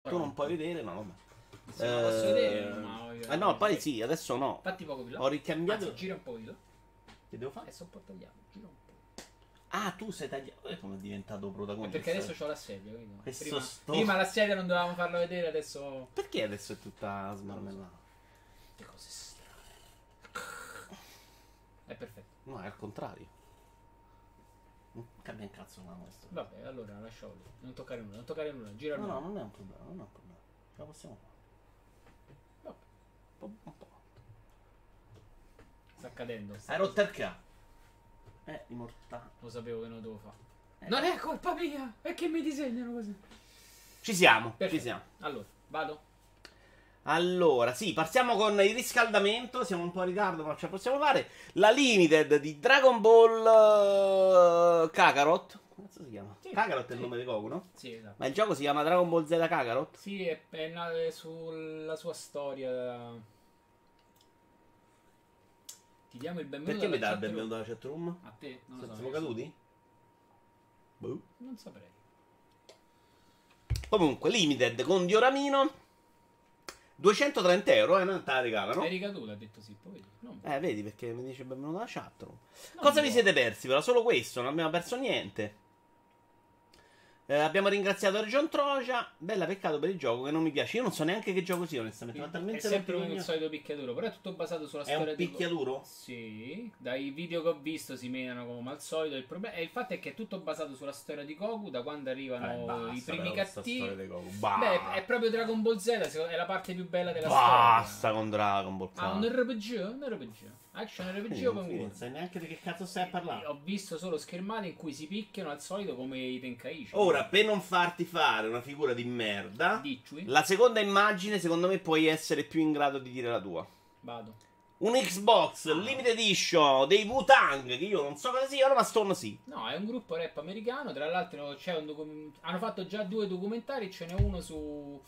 Tu non puoi vedere, no, vabbè. Se non lo posso vedere, ma no, poi sì, adesso no. Fatti poco più là. Ho ricambiato. Anzi, gira un po' di là. Che devo fare? Adesso un po' tagliato, gira un po'. Ah, tu sei tagliato. Come è diventato protagonista? Perché adesso c'ho la sedia, quindi. Questo Prima la sedia non dovevamo farlo vedere, adesso. Perché adesso è tutta smarmellata? Che cose strane. È perfetto. No, è al contrario. Non cambia un cazzo una questo. Vabbè, allora lascialo lì. Non toccare nulla, non toccare nulla. Gira No, nulla. no, non è un problema, non è un problema. Ce la possiamo fare. Vabbè. Un po'. Sta cadendo. Hai rotto il capo. Immortale. Lo sapevo che non lo devo fare. Non è colpa mia! È che mi disegnano così. Ci siamo, Perfetto. ci siamo. Allora, vado. Allora, sì, partiamo con il riscaldamento. Siamo un po' in ritardo, ma ce la possiamo fare. La Limited di Dragon Ball Kakarot. Come cazzo si chiama? Sì, Kakarot è il sì. nome di Goku, no? Sì, esatto. Ma il gioco si chiama Dragon Ball Z Kakarot? Sì, è nato sulla sua storia. Ti diamo il benvenuto. Perché mi dà il alla benvenuto alla chatroom? A te? Non lo so. Siamo caduti? Boh. Non saprei. Comunque, Limited con dioramino. 230 euro, non te la regalano. È ricaduta, ha detto sì, poi. Non Vedi perché mi dice benvenuto alla chatroom. Non Cosa vi buono. siete persi? Però solo questo, non abbiamo perso niente. Abbiamo ringraziato Region Troja. Bella, peccato per il gioco che non mi piace. Io non so neanche che gioco sia, onestamente. Ma È talmente sempre rotto un il solito picchiaduro, però è tutto basato sulla È storia un picchiaduro? Sì, dai video che ho visto si menano come al solito. Il problema il fatto è che è tutto basato sulla storia di Goku, da quando arrivano i primi cattivi. Beh, è proprio Dragon Ball Z, è la parte più bella della Basta storia. con Dragon Ball. Ah, un RPG? Un RPG. Action RPG open Non world. sai neanche di che cazzo stai a parlare. Ho visto solo schermate in cui si picchiano al solito come i Tenkaichi. Ora, per non farti fare una figura di merda, Dicci? la seconda immagine, secondo me, puoi essere più in grado di dire la tua. Vado. Un Xbox Limited Edition dei Wu-Tang, che io non so cosa siano, ma Stone sì. No, è un gruppo rap americano. Tra l'altro c'è hanno fatto già 2 documentari. Ce n'è uno su.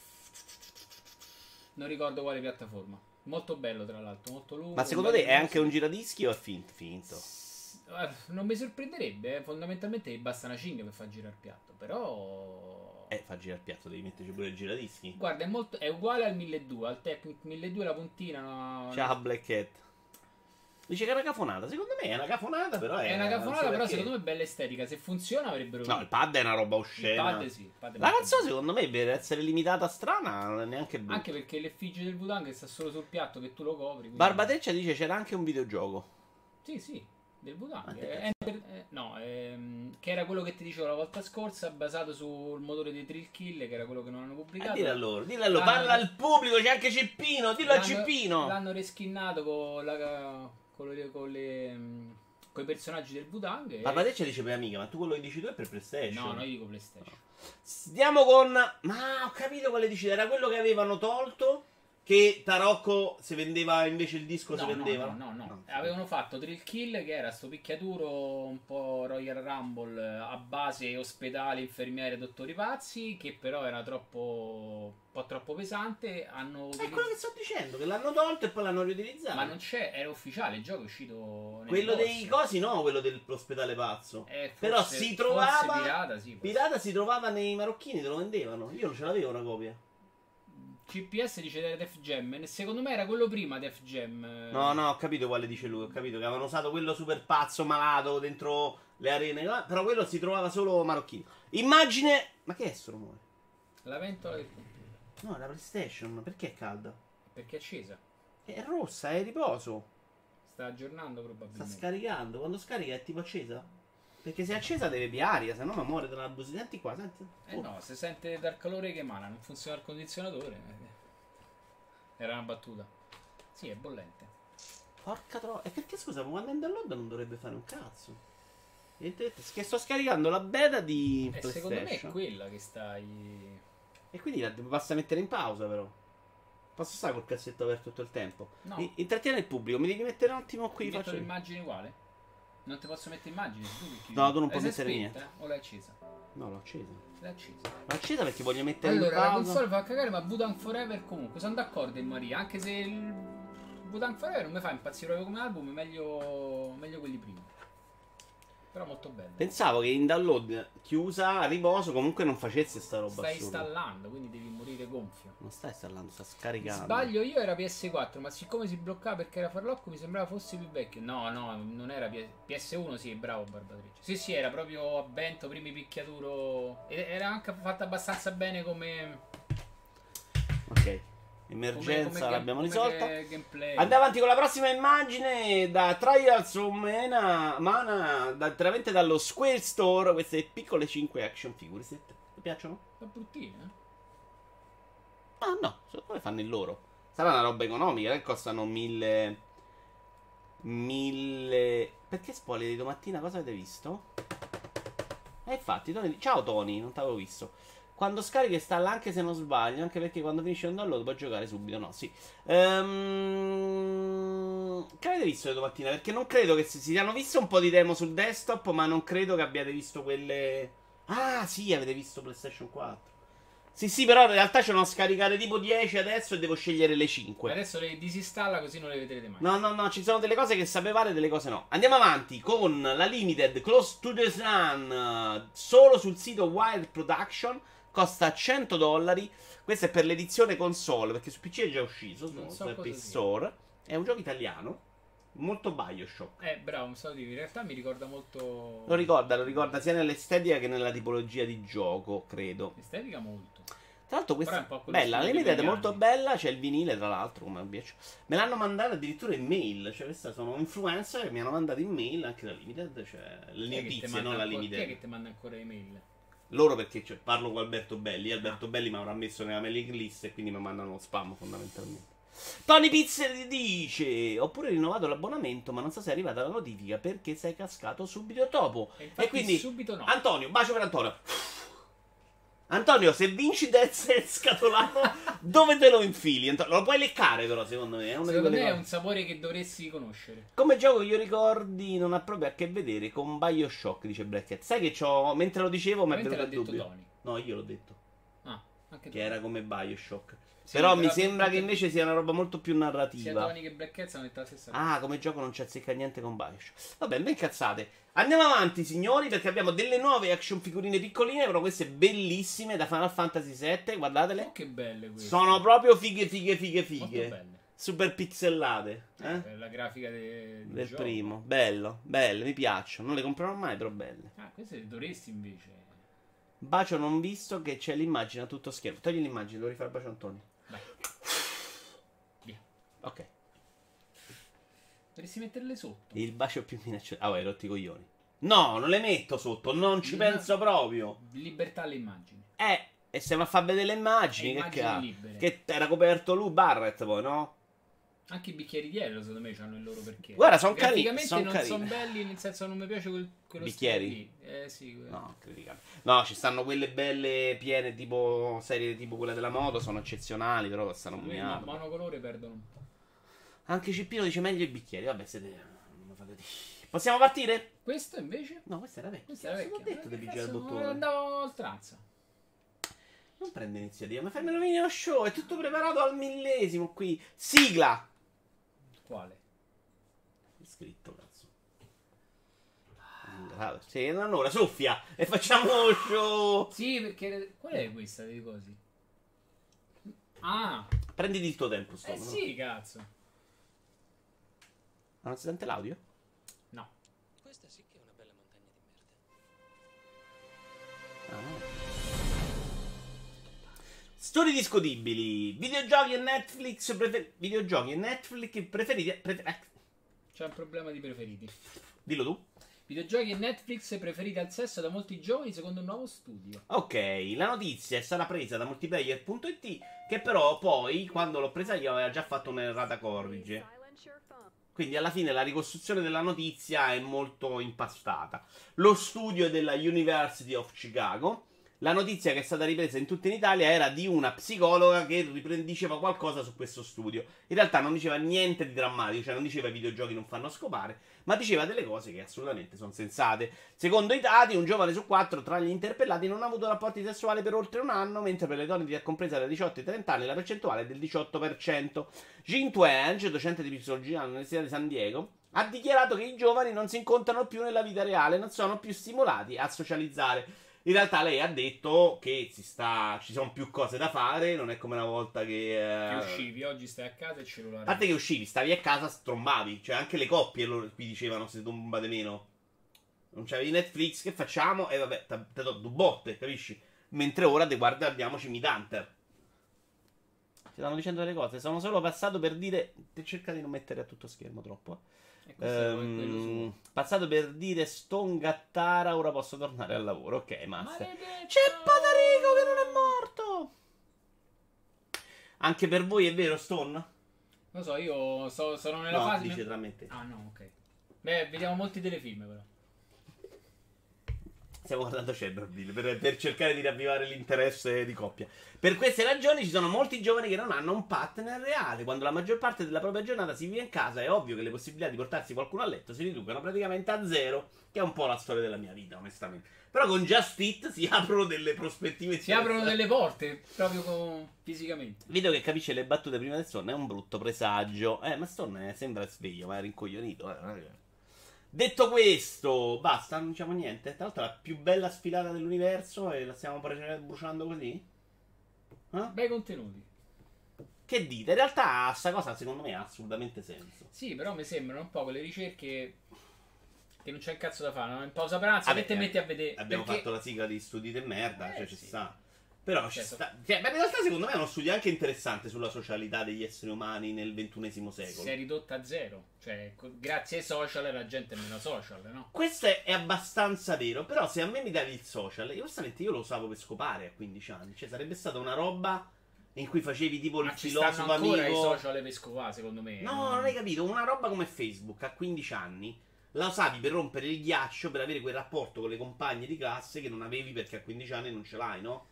Non ricordo quale piattaforma. Molto bello, tra l'altro, molto lungo. Ma secondo te è anche un giradischi o è finto? Finto. Non mi sorprenderebbe. Fondamentalmente gli basta una cinghia per far girare il piatto. Però. Fa girare il piatto, devi metterci pure il giradischi. Guarda, è uguale al 1200. Al Tech 1200 la puntina. No, Ciao Black Cat. Dice che è una cafonata. Secondo me è una cafonata, però è una cafonata, però perché. secondo me è bella estetica. Se funziona avrebbero. No, il pad è una roba oscena. Il pad sì. Il pad è La molto canzone, bello. secondo me, per essere limitata strana, non è neanche brutta. Anche perché l'effigie del Wu-Tang sta solo sul piatto che tu lo copri. Quindi. Barbateccia dice c'era anche un videogioco. Sì, del Wu-Tang. Ma Che era quello che ti dicevo la volta scorsa, basato sul motore dei Thrill Kill, che era quello che non hanno pubblicato. Dillo a loro, parla al pubblico, c'è anche Cippino, dillo a Cippino. L'hanno reskinnato con i personaggi del Wu-Tang. Barbateccia dice per amica, ma tu quello che dici tu è per PlayStation? No, io dico PlayStation. Andiamo con. Ma ho capito quale dici, era quello che avevano tolto. Che Tarocco se vendeva invece il disco si vendeva? No. Avevano fatto Thrill Kill, che era sto picchiaturo un po' Royal Rumble a base ospedali, infermieri e dottori pazzi, che però era un po' troppo pesante. È quello che sto dicendo, che l'hanno tolto e poi l'hanno riutilizzato. Ma non c'è, era ufficiale, il gioco è uscito. Quello dei cosi no, quello dell'ospedale pazzo. Però si trovava. Pirata si trovava nei marocchini, te lo vendevano. Io non ce l'avevo una copia. CPS dice Def Jam. Secondo me era quello prima Def Jam. No, ho capito quale dice lui. Ho capito che avevano usato quello super pazzo malato dentro le arene. Però quello si trovava solo marocchino. Immagine. Ma che è sto rumore? La ventola del computer. No, la PlayStation. Perché è calda? Perché è accesa. È rossa, è a riposo. Sta aggiornando probabilmente. Sta scaricando. Quando scarica è tipo accesa? Perché se è accesa deve più aria, se no mi muore dalla busi. Senti qua, senti. No, se sente dal calore che emana, non funziona il condizionatore. Era una battuta. Sì, è bollente. Porca troia. E perché scusa, quando è in download non dovrebbe fare un cazzo? Che sto scaricando la beta di PlayStation. Secondo me è quella che stai. E quindi la basta mettere in pausa però. Posso stare col cassetto aperto tutto il tempo? No. Intrattiene il pubblico, mi devi mettere un attimo qui. Metto l'immagine uguale? Non ti posso mettere immagini? No, tu non puoi mettere spenta, niente. O l'hai accesa? No, l'ho accesa. L'hai accesa. L'ho accesa perché voglio mettere Allora, in la pausa. console fa cagare, ma Wu-Tang Forever comunque. Sono d'accordo in Maria. Anche se il Wu-Tang Forever non mi fa impazzire proprio come album, meglio quelli prima. Però molto bello. Pensavo che in download chiusa a riposo comunque non facesse sta roba. Stai installando, quindi devi morire gonfio. Non sta installando, sta scaricando. Sbaglio io, era PS4, ma siccome si bloccava perché era farlocco mi sembrava fosse più vecchio. No, non era PS1, sì, bravo Barbatrice. Sì, era proprio a vento, primi picchiaturo. Era anche fatta abbastanza bene come... Ok. Emergenza l'abbiamo risolta. Andiamo avanti con la prossima immagine da Trials of Mana, direttamente dallo Square Store. Queste piccole 5 action figure. Ti piacciono? Sono bruttine, Ah no, come fanno il loro? Sarà una roba economica, che costano 1000. Perché spoiler di domattina? Cosa avete visto? Infatti, Tony... Ciao Tony, non t'avevo visto. Quando scarichi installa anche se non sbaglio, anche perché quando finisce un download puoi giocare subito. No, sì. Che avete visto le domattina? Perché non credo che si hanno visto un po' di demo sul desktop, ma non credo che abbiate visto quelle... Ah, sì, avete visto PlayStation 4. Sì, però in realtà ce ne ho scaricate tipo 10 adesso e devo scegliere le 5. Adesso le disinstalla così non le vedrete mai. No, ci sono delle cose che sapevate e delle cose no. Andiamo avanti con la Limited Close to the Sun, solo sul sito Wild Production, costa $100. Questo è per l'edizione console, perché su PC è già uscito, su PS Store. È un gioco italiano. Molto Bioshock. Bravo, mi stavo dire, in realtà mi ricorda molto... Lo ricorda sia nell'estetica che nella tipologia di gioco, credo. Estetica molto. Tra l'altro questa è bella, la Limited è molto bella, c'è il vinile tra l'altro, come piace. Me l'hanno mandato addirittura in mail, cioè queste sono influencer che mi hanno mandato in mail anche la Limited, cioè le notizie, non la Limited. Chi è che ti manda ancora email? Loro perché parlo con Alberto Belli, Alberto Belli mi avrà messo nella mailing list e quindi mi mandano spam fondamentalmente. Tony Pizzer dice: ho pure rinnovato l'abbonamento, ma non so se è arrivata la notifica perché sei cascato subito dopo. E quindi subito no. Antonio, bacio per Antonio. Antonio, se vinci Dead Set scatolato, dove te lo infili? Antonio, lo puoi leccare però, secondo me. Secondo me è un sapore che dovresti conoscere. Come gioco io ricordi non ha proprio a che vedere con Bioshock, dice Bracket. Sai che c'ho, mentre lo dicevo mi è venuto il dubbio. Tony. No, io l'ho detto. Anche che era come Bioshock. Sì, però mi sembra che invece sia una roba molto più narrativa. Sia Tony che Blackheads hanno detto la stessa cosa. Ah, come gioco non ci azzecca niente con Bioshock. Vabbè, ben cazzate. Andiamo avanti, signori, perché abbiamo delle nuove action figurine piccoline, però queste bellissime da Final Fantasy VII. Guardatele. Oh, che belle queste. Sono proprio fighe. Molto belle. Super pixellate. La grafica del gioco. Primo. Belle, mi piacciono. Non le comprerò mai, però belle. Queste le dovresti invece. Bacio non visto che c'è l'immagine a tutto schermo. Togli l'immagine, devo rifare Bacio Antonio. Vai. Via. Ok. Dovresti metterle sotto. Il bacio più minaccioso. Ah, vai, rotti i coglioni. No, non le metto sotto, non ci penso proprio. Libertà alle immagini. E se mi fa vedere le immagini, che era coperto lui Barrett poi, no? Anche i bicchieri dietro, secondo me, hanno il loro perché. Guarda, sono carini. Graficamente non sono belli, nel senso non mi piace quello bicchieri. Sì, no, criticabile. No, ci stanno quelle belle piene, tipo serie tipo quella della moto, sono eccezionali, però costano un miliardo. No, monocolore perdono un po'. Anche Cippino dice meglio i bicchieri. Vabbè, siete. Non mi fate dire. Possiamo partire? Questo invece? No, questa era vecchia. Questa era vecchia. Ho detto di pigiare il bottone. Andavo al tranza. Non prende iniziativa, ma fammi video show, è tutto preparato al millesimo qui. Sigla! Quale? È scritto, cazzo. Sì, allora, soffia e facciamo lo show. Sì, perché qual è questa dei cosi? Ah! Prenditi il tuo tempo, sto. Sì, cazzo. Ma non si sente l'audio? No. Questa sì che è una bella montagna di merda. Ah, no. Storie discutibili. Videogiochi e Netflix preferiti. C'è un problema di preferiti. Dillo tu. Videogiochi e Netflix preferiti al sesso da molti giovani secondo un nuovo studio. Ok, la notizia è stata presa da multiplayer.it, che però poi, quando l'ho presa io, aveva già fatto un'errata corrige. Quindi alla fine la ricostruzione della notizia è molto impastata. Lo studio è della University of Chicago. La notizia che è stata ripresa in tutta in Italia era di una psicologa che diceva qualcosa su questo studio. In realtà non diceva niente di drammatico, cioè non diceva i videogiochi non fanno scopare, ma diceva delle cose che assolutamente sono sensate. Secondo i dati, un giovane su 4 tra gli interpellati non ha avuto rapporti sessuali per oltre un anno, mentre per le donne di età compresa da 18 e 30 anni la percentuale è del 18%. Jin Twenge, docente di psicologia all'Università di San Diego, ha dichiarato che i giovani non si incontrano più nella vita reale, non sono più stimolati a socializzare. In realtà lei ha detto che ci sono più cose da fare, non è come una volta che uscivi, oggi stai a casa e cellulare. A parte che uscivi, stavi a casa, strombavi. Cioè anche le coppie qui dicevano se trombate meno. Non c'avevi Netflix, che facciamo? E vabbè, te do due botte, capisci? Mentre ora te guardiamoci Mindhunter. Ti stanno dicendo delle cose, sono solo passato per dire... Cerca di non mettere a tutto schermo troppo. Passato per dire Stone Gattara, ora posso tornare al lavoro. Ok, Master. C'è Patarico che non è morto. Anche per voi è vero, Stone? Non so, io sono nella fase. Dice tra me e te. Ah, no, ok. Beh, vediamo molti telefilm, però. Stiamo guardando Chernobyl per cercare di ravvivare l'interesse di coppia. Per queste ragioni ci sono molti giovani che non hanno un partner reale. Quando la maggior parte della propria giornata si vive in casa, è ovvio che le possibilità di portarsi qualcuno a letto si riducono praticamente a zero, che è un po' la storia della mia vita, onestamente. Però con Just Eat si aprono delle prospettive. Si aprono delle porte, proprio fisicamente. Vedo che capisce le battute prima del sonno, è un brutto presagio. Ma Stone sembra sveglio, ma è rincoglionito. Detto questo, basta, non diciamo niente. Tra l'altro, la più bella sfilata dell'universo e la stiamo bruciando così? Bei contenuti. Che dite? In realtà, sta cosa secondo me ha assolutamente senso. Sì, però mi sembrano un po' quelle ricerche che non c'è un cazzo da fare. No? In pausa pranzo, te metti a vedere. Abbiamo perché... fatto la sigla di studi di merda, cioè ci sta. Però ci certo. sta. Cioè, in realtà, secondo me è uno studio anche interessante sulla socialità degli esseri umani nel XXI secolo. Si è ridotta a zero. Cioè, grazie ai social la gente è meno social, no? Questo è abbastanza vero. Però, se a me mi davi il social, onestamente io lo usavo per scopare a 15 anni. Cioè, sarebbe stata una roba in cui facevi tipo il filosofo amico. Ma i social per scopare, secondo me. No, non hai capito. Una roba come Facebook a 15 anni la usavi per rompere il ghiaccio, per avere quel rapporto con le compagne di classe che non avevi perché a 15 anni non ce l'hai, no?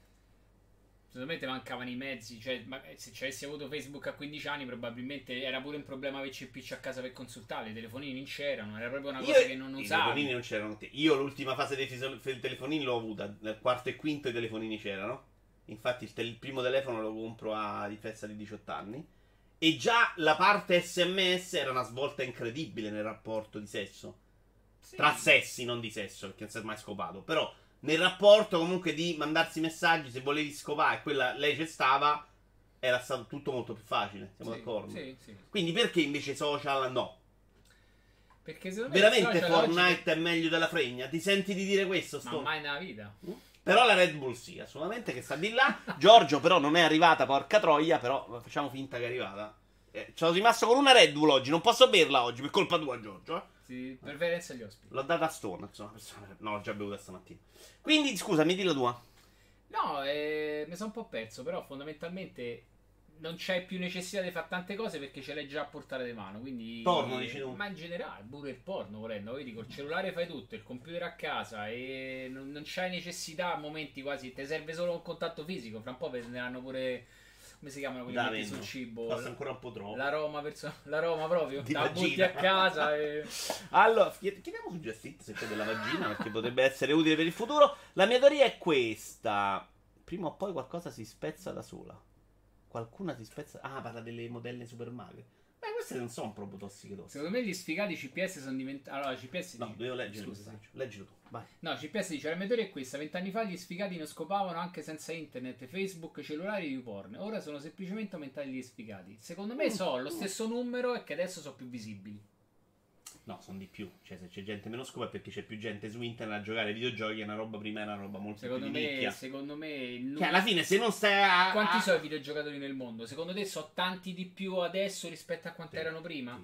Secondo me te mancavano i mezzi, cioè se ci avessi avuto Facebook a 15 anni probabilmente era pure un problema averci il PC a casa per consultare, i telefonini non c'erano, era proprio una cosa che non usavi. I telefonini non c'erano. Io l'ultima fase dei telefonini l'ho avuta, nel quarto e quinto i telefonini c'erano. Infatti il primo telefono lo compro a differenza di 18 anni. E già la parte SMS era una svolta incredibile nel rapporto di sesso. Sì. Tra sessi, non di sesso, perché non si è mai scopato, però... Nel rapporto comunque di mandarsi messaggi, se volevi scopare, lei ci stava, era stato tutto molto più facile. Siamo d'accordo? Sì, sì. Quindi perché invece social no? Perché secondo me veramente Fortnite è meglio della fregna? Ti senti di dire questo? Ma mai nella vita. Però la Red Bull sì, assolutamente che sta di là. Giorgio però non è arrivata, porca troia, però facciamo finta che è arrivata. Ci sono rimasto con una Red Bull oggi, non posso berla oggi per colpa tua, Giorgio. Sì, preferenza agli ospiti. L'ho data a Stone, no, l'ho già bevuta stamattina. Quindi, scusami, di la tua. No, mi sono un po' perso, però fondamentalmente non c'è più necessità di fare tante cose perché ce l'hai già a portare di mano, quindi... Porno, dici tu? Ma in generale, pure il porno, volendo, vedi, col cellulare fai tutto, il computer a casa e non c'hai necessità a momenti quasi, ti serve solo un contatto fisico, fra un po' venderanno pure... Come si chiamano quelli metti sul cibo? Costa ancora un po' troppo. L'aroma proprio. La butti a casa e... Allora, chiediamo su Just Eat se c'è della vagina, perché potrebbe essere utile per il futuro. La mia teoria è questa. Prima o poi qualcosa si spezza da sola. Qualcuna si spezza... Ah, parla delle modelle super magre. Beh, queste non sono proprio tossiche. Secondo me gli sfigati CPS sono diventati... Allora, CPS... No, devo leggere il messaggio. Leggilo tu, vai. No, CPS dice, la mia teoria è questa. 20 anni fa gli sfigati non scopavano anche senza internet, Facebook, cellulari e YouPorn. Ora sono semplicemente aumentati gli sfigati. Secondo me so lo stesso numero e che adesso sono più visibili. No, sono di più. Cioè, se c'è gente meno scopa è perché c'è più gente su internet a giocare ai videogiochi. È una roba prima, è una roba molto secondo più di nicchia. Secondo me il numero... Cioè, alla fine, se non stai a... Quanti sono i videogiocatori nel mondo? Secondo te sono tanti di più adesso rispetto a quanti erano prima?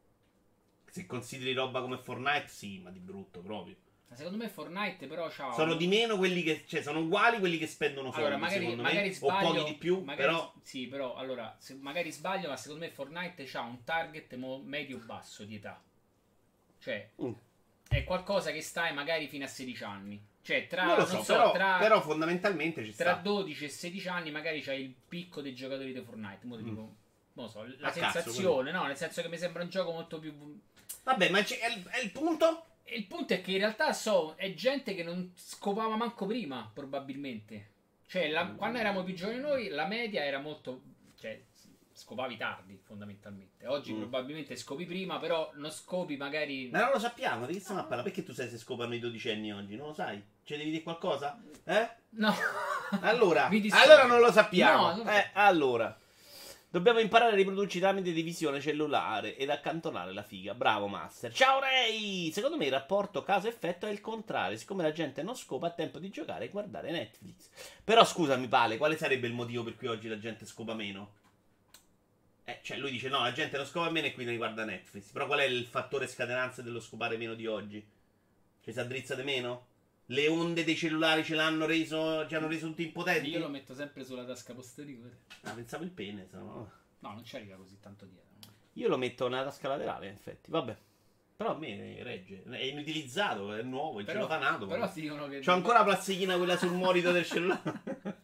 Sì. Se consideri roba come Fortnite, sì, ma di brutto proprio. Secondo me Fortnite però c'ha... Sono di meno quelli che... Cioè, sono uguali quelli che spendono soldi, allora, magari me, sbaglio, o pochi di più, magari, però... Sì, però, allora, magari sbaglio, ma secondo me Fortnite c'ha un target medio-basso di età. Cioè, è qualcosa che stai magari fino a 16 anni. Cioè, però fondamentalmente ci sta. Tra 12 e 16 anni magari c'hai il picco dei giocatori di Fortnite. Mo' ti dico, non lo so, la sensazione, no? Nel senso che mi sembra un gioco molto più... Vabbè, ma è il punto? E il punto è che in realtà è gente che non scopava manco prima, probabilmente. Cioè, quando eravamo più giovani noi, la media era molto... Cioè, scopavi tardi fondamentalmente. Oggi probabilmente scopi prima, però non scopi magari. Ma non lo sappiamo, di che stiamo a parlare? Perché tu sai se scopano i 12enni oggi? Non lo sai? Ci devi dire qualcosa? No. Allora non lo sappiamo. No, allora. Dobbiamo imparare a riprodurci tramite divisione cellulare ed accantonare la figa. Bravo Master. Ciao Ray! Secondo me il rapporto causa-effetto è il contrario. Siccome la gente non scopa, ha tempo di giocare e guardare Netflix. Però scusami Pale, quale sarebbe il motivo per cui oggi la gente scopa meno? Cioè lui dice no, la gente non scopa meno e quindi guarda Netflix. Però qual è il fattore scatenante dello scopare meno di oggi? Ci si addrizza di meno? Le onde dei cellulari ci hanno reso tutti impotenti? Io lo metto sempre sulla tasca posteriore. Ah, pensavo il pene, no, non ci arriva così tanto dietro. Io lo metto nella tasca laterale, in effetti. Vabbè. Però a me regge. È inutilizzato, è nuovo, è celofanato. Però ti dicono che... C'ho ancora la plastichina quella sul monitor del cellulare.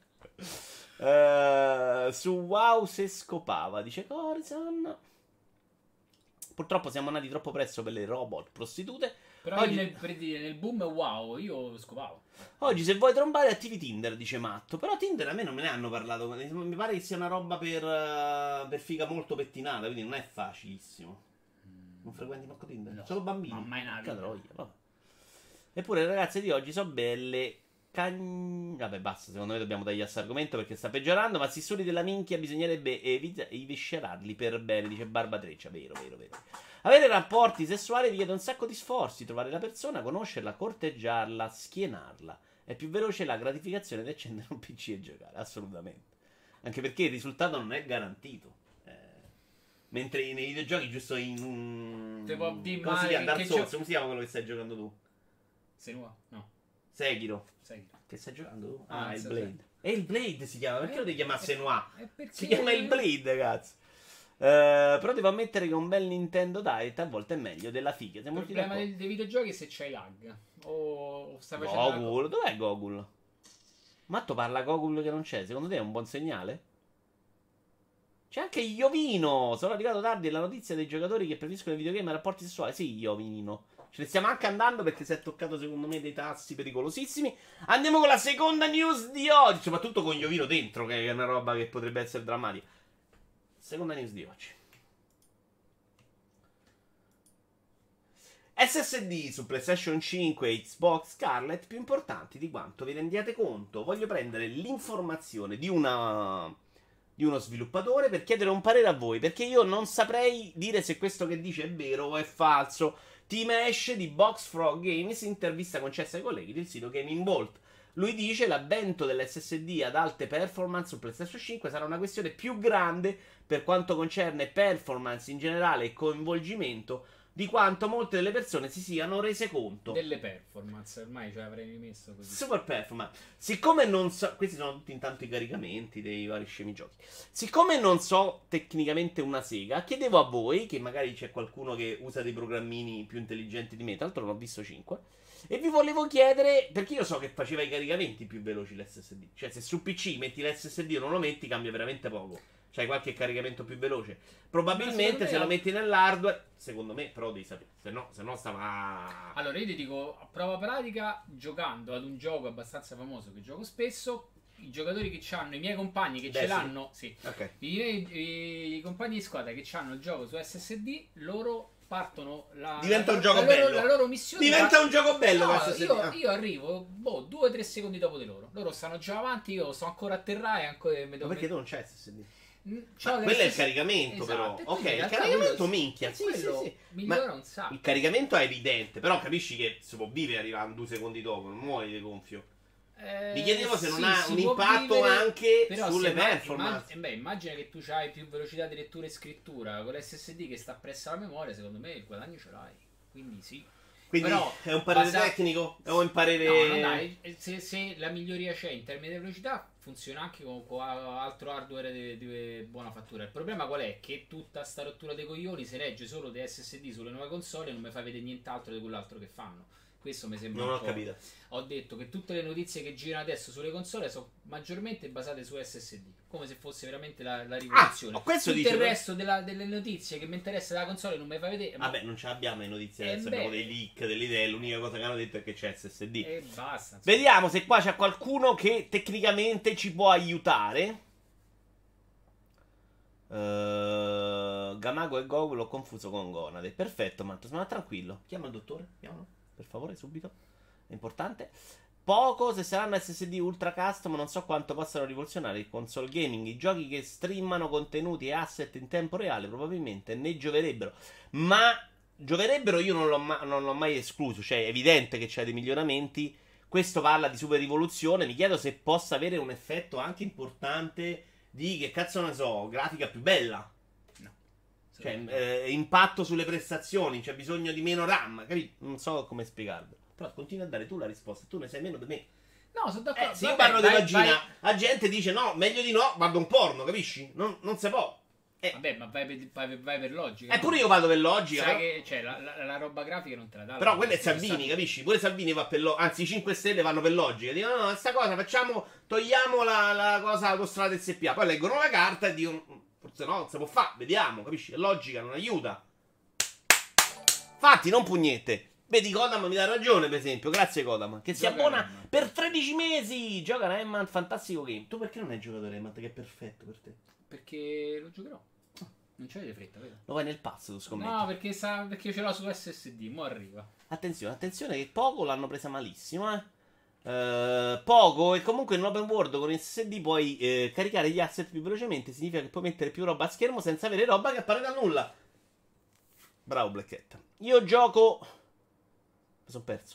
Su Wow se scopava, dice Corizon. Purtroppo siamo nati troppo presto per le robot prostitute. Però oggi... nel boom wow io scopavo. Oggi se vuoi trombare attivi Tinder, dice Matto. Però Tinder a me non me ne hanno parlato. Mi pare che sia una roba per figa molto pettinata, quindi non è facilissimo. Non frequenti manco Tinder? No, solo bambini. Ma mai nato. Eppure le ragazze di oggi sono belle. Vabbè, basta. Secondo me dobbiamo tagliare questo argomento perché sta peggiorando. Ma si studi della minchia bisognerebbe eviscerarli per bene, dice Barba Treccia. Vero. Avere rapporti sessuali richiede un sacco di sforzi. Trovare la persona, conoscerla, corteggiarla, schienarla. È più veloce la gratificazione di accendere un PC e giocare. Assolutamente. Anche perché il risultato non è garantito. Mentre nei videogiochi, giusto in un... come si chiama? Dark Souls, come si chiama quello che stai giocando tu? Senua? No. Sekiro. Che stai giocando tu? Il Blade. Sì. E il Blade si chiama? Perché lo devi chiamare Senua? Perché... Si chiama il Blade, cazzo. Però devo ammettere che un bel Nintendo Direct a volte è meglio della figa. Il problema dei videogiochi è se c'hai lag. O sta facendo Gogul, dov'è Gogul? Matto parla Gogul che non c'è. Secondo te è un buon segnale? C'è anche Iovino. Sono arrivato tardi alla notizia dei giocatori che preferiscono i videogame ai rapporti sessuali. Sì, Iovino. Ce ne stiamo anche andando perché si è toccato secondo me dei tassi pericolosissimi. Andiamo con la seconda news di oggi. Soprattutto con Iovino dentro, che è una roba che potrebbe essere drammatica. Seconda news di oggi. SSD su PlayStation 5 e Xbox Scarlett più importanti di quanto vi rendiate conto. Voglio prendere l'informazione di uno sviluppatore per chiedere un parere a voi, perché io non saprei dire se questo che dice è vero o è falso. Team Ash di Box Frog Games intervista concessa ai colleghi del sito Gaming Bolt. Lui dice l'avvento dell'SSD ad alte performance su PlayStation 5 sarà una questione più grande per quanto concerne performance in generale e coinvolgimento di quanto molte delle persone si siano rese conto. Delle performance, ormai ce l'avrei rimesso così. Super performance. Siccome non so... Questi sono tutti intanto i caricamenti dei vari scemi giochi. Siccome non so tecnicamente una sega, chiedevo a voi, che magari c'è qualcuno che usa dei programmini più intelligenti di me, tra l'altro ne ho visto 5, e vi volevo chiedere, perché io so che faceva i caricamenti più veloci l'SSD. Cioè se su PC metti l'SSD o non lo metti cambia veramente poco. C'hai qualche caricamento più veloce. Probabilmente se lo metti nell'hardware, secondo me, però devi sapere. Se no stava... Allora io ti dico, a prova pratica, giocando ad un gioco abbastanza famoso che gioco spesso, i giocatori che hanno, i miei compagni che ce l'hanno, sì, okay. I compagni di squadra che hanno il gioco su SSD, loro partono diventa un gioco bello. La loro missione diventa un gioco bello. No, io arrivo 2 o 3 secondi dopo di loro. Loro stanno già avanti, io sto ancora a terra e ancora ma perché tu non c'hai SSD? Quello è il caricamento, esatto, però. Ok, il caricamento minchia. Sì. Migliora un sacco. Il caricamento è evidente, però capisci che si può vivere arrivando 2 secondi dopo, non muori di gonfio. Mi chiedevo se non ha un impatto anche sulle performance. Immagina che tu hai più velocità di lettura e scrittura con l'SSD che sta presso la memoria, secondo me il guadagno ce l'hai. Quindi sì. Quindi però, è un parere tecnico? O un parere... No, dai, se la miglioria c'è in termini di velocità, funziona anche con altro hardware di buona fattura. Il problema qual è? Che tutta sta rottura dei coglioni si regge solo di SSD sulle nuove console e non mi fa vedere nient'altro di quell'altro che fanno. Questo mi sembra non ho capito. Ho detto che tutte le notizie che girano adesso sulle console sono maggiormente basate su SSD, come se fosse veramente la rivoluzione. Questo tutto il resto delle notizie che mi interessa della console non mi fa vedere. Vabbè, non ce l'abbiamo le notizie adesso, abbiamo dei leak, delle idee. L'unica cosa che hanno detto è che c'è SSD. E basta. Insomma. Vediamo se qua c'è qualcuno che tecnicamente ci può aiutare. Kamago e Goku l'ho confuso con Gonade. Perfetto, Mantos, ma tranquillo. Chiama il dottore, chiamalo, per favore, subito. È importante. Poco, se saranno SSD ultra custom, non so quanto possano rivoluzionare il console gaming. I giochi che streamano contenuti e asset in tempo reale probabilmente ne gioverebbero. Ma gioverebbero io non l'ho mai escluso. Cioè, è evidente che c'è dei miglioramenti. Questo parla di super rivoluzione. Mi chiedo se possa avere un effetto anche importante di, che cazzo ne so, grafica più bella. No. Cioè, impatto sulle prestazioni. C'è bisogno di meno RAM. Capito? Non so come spiegarlo. Però continui a dare tu la risposta. Tu ne sai meno di me. No, sono d'accordo. Se io parlo di vagina, la gente dice no, meglio di no, guardo un porno, capisci? Non si può. Vabbè, ma vai per logica. Pure io vado per logica. Sai che cioè, la roba grafica non te la dà. Però quello è Salvini, capisci? Pure Salvini va per logica. Anzi, i 5 Stelle vanno per logica. Dicono no, questa cosa togliamo la cosa autostrada SPA. Poi leggono la carta e dicono forse no, non si può fare, vediamo, capisci? La logica non aiuta. Fatti, non pugnette. Vedi, Kodama mi dà ragione, per esempio. Grazie, Kodama. Che si abbona per 13 mesi. Gioca Rayman, fantastico game. Tu perché non hai giocato a Rayman? Che è perfetto per te. Perché lo giocherò. Non c'è fretta, vero? Lo vai nel pazzo, tu scommetti. No, perché io ce l'ho su SSD. Mo' arriva. Attenzione che Poco l'hanno presa malissimo, Poco e comunque in open world con SSD puoi caricare gli asset più velocemente. Significa che puoi mettere più roba a schermo senza avere roba che appare da nulla. Bravo, Black Hat. Io gioco... Mi sono perso.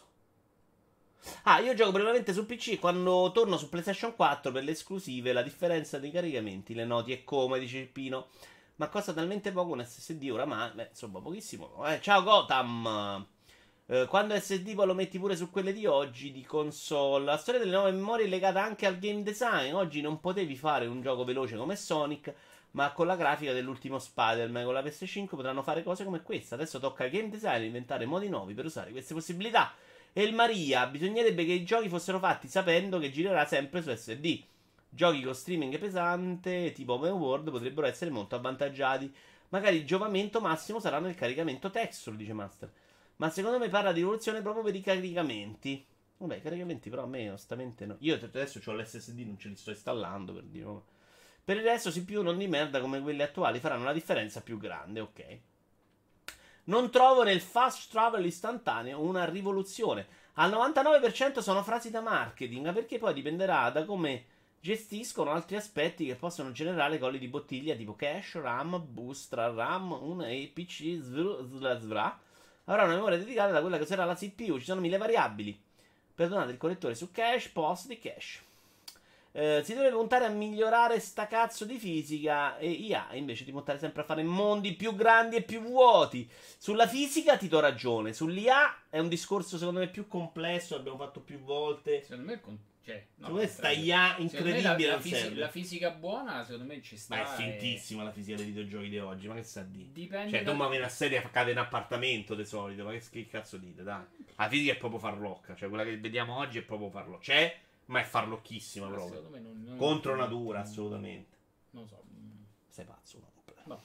Io gioco prevalentemente su PC e quando torno su PlayStation 4 per le esclusive la differenza dei caricamenti, le noti è come, dice Pino. Ma costa talmente poco un SSD oramai. Beh, insomma, pochissimo. Ciao Gotham. Quando SSD poi lo metti pure su quelle di oggi di console. La storia delle nuove memorie è legata anche al game design. Oggi non potevi fare un gioco veloce come Sonic, ma con la grafica dell'ultimo Spider-Man. Con la PS5 potranno fare cose come questa. Adesso tocca al game design inventare modi nuovi per usare queste possibilità. E il Maria, bisognerebbe che i giochi fossero fatti sapendo che girerà sempre su SD. Giochi con streaming pesante, tipo open world, potrebbero essere molto avvantaggiati. Magari il giovamento massimo sarà nel caricamento texture, dice Master. Ma secondo me parla di rivoluzione proprio per i caricamenti. Vabbè, i caricamenti però a me onestamente no. Io adesso ho l'SSD, non ce li sto installando per dire. Per il resto CPU non di merda come quelli attuali faranno la differenza più grande, ok. Non trovo nel fast travel istantaneo una rivoluzione. Al 99% sono frasi da marketing, perché poi dipenderà da come gestiscono altri aspetti che possono generare colli di bottiglia tipo cache, RAM, boost, RAM, un PC, svra. Avrà una memoria dedicata da quella che sarà la CPU. Ci sono 1000 variabili. Perdonate il correttore su cache, post di cache. Si dovrebbe puntare a migliorare sta cazzo di fisica e IA invece di puntare sempre a fare mondi più grandi e più vuoti. Sulla fisica ti do ragione, sull'IA è un discorso secondo me più complesso, l'abbiamo fatto più volte. Secondo me secondo me sta IA incredibile. La fisica buona secondo me ci sta. Ma è fintissima la fisica dei videogiochi di oggi, ma che sa di? Dipende. Cioè, tu mi una serie cade in appartamento di solito, ma che cazzo dite, dai? La fisica è proprio farlocca, cioè quella che vediamo oggi è proprio farlocca. C'è, ma è farlocchissima proprio. Secondo me non contro natura, assolutamente. Non so. Sei pazzo, Vabbè.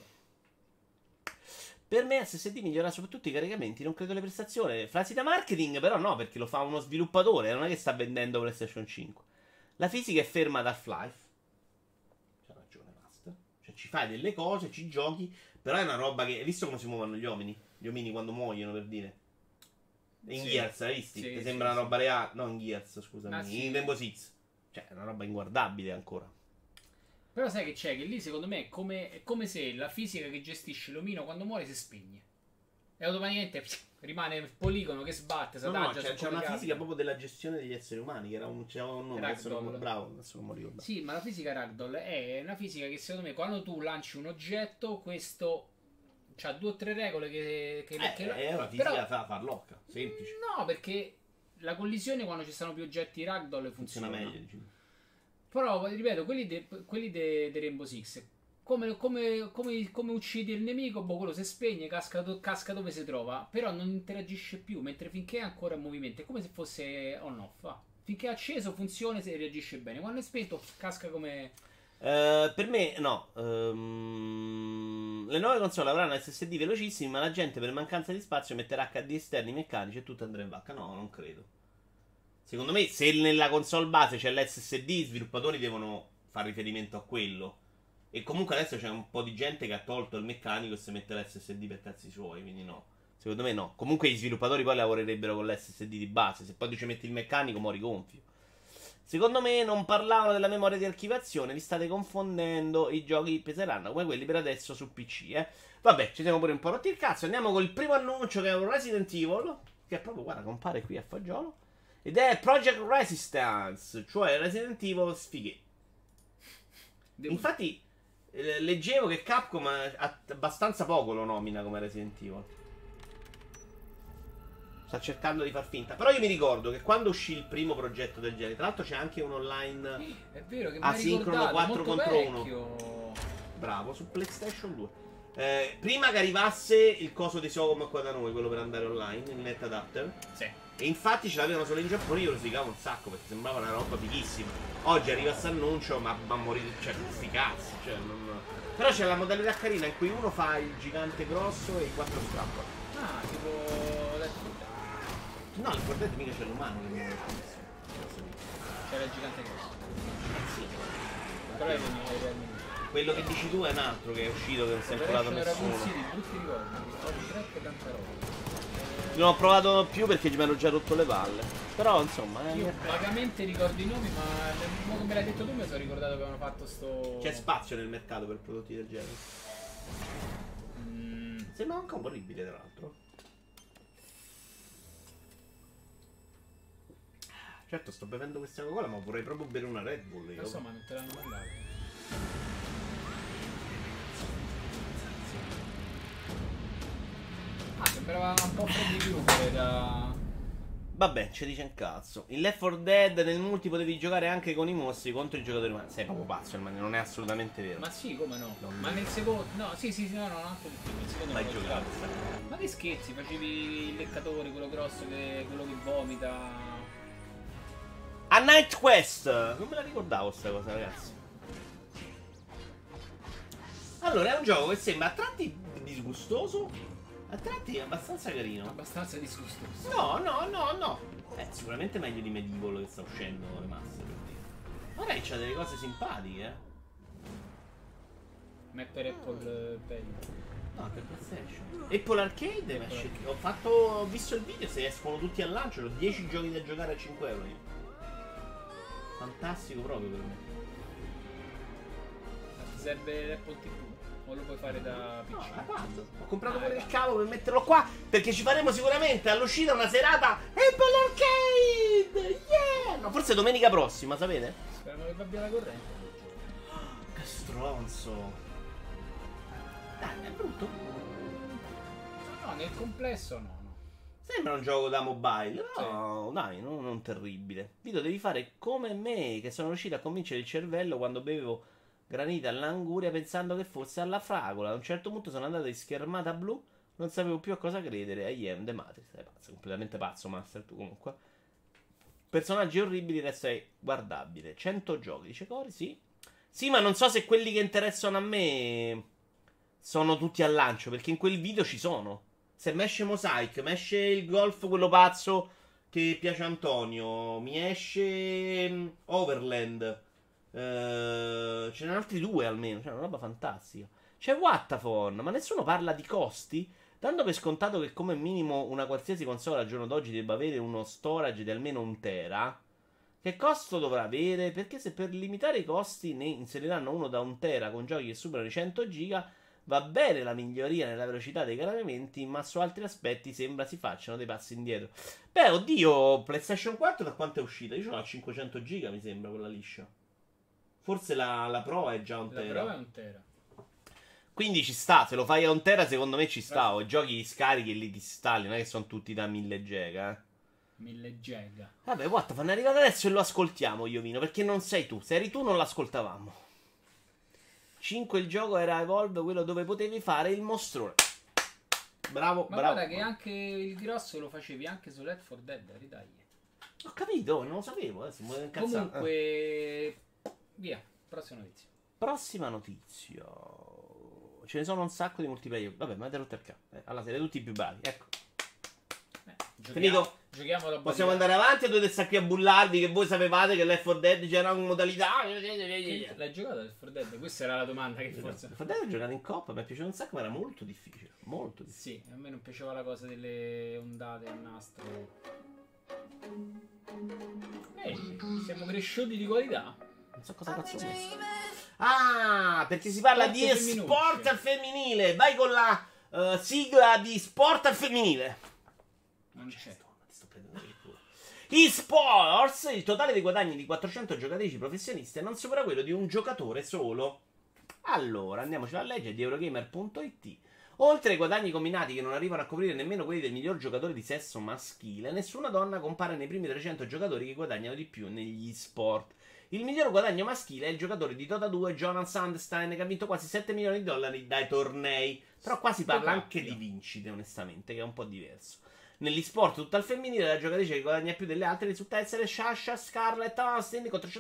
Per me SSD migliora soprattutto i caricamenti, non credo le prestazioni. Frasi da marketing però no, perché lo fa uno sviluppatore, non è che sta vendendo PlayStation 5. La fisica è ferma ad Half-Life. C'ha ragione Master. Cioè ci fai delle cose, ci giochi, però è una roba che... Hai visto come si muovono gli uomini? Gli uomini quando muoiono, per dire. In Gears, hai visti? Ti sembra una roba reale. No, in Gears, scusami. In Rainbow Six. Cioè, è una roba inguardabile ancora. Però sai che c'è? Che lì secondo me è come se la fisica che gestisce l'omino quando muore si spegne. E automaticamente rimane il poligono che sbatte, s'adagia. C'è una fisica proprio della gestione degli esseri umani, che c'era un nome, adesso non mi ricordo. Sì, ma la fisica Ragdoll è una fisica che secondo me quando tu lanci un oggetto, questo c'ha 2 o 3 regole che è una fisica farlocca, semplice. No, perché la collisione quando ci stanno più oggetti Ragdoll funziona meglio, diciamo. Però, ripeto, quelli di Rainbow Six, come uccidi il nemico, quello si spegne, casca dove si trova, però non interagisce più, mentre finché è ancora in movimento, è come se fosse on-off. Finché è acceso funziona e reagisce bene, quando è spento casca come... per me no. Le nuove console avranno SSD velocissimi, ma la gente per mancanza di spazio metterà HD esterni meccanici e tutto andrà in vacca. No, non credo. Secondo me, se nella console base c'è l'SSD, i sviluppatori devono fare riferimento a quello. E comunque adesso c'è un po' di gente che ha tolto il meccanico e si mette l'SSD per cazzi suoi, quindi no. Secondo me no. Comunque gli sviluppatori poi lavorerebbero con l'SSD di base. Se poi tu ci metti il meccanico, mori gonfio. Secondo me non parlavano della memoria di archiviazione. Vi state confondendo. I giochi peseranno come quelli per adesso su PC, Vabbè, ci siamo pure un po' rotti il cazzo. Andiamo col primo annuncio, che è un Resident Evil. Che è proprio, guarda, compare qui a fagiolo. Ed è Project Resistance, cioè Resident Evil sfighe. Infatti, leggevo che Capcom abbastanza poco lo nomina come Resident Evil. Sta cercando di far finta. Però io mi ricordo che quando uscì il primo progetto del genere, tra l'altro c'è anche un online è vero che asincrono 4 contro 1. Bravo, su PlayStation 2. Prima che arrivasse il coso di Sogom qua da noi, quello per andare online, il NetAdapter. Sì. E infatti ce l'avevano solo in Giappone, io lo sfigavo un sacco perché sembrava una roba fighissima. Oggi arriva questo annuncio, ma morire, cioè, sti cazzi, cioè, non... Però c'è la modalità carina in cui uno fa il gigante grosso e i 4 strappano. Ah, tipo... No, l'importante mica c'è l'umano che muore. C'era il gigante grosso. Sì. Però è realmente. Quello che dici tu è un altro che è uscito, che non si è ancora dato nessuno. Brutti ricordi. Non ho provato più perché mi ero già rotto le palle. Però insomma io vagamente ricordo i nomi, ma nel modo che me l'hai detto tu mi sono ricordato che avevano fatto sto... C'è spazio nel mercato per prodotti del genere. Sembra anche un po' orribile tra l'altro. Certo, sto bevendo questa Coca-Cola, ma vorrei proprio bere una Red Bull. Lo so, ma non te l'hanno mandato. Sembrava un po' Freddy Krueger da... Vabbè, ci dice un cazzo. In Left 4 Dead nel multi potevi giocare anche con i mostri contro i giocatori umani. Sei proprio pazzo, ma non è assolutamente vero. Ma sì, come no? Ma nel secondo... No, sì, no, anche nel secondo l'hai giocato. Ma che scherzi, facevi il leccatore, quello grosso, quello che vomita... A Night Quest! Non me la ricordavo sta cosa, ragazzi. Allora, è un gioco che sembra a tratti disgustoso, a tratti è abbastanza carino. Abbastanza disgustoso. No. Sicuramente meglio di Medieval che sta uscendo remaster, per dire. Ora c'ha delle cose simpatiche, Ma è per Apple Pay. No, per PlayStation. Apple Arcade, ho visto il video, se escono tutti al lancio, ho 10 giochi da giocare a 5 euro io. Fantastico proprio per me. Ma ti serve l'Apple TV? O lo puoi fare da PC? No, iPad. Ho comprato pure il cavo per metterlo qua, perché ci faremo sicuramente all'uscita una serata Apple Arcade! Yeah! No, forse domenica prossima, sapete? Speriamo che va via la corrente. Che stronzo. Dai, è brutto. No, nel complesso no. Sembra un gioco da mobile, no, sì. Dai, non terribile. Vito, devi fare come me, che sono riuscito a convincere il cervello quando bevevo granita all'anguria pensando che fosse alla fragola. A un certo punto sono andato in schermata blu, non sapevo più a cosa credere. I am the Matrix. Sei pazzo, completamente pazzo, Master, tu comunque. Personaggi orribili, adesso è guardabile. 100 giochi, dice Cori, sì. Sì, ma non so se quelli che interessano a me sono tutti al lancio, perché in quel video ci sono. Se mi esce Mosaic, mi esce il golf, quello pazzo che piace a Antonio, mi esce Overland, ce ne altri 2 almeno, cioè una roba fantastica. C'è Wattafon, ma nessuno parla di costi? Dando per scontato che come minimo una qualsiasi console al giorno d'oggi debba avere uno storage di almeno 1 tera, che costo dovrà avere? Perché se per limitare i costi ne inseriranno uno da 1 tera con giochi che superano i 100 giga, va bene la miglioria nella velocità dei caricamenti, ma su altri aspetti sembra si facciano dei passi indietro. Beh, oddio, PlayStation 4 da quanto è uscita? Io ce l'ho a 500 giga, mi sembra, quella liscia. Forse la Pro è già 1 tera. La Pro è 1 tera. Quindi ci sta, se lo fai a 1 tera secondo me ci sta. O giochi scarichi e li distalli, non è che sono tutti da 1000 giga, 1000 giga. Vabbè, what, fanno arrivato adesso e lo ascoltiamo, Iovino, perché non sei tu. Se eri tu non l'ascoltavamo. 5 il gioco era Evolve, quello dove potevi fare il mostrone. Bravo, ma bravo. guarda che anche il grosso lo facevi anche su Left 4 Dead, ridagli. Ho capito, non lo sapevo, adesso mi vuoi comunque via, prossima notizia. Prossima notizia. Ce ne sono un sacco di multiplayer. Vabbè, ma te lo terca. Alla serie tutti i più bravi, ecco. Giochiamo Giochiamo la Possiamo andare avanti o dovete stare qui a bullarvi che voi sapevate che Left 4 Dead c'era una modalità? L'hai giocato Left 4 Dead? Questa era la domanda che forse... Left 4 Dead ho giocato in coppa, mi è piaciuto un sacco, ma era molto difficile. Molto difficile. Sì, a me non piaceva la cosa delle ondate a nastro. Siamo cresciuti di qualità. Non so cosa cazzo ho messo. Ah, perché si parla di sport al femminile. Vai con la sigla di sport al femminile. Non c'è. Sto prendendo il culo. eSports, il totale dei guadagni di 400 giocatrici professioniste non supera quello di un giocatore solo. Allora, andiamoci a leggere di Eurogamer.it. Oltre ai guadagni combinati che non arrivano a coprire nemmeno quelli del miglior giocatore di sesso maschile, nessuna donna compare nei primi 300 giocatori che guadagnano di più negli sport. Il miglior guadagno maschile è il giocatore di Dota 2, Jonas Sandstein, che ha vinto quasi 7 milioni di dollari dai tornei. Però qua si parla anche di vincite, onestamente, che è un po' diverso. Negli sport tutto al femminile, la giocatrice che guadagna più delle altre risulta essere Sasha Scarlett Austin con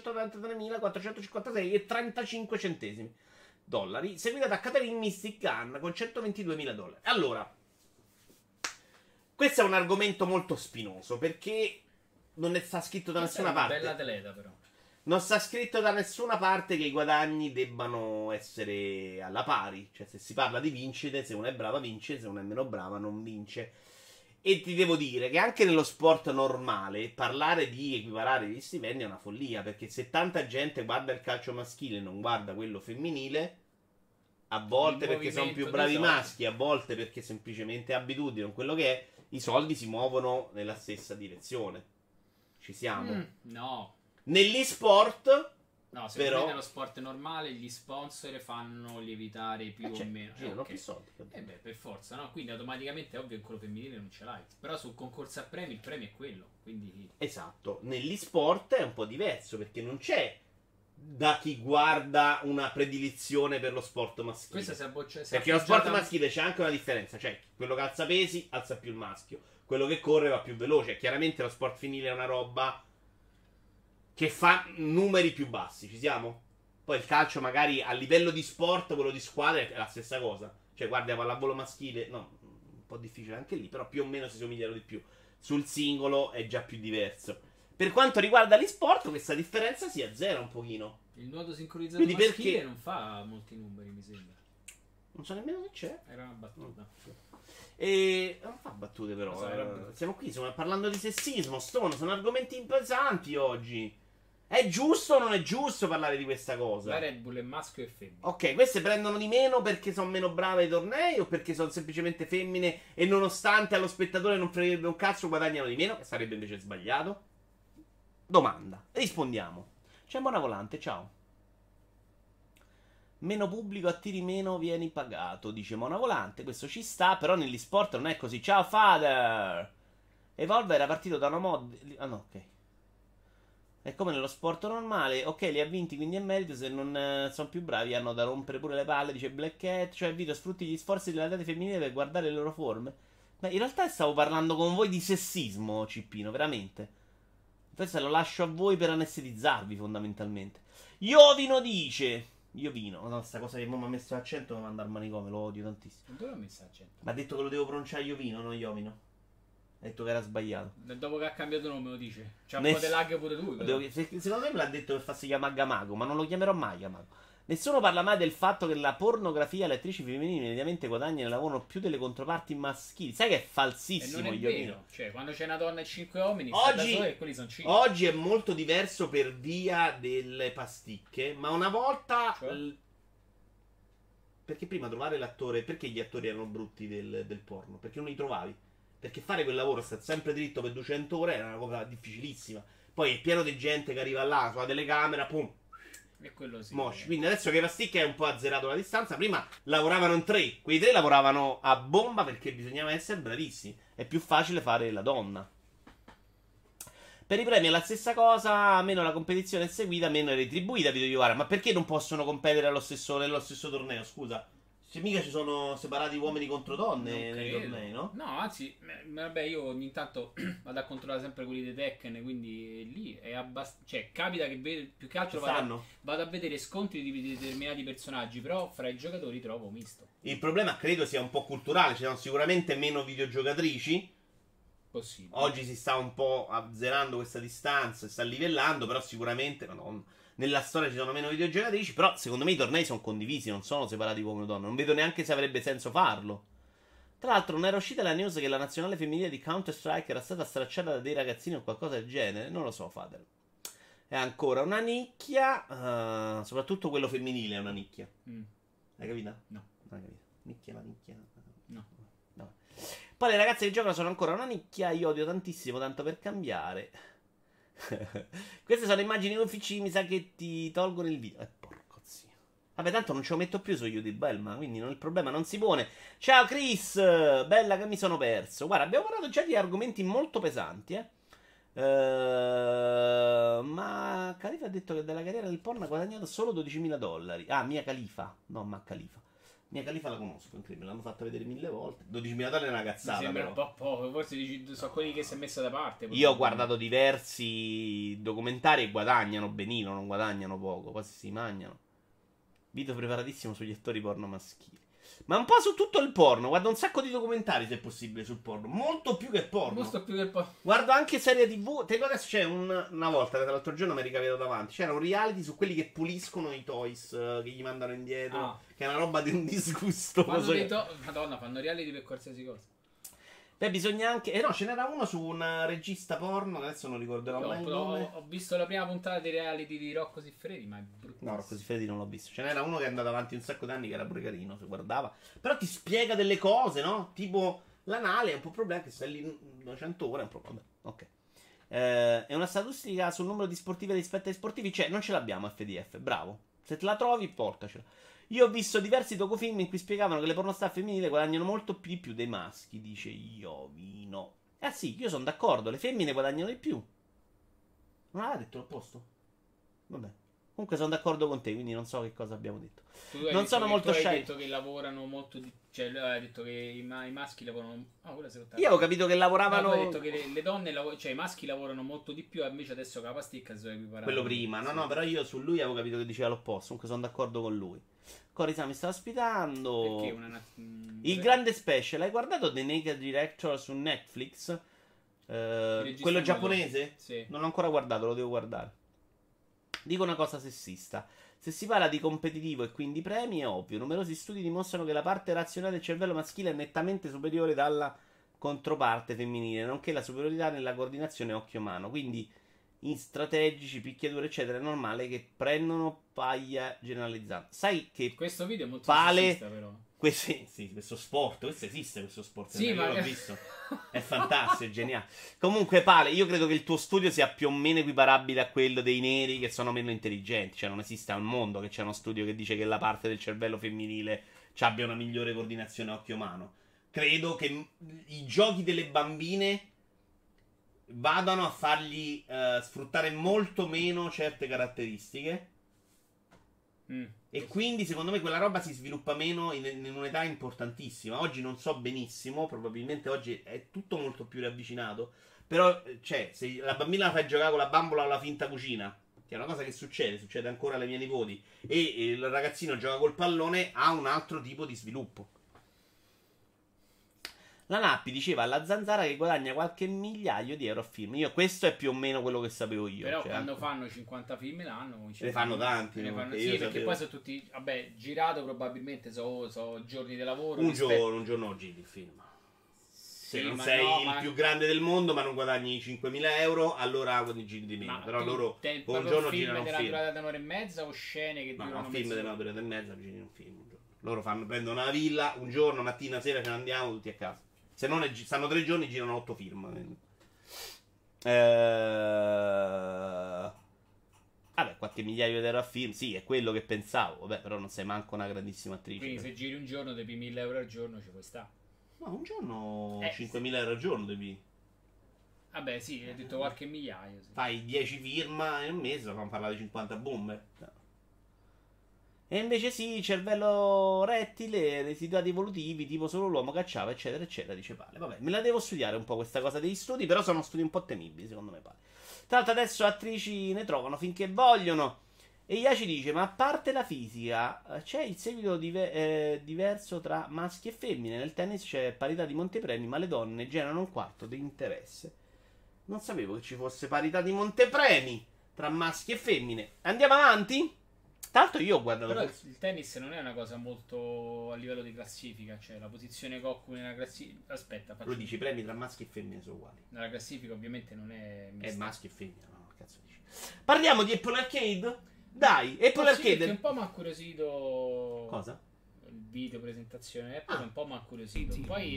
393.456,35 dollari, seguita da Catherine Mystic Gunn con 122.000 dollari. Allora, questo è un argomento molto spinoso perché non ne sta scritto da nessuna parte. Bella atleta, però. Non sta scritto da nessuna parte che i guadagni debbano essere alla pari. Cioè, se si parla di vincite, se una è brava vince, se una è meno brava non vince. E ti devo dire che anche nello sport normale parlare di equiparare gli stipendi è una follia, perché se tanta gente guarda il calcio maschile e non guarda quello femminile, a volte perché sono più bravi i maschi, a volte perché semplicemente abitudine o quello che è, i soldi si muovono nella stessa direzione. Ci siamo? No. Negli sport... No, secondo me nello sport normale gli sponsor fanno lievitare più o meno. Girano più soldi. Per forza, no? Quindi automaticamente è ovvio che quello femminile non ce l'hai. Però sul concorso a premi il premio è quello. Quindi... Esatto. Negli sport è un po' diverso perché non c'è da chi guarda una predilizione per lo sport maschile. Questa perché lo sport maschile c'è anche una differenza. Cioè, quello che alza pesi alza più il maschio. Quello che corre va più veloce. Chiaramente lo sport femminile è una roba che fa numeri più bassi, ci siamo? Poi il calcio magari a livello di sport, quello di squadra è la stessa cosa. Cioè guarda, pallavolo maschile, no, un po' difficile anche lì, però più o meno si somigliano di più. Sul singolo è già più diverso. Per quanto riguarda gli sport, questa differenza si azzera un pochino. Il nuoto sincronizzato maschile non fa molti numeri, mi sembra. Non so nemmeno se c'è. Era una battuta. E non fa battute però. Siamo qui, stiamo parlando di sessismo, sono argomenti pesanti oggi. È giusto o non è giusto parlare di questa cosa? La Red Bull è maschio e femmina. Ok, queste prendono di meno perché sono meno brave ai tornei o perché sono semplicemente femmine e nonostante allo spettatore non fregherebbe un cazzo guadagnano di meno, che sarebbe invece sbagliato? Domanda. Rispondiamo. C'è Mona Volante, ciao. Meno pubblico, attiri meno, vieni pagato, dice Mona Volante. Questo ci sta, però negli sport non è così. Ciao, Father! Evolve era partito da una mod... Ah no, ok. È come nello sport normale, ok, li ha vinti, quindi è merito. Se non sono più bravi, hanno da rompere pure le palle. Dice Black Cat. Cioè, Vito, sfrutti gli sforzi delle atlete femminili per guardare le loro forme. Ma in realtà stavo parlando con voi di sessismo, Cippino, veramente. Questo lo lascio a voi per anestetizzarvi, fondamentalmente. Iovino dice. Iovino, no, sta cosa che mi ha messo l'accento mi manda al manicomio, lo odio tantissimo. Non dove ha messo l'accento? Ma ha detto che lo devo pronunciare Iovino, non Iovino. Ha detto che era sbagliato. Dopo che ha cambiato nome lo dice. C'ha un po' di lag pure lui. Secondo me me l'ha detto per farsi chiamare Gamago, ma non lo chiamerò mai Gamago. Nessuno parla mai del fatto che la pornografia le attrici femminili mediamente guadagnano e lavorano più delle controparti maschili. Sai che è falsissimo, non è vero. Cioè, quando c'è una donna e 5 uomini, quelli sono 5. Oggi è molto diverso per via delle pasticche, ma una volta... Cioè? Perché prima trovare l'attore... Perché gli attori erano brutti del porno? Perché non li trovavi. Perché fare quel lavoro, stare sempre dritto per 200 ore, era una cosa difficilissima. Poi è pieno di gente che arriva là, sulla telecamera, pum, e quello sì. Mosh. Quindi adesso che Pasticca è un po' azzerato la distanza, prima lavoravano in 3. Quei 3 lavoravano a bomba perché bisognava essere bravissimi. È più facile fare la donna. Per i premi è la stessa cosa, meno la competizione è seguita, meno è retribuita, Vito Iovara. Ma perché non possono competere nello stesso torneo, scusa? Se mica ci sono separati uomini contro donne nei tornei, no? No, anzi, vabbè, io ogni tanto vado a controllare sempre quelli dei Tekken, quindi lì è abbastanza... Cioè, capita che più che altro vado a vedere scontri di determinati personaggi, però fra i giocatori trovo misto. Il problema credo sia un po' culturale, ci sono sicuramente meno videogiocatrici, Possibile. Oggi si sta un po' azzerando questa distanza e sta livellando, però sicuramente nella storia ci sono meno videogiocatrici, però secondo me i tornei sono condivisi, non sono separati uomo e donna. Non vedo neanche se avrebbe senso farlo. Tra l'altro non era uscita la news che la nazionale femminile di Counter-Strike era stata stracciata da dei ragazzini o qualcosa del genere? Non lo so, Fader. È ancora una nicchia, soprattutto quello femminile è una nicchia. Hai capito? No. Non hai capito. Nicchia, la nicchia. No. Poi le ragazze che giocano sono ancora una nicchia. Io odio tantissimo, tanto per cambiare. Queste sono immagini UFC. Mi sa che ti tolgono il video. Porco zio. Vabbè, tanto non ce lo metto più su YouTube, Elma. Quindi il problema non si pone. Ciao Chris, bella che mi sono perso. Guarda, abbiamo parlato già di argomenti molto pesanti, ma Khalifa ha detto che dalla carriera del porno ha guadagnato solo $12.000. Ah, Mia Khalifa. No, ma Khalifa. Mia Khalifa la conosco, incredibile, l'hanno fatta vedere 1000 volte. $12.000 è una cazzata. Mi sembra però un po' poco, forse sono quelli che si è messa da parte. Io ho guardato diversi documentari e guadagnano benino, non guadagnano poco, quasi si mangiano. Video preparatissimo sugli attori porno maschili. Ma un po' su tutto il porno, guarda un sacco di documentari se è possibile sul porno, molto più che porno. Molto più che porno. Guardo anche serie TV, te adesso c'è una volta, l'altro giorno mi ricavevo davanti, c'era un reality su quelli che puliscono i toys, che gli mandano indietro, che è una roba di un disgusto. Madonna, fanno reality per qualsiasi cosa. Beh, bisogna anche... no, ce n'era uno su un regista porno, adesso non ricorderò mai il nome. Ho visto la prima puntata di reality di Rocco Siffredi, ma è brutto. No, Rocco Siffredi non l'ho visto. Ce n'era uno che è andato avanti un sacco d'anni, che era pure carino, si guardava. Però ti spiega delle cose, no? Tipo, l'anale è un po' problema, che stai lì 200 ore, è un problema. Ok. È una statistica sul numero di sportive rispetto ai sportivi? Cioè, non ce l'abbiamo FDF, bravo. Se te la trovi, portacela. Io ho visto diversi docufilm in cui spiegavano che le pornostar femminili guadagnano molto di più dei maschi, dice Iovino. Sì, io sono d'accordo, le femmine guadagnano di più. Non aveva detto l'opposto? Vabbè. Comunque sono d'accordo con te, quindi non so che cosa abbiamo detto. Non sono molto shy. Hai detto che lavorano molto di... Cioè, hai detto che i maschi lavorano... Io avevo capito che lavoravano... Hai detto che le donne, cioè i maschi lavorano molto di più, invece adesso con la pasticca si sono equiparati. Quello prima, no, però io su lui avevo capito che diceva l'opposto, comunque sono d'accordo con lui. Corisa mi sta ospitando. Il grande special. Hai guardato The Naked Director su Netflix? Quello giapponese? Sì. Non l'ho ancora guardato, lo devo guardare. Dico una cosa sessista. Se si parla di competitivo e quindi premi, è ovvio. Numerosi studi dimostrano che la parte razionale del cervello maschile è nettamente superiore dalla controparte femminile, nonché la superiorità nella coordinazione occhio-mano. Quindi in strategici, picchiature eccetera è normale che prendono paglia generalizzando. Sai che questo video è molto sessista, però sì, questo sport, questo esiste, questo sport, sì, ma io l'ho visto, è fantastico, è geniale. Comunque Pale, io credo che il tuo studio sia più o meno equiparabile a quello dei neri che sono meno intelligenti. Cioè non esiste al mondo che c'è uno studio che dice che la parte del cervello femminile abbia una migliore coordinazione occhio-mano. Credo che i giochi delle bambine vadano a fargli sfruttare molto meno certe caratteristiche. E quindi secondo me quella roba si sviluppa meno in un'età importantissima. Oggi non so benissimo, probabilmente oggi è tutto molto più ravvicinato. Però, cioè, se la bambina la fai giocare con la bambola alla finta cucina, che è una cosa che succede ancora alle mie nipoti, e il ragazzino gioca col pallone, ha un altro tipo di sviluppo. La Nappi diceva alla Zanzara che guadagna qualche migliaio di euro a film. Questo è più o meno quello che sapevo io. Però quando fanno 50 film l'anno, ne fanno tanti. Sì, perché poi sono tutti, vabbè, girato probabilmente so giorni di lavoro. Un giorno giri il film. Se non sei il più grande del mondo, ma non guadagni 5.000 euro, allora giri di meno. Però loro un giorno girano un film. Film della durata di un'ora e mezza o scene che durano un film della durata e mezza, girano un film. Loro prendono una villa, un giorno, mattina, sera ce ne andiamo tutti a casa. Se non stanno 3 giorni, girano 8 film. Vabbè, qualche migliaio di euro a film, sì, è quello che pensavo. Vabbè, però non sei manco una grandissima attrice. Quindi se giri un giorno devi 1.000 euro al giorno, ci puoi stare. No, un giorno 5.000 euro al giorno devi. Vabbè, sì, hai detto qualche migliaio. Sì. Fai 10 film in un mese, fanno parlare di 50 bombe. No. E invece sì, cervello rettile, residuati evolutivi, tipo solo l'uomo cacciava, eccetera, eccetera, dice Pale. Vabbè, me la devo studiare un po' questa cosa degli studi, però sono studi un po' temibili, secondo me, Pale. Tra l'altro adesso attrici ne trovano finché vogliono. E Iaci dice: ma a parte la fisica, c'è il seguito diverso tra maschi e femmine. Nel tennis c'è parità di montepremi, ma le donne generano un quarto di interesse. Non sapevo che ci fosse parità di montepremi tra maschi e femmine. Andiamo avanti? Tanto io ho guardato. Però il tennis non è una cosa molto a livello di classifica. Cioè, la posizione Goku nella classifica. Aspetta, Lo dici, i premi tra maschi e femmine sono uguali. Nella classifica, ovviamente, non è. È maschi e femmine, no? Cazzo dici? Parliamo di Apple Arcade? Dai, Apple Arcade. Un po' mi ha incuriosito. Cosa? Il video presentazione Apple un po' mi ha incuriosito. Poi.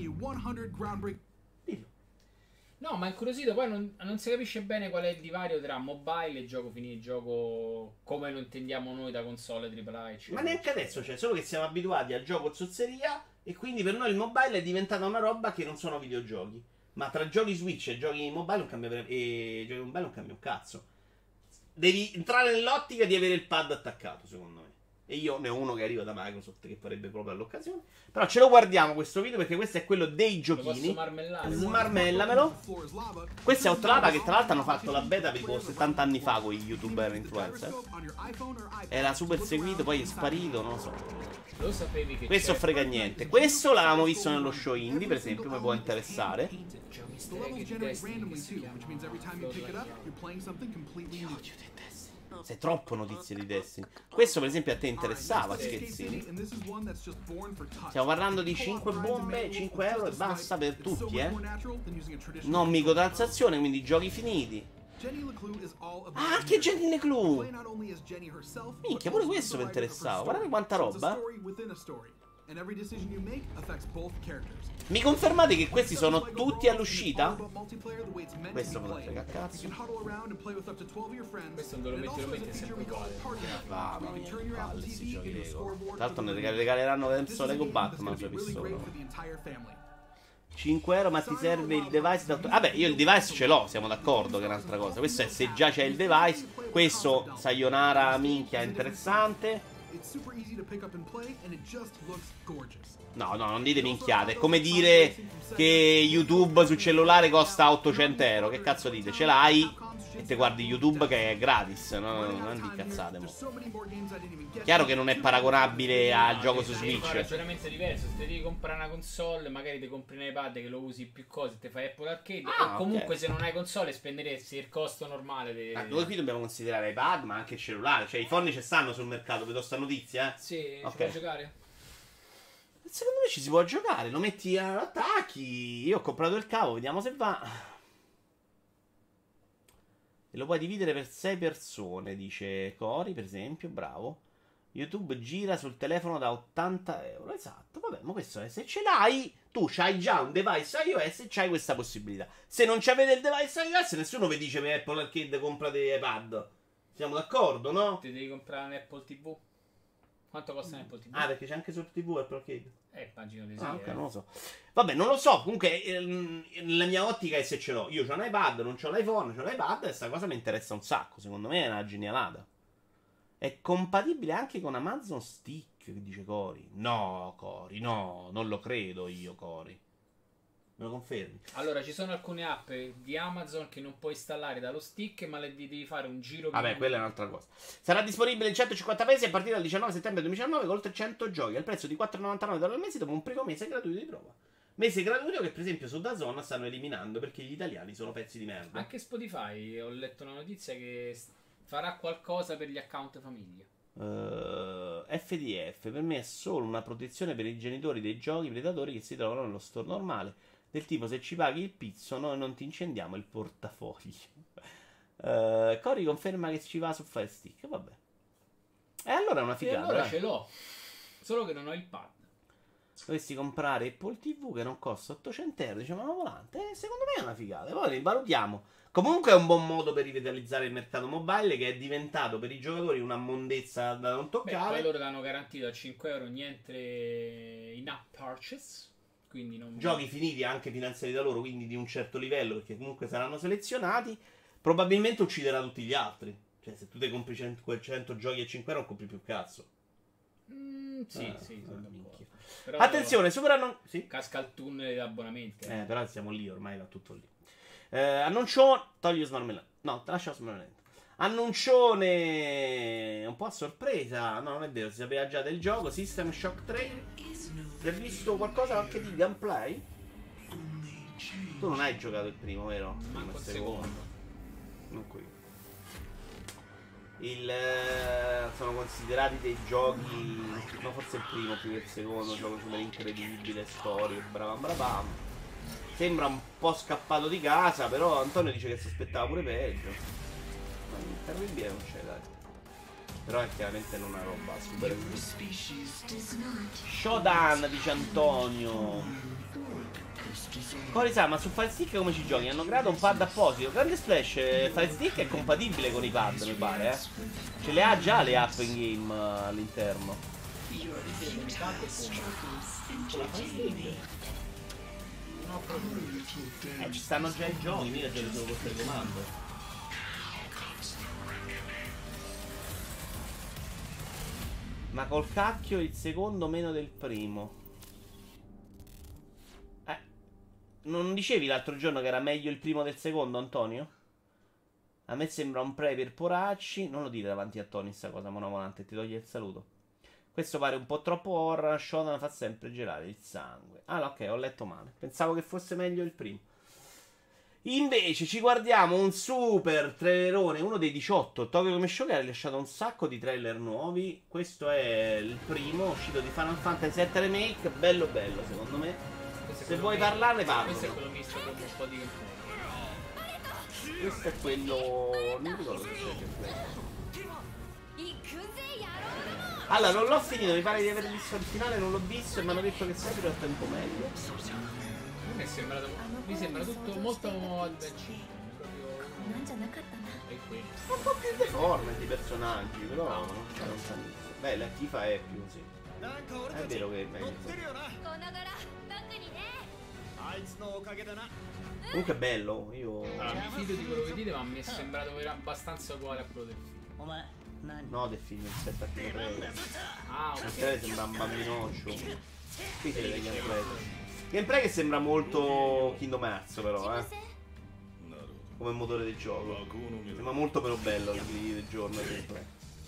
Dillo. No, ma incuriosito. Poi non si capisce bene qual è il divario tra mobile e gioco finito. Gioco come lo intendiamo noi da console AAA. Eccetera. Ma neanche adesso c'è, solo che siamo abituati al gioco zozzeria. E quindi per noi il mobile è diventata una roba che non sono videogiochi. Ma tra giochi Switch e giochi mobile non cambia, e giochi mobile non cambia un cazzo. Devi entrare nell'ottica di avere il pad attaccato, secondo me. E io ne ho uno che arriva da Microsoft che farebbe proprio all'occasione. Però ce lo guardiamo questo video perché questo è quello dei giochini. Smarmellamelo. Questo è Outlava che tra l'altro hanno fatto la beta tipo 70 anni fa con gli youtuber influencer. Era super seguito, poi è sparito, non lo so. Lo sapevi che questo frega niente. Questo l'avevamo visto nello show indie, per esempio, mi può interessare. Sei troppo notizie di Destiny. Questo per esempio a te interessava, scherzini. Stiamo parlando di 5 bombe, 5 euro e basta per tutti, non microtransazione, quindi giochi finiti. Ah, anche Jenny LeClue. Minchia, pure questo mi interessava. Guardate quanta roba. Mi confermate che questi sono tutti all'uscita? Questo me lo frega a cazzo. Questo lo metti sempre uguale. Mamma mia, palle sti giochi Lego. Tra l'altro ne regaleranno penso Lego Batman sue pistole. 5 euro, ma ti serve il device da... Vabbè, io il device ce l'ho, siamo d'accordo che è un'altra cosa. Questo è se già c'è il device. Questo, Sayonara, minchia, è interessante. No, non dite minchiate. È come dire che YouTube su cellulare costa 800 euro. Che cazzo dite? Ce l'hai e te guardi YouTube che è gratis. Non di cazzate, mo. Chiaro che non è paragonabile al gioco su Switch. È un ragionamento diverso. Se ti devi comprare una console, magari ti compri un iPad che lo usi più cose, ti fai Apple Arcade. E comunque se non hai console spenderesti il costo normale. Noi qui dobbiamo considerare iPad, ma anche il cellulare. Cioè i phone ci stanno sul mercato, vedo sta notizia, Sì, ci puoi giocare? Secondo me ci si può giocare, lo metti a attacchi. Io ho comprato il cavo, vediamo se va. E lo puoi dividere per 6 persone, dice Cori, per esempio, bravo. YouTube gira sul telefono da 80 euro. Esatto, vabbè, ma questo è, se ce l'hai, tu c'hai già un device iOS e c'hai questa possibilità. Se non c'avete il device iOS, nessuno vi dice per Apple Arcade comprate iPad. Siamo d'accordo, no? Ti devi comprare un Apple TV? Quanto costa un Apple TV? Ah, perché c'è anche sul TV Apple Arcade. Immagino di sì. Ok, non lo so. Vabbè, non lo so. Comunque, la mia ottica è se ce l'ho. Io ho un iPad, non ho l'iPhone, ho l'iPad e sta cosa mi interessa un sacco. Secondo me è una genialata. È compatibile anche con Amazon Stick, dice Cori. No, Cori, no, non lo credo io, Cori. Me lo confermi? Allora, ci sono alcune app di Amazon che non puoi installare dallo stick, ma le devi fare un giro. Vabbè, quella è un'altra cosa. Sarà disponibile in 150 paesi a partire dal 19 settembre 2019 con oltre 100 giochi al prezzo di $4,99 al mese dopo un primo mese gratuito di prova. Mese gratuito che per esempio su DAZN stanno eliminando perché gli italiani sono pezzi di merda. Anche Spotify, ho letto una notizia che farà qualcosa per gli account famiglia. FDF per me è solo una protezione per i genitori dei giochi predatori che si trovano nello store normale. Del tipo, se ci paghi il pizzo noi non ti incendiamo il portafogli. Cori conferma che ci va su Fire Stick. Vabbè. E allora è una figata. E allora ce l'ho. Solo che non ho il pad. Dovresti comprare Apple TV che non costa 800 euro. Diciamo una volante. Secondo me è una figata. Poi valutiamo. Comunque è un buon modo per rivitalizzare il mercato mobile, che è diventato per i giocatori una mondezza da non toccare. Poi loro l'hanno garantito a 5 euro niente in-app purchase. Quindi non... Giochi finiti anche finanziati da loro, quindi di un certo livello, perché comunque saranno selezionati. Probabilmente ucciderà tutti gli altri. Cioè, se tu ti compri 100 giochi a 5 euro non compri più cazzo. Sì. Però attenzione, superano... Sì? Casca al tunnel di abbonamenti. Però siamo lì, ormai va tutto lì. Annuncio, togli Smarmelland. No, lascia Smarmelland. Annuncione un po' a sorpresa. No, non è vero, si sapeva già del gioco. System Shock 3. Si è visto qualcosa anche di gameplay? Tu non hai giocato il primo, vero? Manco il secondo. Non qui. Sono considerati dei giochi. No, forse il primo più che il secondo. Gioco super incredibile, storia, bram. Sembra un po' scappato di casa, però Antonio dice che si aspettava pure peggio. Ma terribile non c'è, dai. Però è chiaramente non una roba super. Shodan, dice Antonio. Corisà, ma su Fire Stick come ci giochi? Hanno creato un pad apposito. Grande Splash, Fire Stick è compatibile con i pad, mi pare, eh. Ce le ha già le app in game all'interno. Ci stanno già i giochi, mica ce li sono col telecomando. Ma col cacchio il secondo meno del primo. Non dicevi l'altro giorno che era meglio il primo del secondo, Antonio? A me sembra un pre per poracci. Non lo dire davanti a Tony sta cosa monovolante, ti toglie il saluto. Questo pare un po' troppo horror. Shodan fa sempre gelare il sangue. Ah, ok, ho letto male. Pensavo che fosse meglio il primo. Invece ci guardiamo un super trailerone, uno dei 18. Tokyo Game Show che ha rilasciato un sacco di trailer nuovi. Questo è il primo uscito di Final Fantasy VII Remake. Bello bello secondo me. Se vuoi parlarne parlo. Questo è quello misto con un po' di gameplay. Questo è quello. Non ricordo se c'è gameplay. Allora, non l'ho finito, mi pare di aver visto il finale, non l'ho visto e mi hanno detto che Sephiroth è un po' meglio. Mi sembra tutto molto adventure. E qui. Un po' più deforme di personaggi, però non sa niente. Beh, la Tifa è più sì. È vero che è meglio. Comunque è bello, io. Allora, mi fido di quello che dite, ma mi è sembrato abbastanza uguale a quello del film. No, del film rispetto a quello 3. Ah, ok. Il trailer sembra un bambinoccio. Qui si vede gameplay. Gameplay che sembra molto Kingdom Hearts, però, come motore del gioco. Sembra molto meno bello del giorno del gameplay.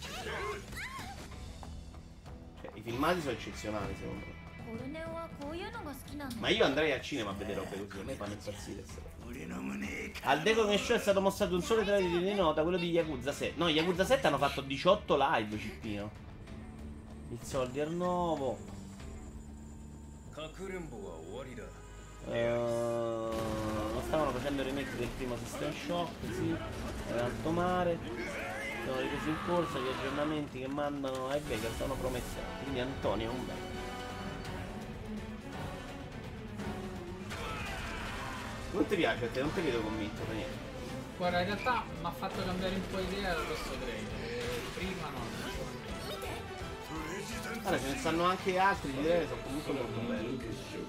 Cioè, i filmati sono eccezionali, secondo me. Ma io andrei al cinema a vedere robe così, a me fanno impazzire. Al Deco Game Show è stato mostrato un solo trailer di nota, quello di Yakuza 7. No, Yakuza 7 hanno fatto 18 live, Cippino. Il Soldier nuovo. Non stavano facendo il remake del primo System Shock, sì. Era alto mare. Sono ripresi in corsa, gli aggiornamenti che mandano ai Vega stanno promettenti. Quindi Antonio è un bel. Non ti piace a te? Non ti vedo convinto per niente. Guarda, in realtà mi ha fatto cambiare un po' idea da questo trailer. Prima no. Allora, ce ne stanno anche altri di trailer, sono comunque molto belli.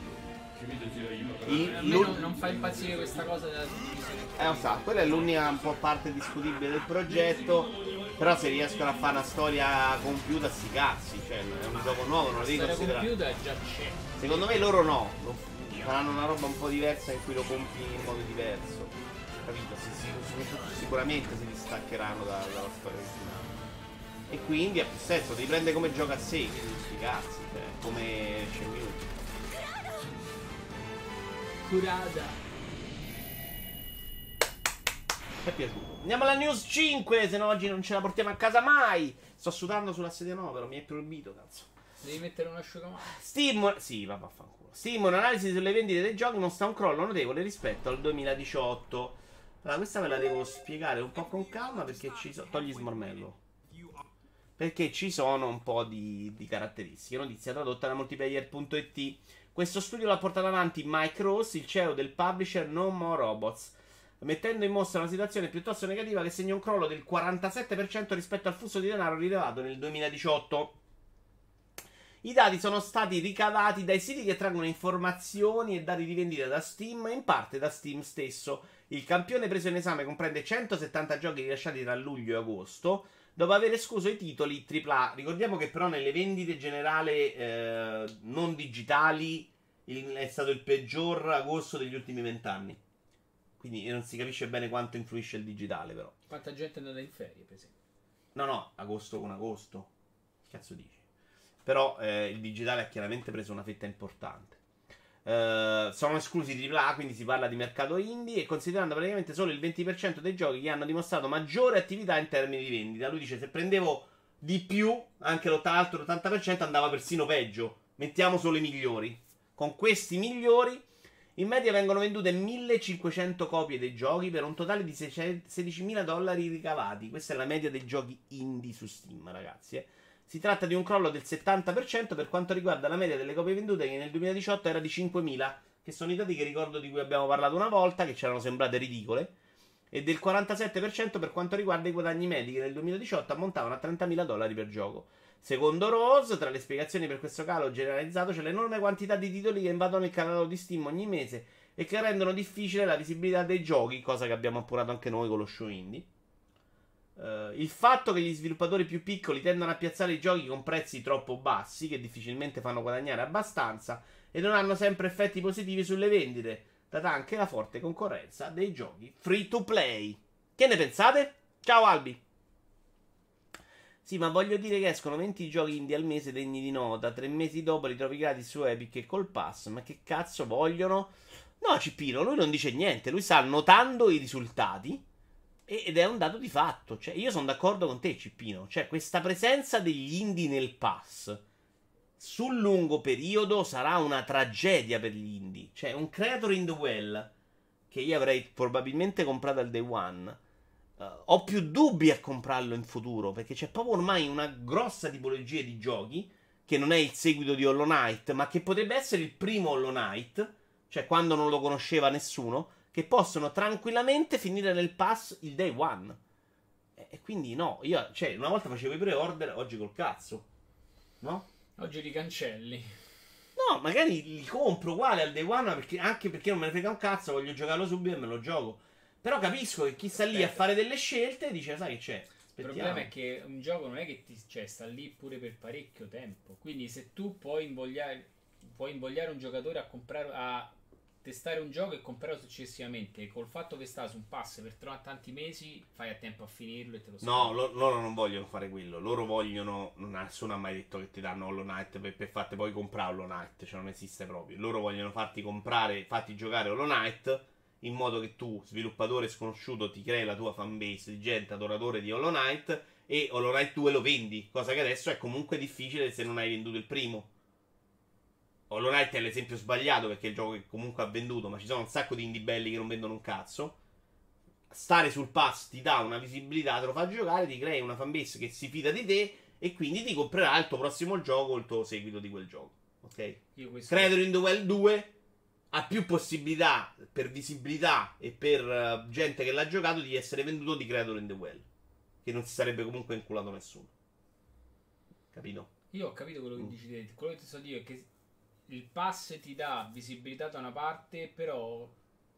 A me non fa impazzire questa cosa della divisione. Lo sa, quella è l'unica un po' parte discutibile del progetto. Però se riescono a fare una storia compiuta, sti cazzi. Cioè, è un gioco nuovo, non lo devi considerare. La storia compiuta già c'è. Secondo me loro no. Faranno una roba un po' diversa in cui lo compi in modo diverso. Capito? Sicuramente si distaccheranno dalla storia originale. E quindi ha più senso, ti prende come gioca a sé, sti cazzi, cioè, come Shenmue. Curada. Mi è piaciuto. Andiamo alla news 5, se no oggi non ce la portiamo a casa mai. Sto sudando sulla sedia nuova, però mi è proibito, cazzo. Devi mettere un asciugamano. Steam. Sì, va vaffanculo. Steam, un'analisi sulle vendite dei giochi mostra un crollo notevole rispetto al 2018. Allora, questa ve la devo spiegare un po' con calma perché ci sono. Togli smormello. Perché ci sono un po' di caratteristiche. Notizia tradotta da multiplayer.it. Questo studio l'ha portato avanti Mike Ross, il CEO del publisher No More Robots, mettendo in mostra una situazione piuttosto negativa che segna un crollo del 47% rispetto al flusso di denaro rilevato nel 2018. I dati sono stati ricavati dai siti che traggono informazioni e dati di vendita da Steam e in parte da Steam stesso. Il campione preso in esame comprende 170 giochi rilasciati tra luglio e agosto, dopo aver escluso i titoli AAA. Ricordiamo che però nelle vendite generali non digitali è stato il peggior agosto degli ultimi 20 anni. Quindi non si capisce bene quanto influisce il digitale, però. Quanta gente non è in ferie, per esempio? No, agosto con agosto. Che cazzo dici? Però il digitale ha chiaramente preso una fetta importante. Sono esclusi i AAA, quindi si parla di mercato indie, e considerando praticamente solo il 20% dei giochi che hanno dimostrato maggiore attività in termini di vendita. Lui dice: se prendevo di più, anche l'altro 80% andava persino peggio. Mettiamo solo i migliori. Con questi migliori, in media vengono vendute 1500 copie dei giochi per un totale di $16.000 ricavati. Questa è la media dei giochi indie su Steam, ragazzi. Si tratta di un crollo del 70% per quanto riguarda la media delle copie vendute, che nel 2018 era di 5.000, che sono i dati che ricordo di cui abbiamo parlato una volta, che ci erano sembrate ridicole, e del 47% per quanto riguarda i guadagni medi, che nel 2018 ammontavano a $30.000 per gioco. Secondo Rose, tra le spiegazioni per questo calo generalizzato c'è l'enorme quantità di titoli che invadono il catalogo di Steam ogni mese e che rendono difficile la visibilità dei giochi, cosa che abbiamo appurato anche noi con lo show indie. Il fatto che gli sviluppatori più piccoli tendono a piazzare i giochi con prezzi troppo bassi, che difficilmente fanno guadagnare abbastanza, e non hanno sempre effetti positivi sulle vendite, data anche la forte concorrenza dei giochi free to play. Che ne pensate? Ciao Albi! Sì, ma voglio dire che escono 20 giochi indie al mese degni di nota, 3 mesi dopo li trovi gratis su Epic e col pass, ma che cazzo vogliono? No, Cippino, lui non dice niente, lui sta notando i risultati ed è un dato di fatto. Cioè, io sono d'accordo con te, Cippino. Cioè, questa presenza degli indie nel pass sul lungo periodo sarà una tragedia per gli indie. Cioè, un Creator in the Well, che io avrei probabilmente comprato al day one, ho più dubbi a comprarlo in futuro, perché c'è proprio ormai una grossa tipologia di giochi, che non è il seguito di Hollow Knight, ma che potrebbe essere il primo Hollow Knight, cioè quando non lo conosceva nessuno, che possono tranquillamente finire nel pass il day one. E quindi no, io, cioè, una volta facevo i pre-order, oggi col cazzo. No? Oggi li cancelli. No, magari li compro uguale al day one, anche perché non me ne frega un cazzo, voglio giocarlo subito e me lo gioco. Però capisco che chi sta lì a fare delle scelte dice: sai che c'è? Il problema è che un gioco non è che sta lì pure per parecchio tempo. Quindi se tu puoi invogliare un giocatore a comprare, a testare un gioco e comprarlo successivamente, col fatto che sta su un pass per tanti mesi, fai a tempo a finirlo e te lo No, loro non vogliono fare quello. Loro vogliono. Nessuno ha mai detto che ti danno Hollow Knight per farti poi comprare Hollow Knight. Cioè, non esiste proprio. Loro vogliono farti giocare Hollow Knight, in modo che tu, sviluppatore sconosciuto, ti crei la tua fanbase di gente adoratore di Hollow Knight, e Hollow Knight 2 lo vendi, cosa che adesso è comunque difficile se non hai venduto il primo. Hollow Knight è l'esempio sbagliato, perché è il gioco che comunque ha venduto, ma ci sono un sacco di indie belli che non vendono un cazzo. Stare sul pass ti dà una visibilità, te lo fa giocare, ti crei una fanbase che si fida di te, e quindi ti comprerà il tuo prossimo gioco o il tuo seguito di quel gioco. Ok? Creator in the Well 2 ha più possibilità per visibilità e per gente che l'ha giocato di essere venduto di Creator in the Well, che non si sarebbe comunque inculato nessuno. Capito? Io ho capito quello che dici te. Quello che ti sto dire è che il pass ti dà visibilità da una parte, però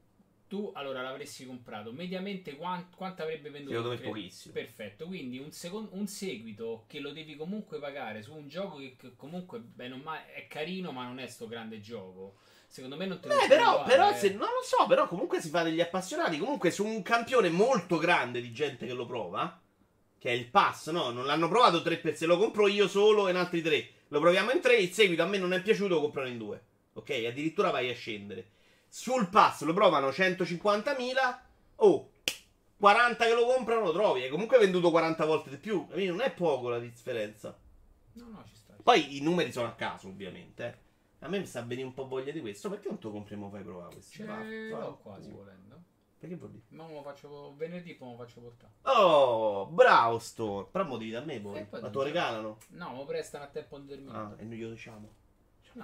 tu allora l'avresti comprato mediamente quanto avrebbe venduto? Secondo me pochissimo. Perfetto, quindi un seguito che lo devi comunque pagare su un gioco che comunque è carino, ma non è sto grande gioco. Secondo me non te lo però se, non lo so, però comunque si fa degli appassionati. Comunque su un campione molto grande di gente che lo prova, che è il pass, no? Non l'hanno provato 3 per se lo compro io solo e in altri 3. Lo proviamo in 3, il seguito a me non è piaciuto, lo comprano in 2. Ok? Addirittura vai a scendere. Sul pass lo provano 150.000. Oh, 40 che lo comprano lo trovi. È comunque venduto 40 volte di più. Quindi non è poco la differenza. No, ci sta. Poi i numeri sono a caso, ovviamente. A me mi sta venire un po' voglia di questo. Perché non te lo compriamo e fai provare questo? L'ho quasi volendo. Perché vuol dire? Ma me lo faccio venerdì, poi me lo faccio portare. Oh, bravo Store. Però mo devi da me poi. poi Ma te lo regalano? No, lo prestano a tempo indeterminato. Ah, e noi glielo diciamo. No.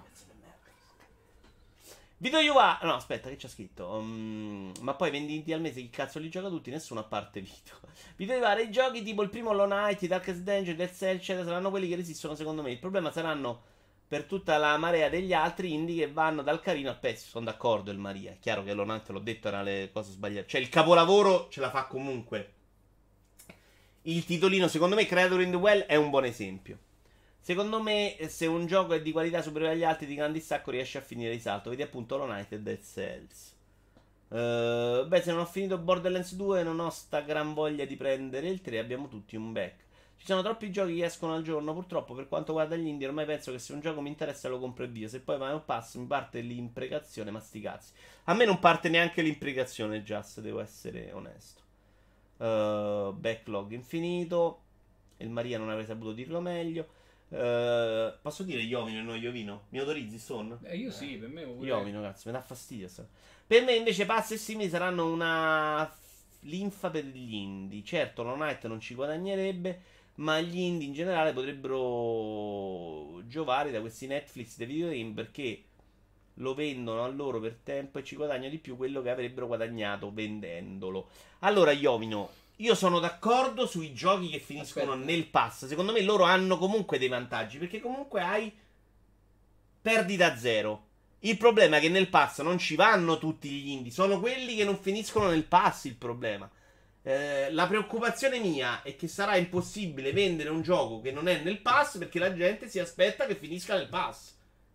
Vito Juva. No, aspetta, che c'ha scritto? Ma poi vendi indie al mese, chi cazzo li gioca tutti? Nessuno a parte Vito. Vito Juva, i giochi tipo il primo Hollow Knight, i Darkest Dungeon, Dead Cell, eccetera, saranno quelli che resistono secondo me. Il problema saranno per tutta la marea degli altri indie che vanno dal carino al pezzo. Sono d'accordo, il Maria. È chiaro che Hollow Knight, l'ho detto, era le cose sbagliate. Cioè, il capolavoro ce la fa comunque. Il titolino, secondo me, Creator in the Well è un buon esempio. Secondo me, se un gioco è di qualità superiore agli altri, di grande distacco, riesce a finire di salto. Vedi appunto Hollow Knight e Dead Cells. Beh, se non ho finito Borderlands 2 non ho sta gran voglia di prendere il 3. Abbiamo tutti un back. Ci sono troppi giochi che escono al giorno. Purtroppo, per quanto riguarda gli indie, ormai penso che se un gioco mi interessa lo compro e via. Se poi va un pass, mi parte l'imprecazione, ma sti cazzi. A me non parte neanche l'imprecazione, Just, devo essere onesto. Backlog infinito. Il Maria non avrei saputo dirlo meglio. Posso dire Iovino e non Iovino? Mi autorizzi, Stone? Io sì, per me Iovino, cazzo, mi dà fastidio. Per me invece pass e simili saranno una linfa per gli indie. Certo, l'Onite non ci guadagnerebbe, ma gli indie in generale potrebbero giovare da questi Netflix dei videogame perché lo vendono a loro per tempo e ci guadagnano di più quello che avrebbero guadagnato vendendolo. Allora, Iovino, io sono d'accordo sui giochi che finiscono nel pass. Secondo me loro hanno comunque dei vantaggi perché comunque hai perdita zero. Il problema è che nel pass non ci vanno tutti gli indie, sono quelli che non finiscono nel pass il problema. La preoccupazione mia è che sarà impossibile vendere un gioco che non è nel pass perché la gente si aspetta che finisca nel pass.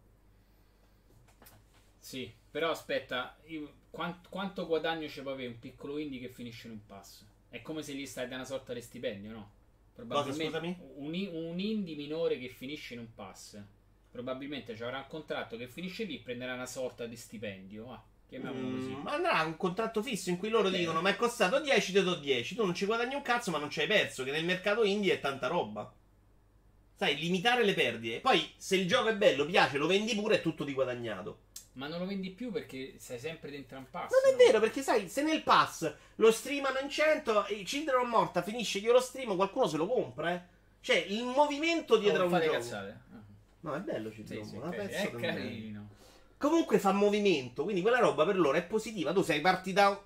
Sì, però aspetta, quanto guadagno ci può avere un piccolo indie che finisce in un pass? È come se gli stai da una sorta di stipendio, no? Probabilmente scusami? Un indie minore che finisce in un pass probabilmente ci avrà un contratto che finisce lì e prenderà una sorta di stipendio. Chiamiamolo così. Ma andrà un contratto fisso in cui loro dicono: ma è costato 10, te do 10. Tu non ci guadagni un cazzo, ma non ci hai perso. Che nel mercato indie è tanta roba. Sai, limitare le perdite. Poi, se il gioco è bello, piace, lo vendi pure, è tutto di guadagnato. Ma non lo vendi più perché sei sempre dentro un pass. Non è vero, perché sai, se nel pass lo streamano in 100 e Children of Morta finisce che io lo streamo, qualcuno se lo compra, eh. Cioè, il movimento dietro a un gioco. Cazzate. No, è bello Children of Morta. È carino. Comunque fa movimento, quindi quella roba per loro è positiva. Tu sei parti da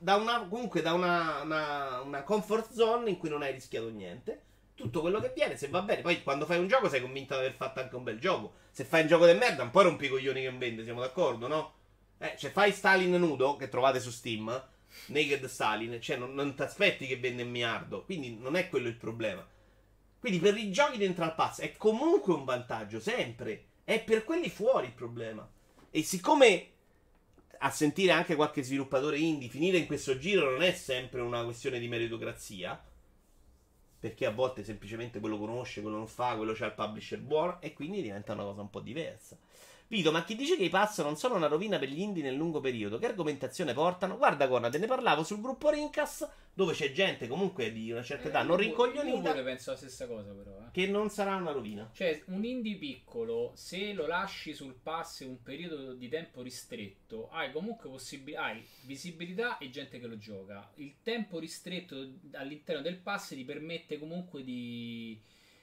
una comfort zone in cui non hai rischiato niente. Tutto quello che viene, se va bene. Poi quando fai un gioco sei convinto di aver fatto anche un bel gioco. Se fai un gioco di merda, un po' rompi i coglioni che non vende, siamo d'accordo, no? Cioè fai Stalin nudo, che trovate su Steam, Naked Stalin, cioè non ti aspetti che vende un miliardo. Quindi non è quello il problema. Quindi per i giochi dentro al pass è comunque un vantaggio, sempre. È per quelli fuori il problema. E siccome, a sentire anche qualche sviluppatore indie, finire in questo giro non è sempre una questione di meritocrazia, perché a volte semplicemente quello conosce, quello non fa, quello c'ha il publisher buono, e quindi diventa una cosa un po' diversa. Vito, ma chi dice che i pass non sono una rovina per gli indie nel lungo periodo? Che argomentazione portano? Guarda Conrad, ne parlavo sul gruppo Rincas, dove c'è gente comunque di una certa età non rincoglionita. Io pure penso la stessa cosa però. Che non sarà una rovina. Cioè, un indie piccolo, se lo lasci sul pass un periodo di tempo ristretto, hai comunque hai visibilità e gente che lo gioca. Il tempo ristretto all'interno del pass ti permette comunque di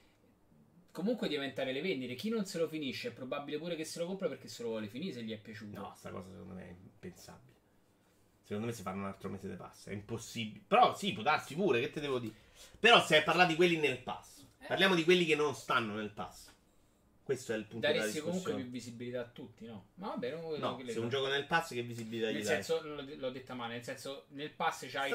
aumentare le vendite. Chi non se lo finisce è probabile pure che se lo compra perché se lo vuole finire, se gli è piaciuto. No, sta cosa secondo me è impensabile. Secondo me si fanno un altro mese di pass, è impossibile. Però sì, può darsi pure, che te devo dire. Però se parla di quelli nel pass, parliamo di quelli che non stanno nel pass. Questo è il punto della discussione. Daresti comunque più visibilità a tutti, no? Ma vabbè, non vedo no, se un gioco nel pass che visibilità gli dai? Nel senso, l'ho detta male, nel senso, nel pass c'hai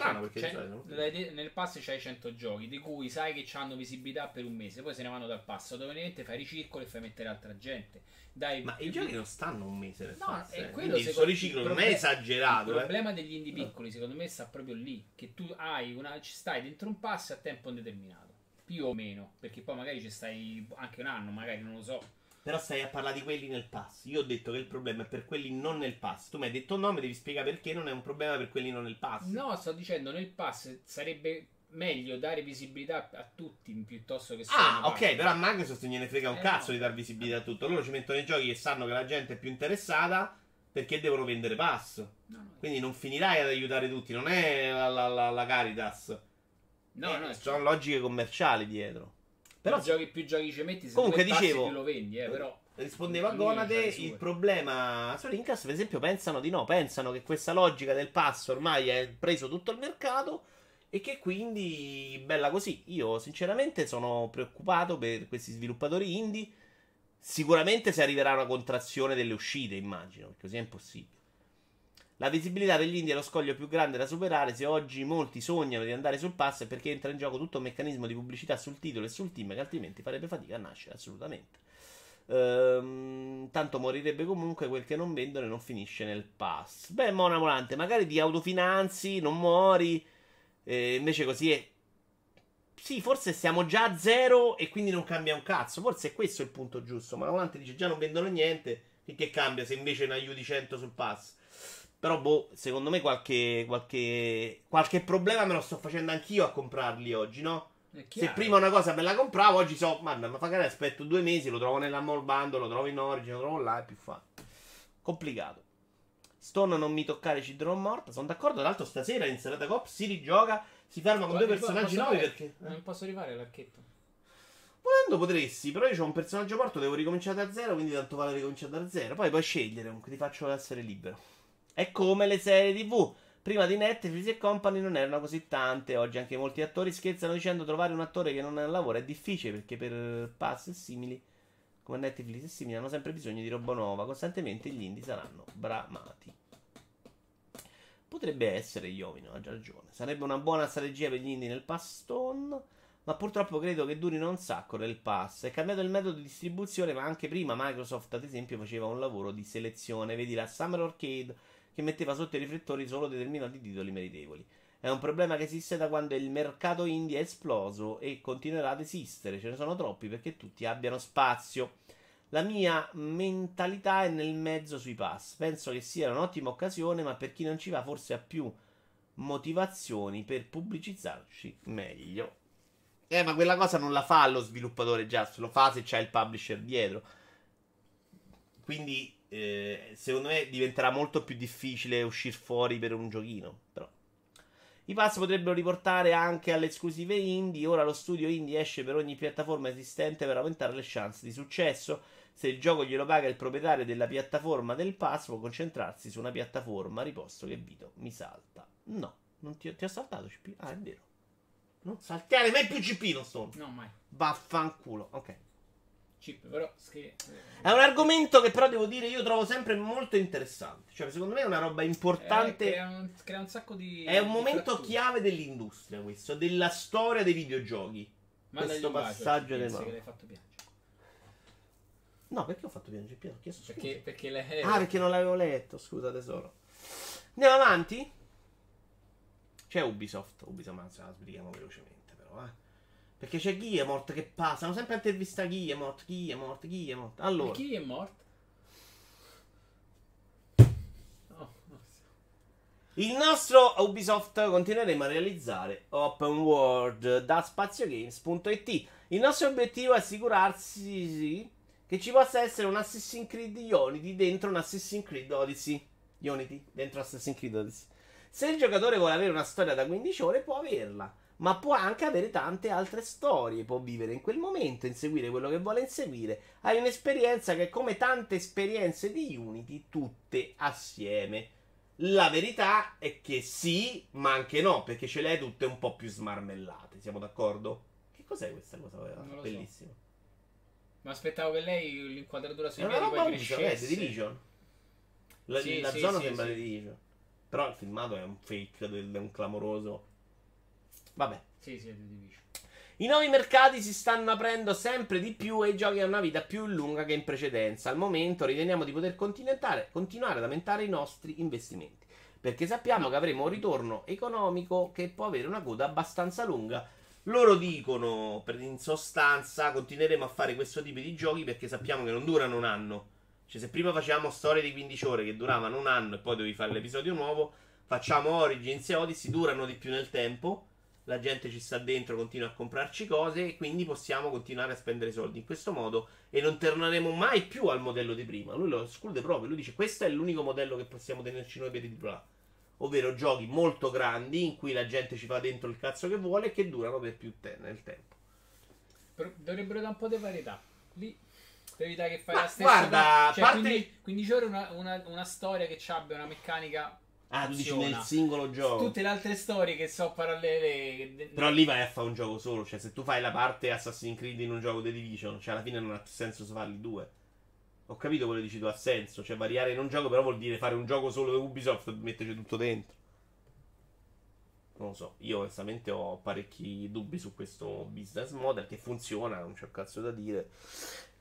nel pass c'hai 100 giochi, di cui sai che hanno visibilità per un mese, poi se ne vanno dal pass, automaticamente fai ricircolo e fai mettere altra gente. Ma i giochi non stanno un mese nel pass. È quello, quindi il suo riciclo non è esagerato. Il problema degli indie piccoli, secondo me, sta proprio lì, che tu ci stai dentro un pass a tempo indeterminato. Più o meno, perché poi magari ci stai anche un anno, magari non lo so. Però stai a parlare di quelli nel pass. Io ho detto che il problema è per quelli non nel pass. Tu mi hai detto no, mi devi spiegare perché non è un problema per quelli non nel pass. No, sto dicendo nel pass sarebbe meglio dare visibilità a tutti piuttosto che solo ok, però a Microsoft non gliene frega un cazzo di dar visibilità a tutto. Loro ci mettono i giochi che sanno che la gente è più interessata perché devono vendere pass. Quindi non finirai ad aiutare tutti. Non è la Caritas. No, sono logiche commerciali dietro. Però più giochi ci metti, se comunque dicevo, più lo vendi, però rispondeva a Gonade, il problema su Rincas per esempio pensano di no, pensano che questa logica del pass ormai è preso tutto il mercato e che quindi bella così. Io sinceramente sono preoccupato per questi sviluppatori indie. Sicuramente si arriverà a una contrazione delle uscite, immagino, perché così è impossibile. La visibilità degli indie è lo scoglio più grande da superare. Se oggi molti sognano di andare sul pass è perché entra in gioco tutto un meccanismo di pubblicità sul titolo e sul team che altrimenti farebbe fatica a nascere, assolutamente. Tanto morirebbe comunque, quel che non vendono e non finisce nel pass. Beh, Mona Volante, magari ti autofinanzi, non muori. Invece così è. Sì, forse siamo già a zero e quindi non cambia un cazzo. Forse è questo il punto giusto. Mona Volante dice già non vendono niente. Che cambia se invece ne aiuti 100 sul pass? Però, boh, secondo me qualche problema me lo sto facendo anch'io a comprarli oggi, no? Se prima una cosa me la compravo, oggi so, ma magari aspetto 2 mesi, lo trovo nella Mall Bundle, lo trovo in Origin, lo trovo là, è più facile. Complicato. Stone non mi toccare Cidron morta, sono d'accordo. Tra l'altro stasera in serata Cop si rigioca, si ferma con 2 personaggi nuovi perché... Non posso arrivare all'archetto. Volendo potresti, però io ho un personaggio morto, devo ricominciare da zero, quindi tanto vale ricominciare da zero. Poi puoi scegliere, comunque ti faccio essere libero. È come le serie TV. Prima di Netflix e Company non erano così tante. Oggi anche molti attori scherzano dicendo trovare un attore che non lavora è difficile perché per pass e simili, come Netflix e simili, hanno sempre bisogno di roba nuova. Costantemente gli indie saranno bramati. Potrebbe essere Iovino, ha già ragione. Sarebbe una buona strategia per gli indie nel pass Stone, ma purtroppo credo che durino un sacco nel pass. È cambiato il metodo di distribuzione, ma anche prima Microsoft, ad esempio, faceva un lavoro di selezione. Vedi la Summer Arcade, che metteva sotto i riflettori solo determinati titoli meritevoli. È un problema che esiste da quando il mercato indie è esploso e continuerà ad esistere. Ce ne sono troppi perché tutti abbiano spazio. La mia mentalità è nel mezzo sui pass. Penso che sia un'ottima occasione, ma per chi non ci va forse ha più motivazioni per pubblicizzarci meglio. Ma quella cosa non la fa lo sviluppatore già, lo fa se c'è il publisher dietro. Quindi secondo me diventerà molto più difficile uscire fuori per un giochino. Però i pass potrebbero riportare anche alle esclusive indie. Ora lo studio indie esce per ogni piattaforma esistente per aumentare le chance di successo. Se il gioco glielo paga il proprietario della piattaforma del pass, può concentrarsi su una piattaforma. Riposto che Vito mi salta. No, non ti ho saltato CP. Ah, è vero. Non saltare mai più CP, non sono. No, mai. Vaffanculo. Ok. Chip, però è un argomento che però devo dire io trovo sempre molto interessante. Cioè, secondo me è una roba importante. Crea un sacco di. È un momento chiave dell'industria, questo, della storia dei videogiochi. Questo passaggio del che l'hai fatto piangere. No, perché ho fatto piangere? Ho chiesto scusa. Perché lei. Ah, perché non l'avevo letto. Scusa, tesoro. Andiamo avanti. C'è Ubisoft. Ubisoft, la sbrighiamo velocemente, però, Perché c'è Guillemot che passano sempre a intervistare Guillemot. Allora, chi è morto? il nostro Ubisoft continueremo a realizzare open world da spaziogames.it. Il nostro obiettivo è assicurarsi che ci possa essere un Assassin's Creed Unity dentro un Assassin's Creed Odyssey. Se il giocatore vuole avere una storia da 15 ore, può averla. Ma può anche avere tante altre storie, può vivere in quel momento, inseguire quello che vuole inseguire. Hai un'esperienza che è come tante esperienze di Unity, tutte assieme. La verità è che sì, ma anche no, perché ce le hai tutte un po' più smarmellate, siamo d'accordo? Che cos'è questa cosa? Bellissima. So. Ma aspettavo che lei l'inquadratura sui piedi poi crescesse. The Division. La zona sembra The Division. Però il filmato è un fake, è un clamoroso. Vabbè. Sì, The Division. I nuovi mercati si stanno aprendo sempre di più e i giochi hanno una vita più lunga che in precedenza. Al momento riteniamo di poter continuare ad aumentare i nostri investimenti, perché sappiamo che avremo un ritorno economico che può avere una coda abbastanza lunga. Loro dicono, in sostanza, continueremo a fare questo tipo di giochi perché sappiamo che non durano un anno. Cioè, se prima facevamo storie di 15 ore che duravano un anno e poi dovevi fare l'episodio nuovo, facciamo Origins e Odyssey, durano di più nel tempo. La gente ci sta dentro, continua a comprarci cose e quindi possiamo continuare a spendere soldi in questo modo e non torneremo mai più al modello di prima. Lui lo esclude proprio, lui dice questo è l'unico modello che possiamo tenerci noi per i AAA, ovvero giochi molto grandi in cui la gente ci fa dentro il cazzo che vuole e che durano per più nel tempo. Dovrebbero dare un po' di varietà lì, per evitare che fai ma la stessa guarda, cioè, parte... 15 ore una storia che abbia una meccanica. Ah, tu dici nel singolo gioco. Tutte le altre storie che so parallele. Però lì vai a fare un gioco solo. Cioè, se tu fai la parte Assassin's Creed in un gioco The Division, cioè alla fine non ha senso farli due. Ho capito quello che dici tu, ha senso. Cioè, variare in un gioco, però vuol dire fare un gioco solo di Ubisoft e metterci tutto dentro. Non lo so. Io onestamente ho parecchi dubbi su questo business model che funziona, non c'è cazzo da dire.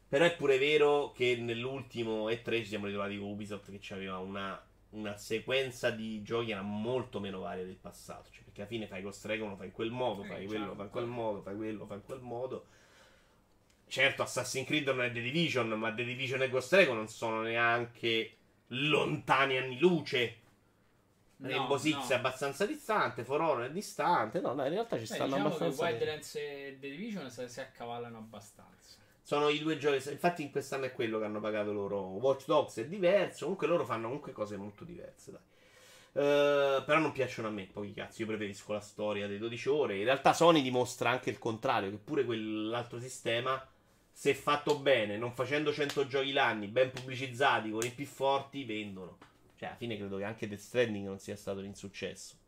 Però è pure vero che nell'ultimo E3 ci siamo ritrovati con Ubisoft che aveva una sequenza di giochi era molto meno varia del passato. Cioè, perché alla fine fai Ghost Recon, lo fai in quel modo, fai quello, lo fai in quel modo, fai quello, lo fai in quel modo. Certo, Assassin's Creed non è The Division, ma The Division e Ghost Recon non sono neanche lontani anni luce. Rainbow Six è abbastanza distante, For Honor è distante. No, in realtà ci stanno diciamo abbastanza. Che Wildlands e The Division si accavallano abbastanza. Sono i due giochi. Infatti, in quest'anno è quello che hanno pagato loro. Watch Dogs è diverso. Comunque, loro fanno comunque cose molto diverse. Dai. Però non piacciono a me, pochi cazzi. Io preferisco la storia dei 12 ore. In realtà, Sony dimostra anche il contrario. Che pure quell'altro sistema, se fatto bene, non facendo 100 giochi l'anno, ben pubblicizzati, con i più forti, vendono. Cioè, alla fine credo che anche Death Stranding non sia stato un insuccesso.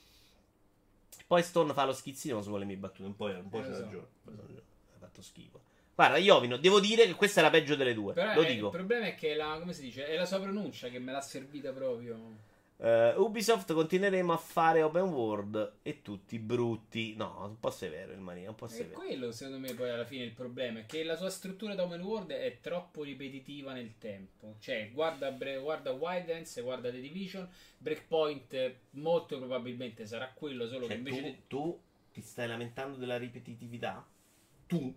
Poi Stone fa lo schizzino su le mie battute. Un po' c'è ragione. Ha fatto schifo. Guarda, Iovino, devo dire che questa è la peggio delle due. Però lo dico. Il problema è che come si dice? È la sua pronuncia che me l'ha servita proprio. Ubisoft continueremo a fare open world e tutti brutti. No, un po' severo il mania, un po' severo. E quello secondo me poi alla fine il problema è che la sua struttura da open world è troppo ripetitiva nel tempo. Cioè, guarda Wildlands, guarda The Division, Breakpoint molto probabilmente sarà quello, solo che invece tu ti stai lamentando della ripetitività? Tu?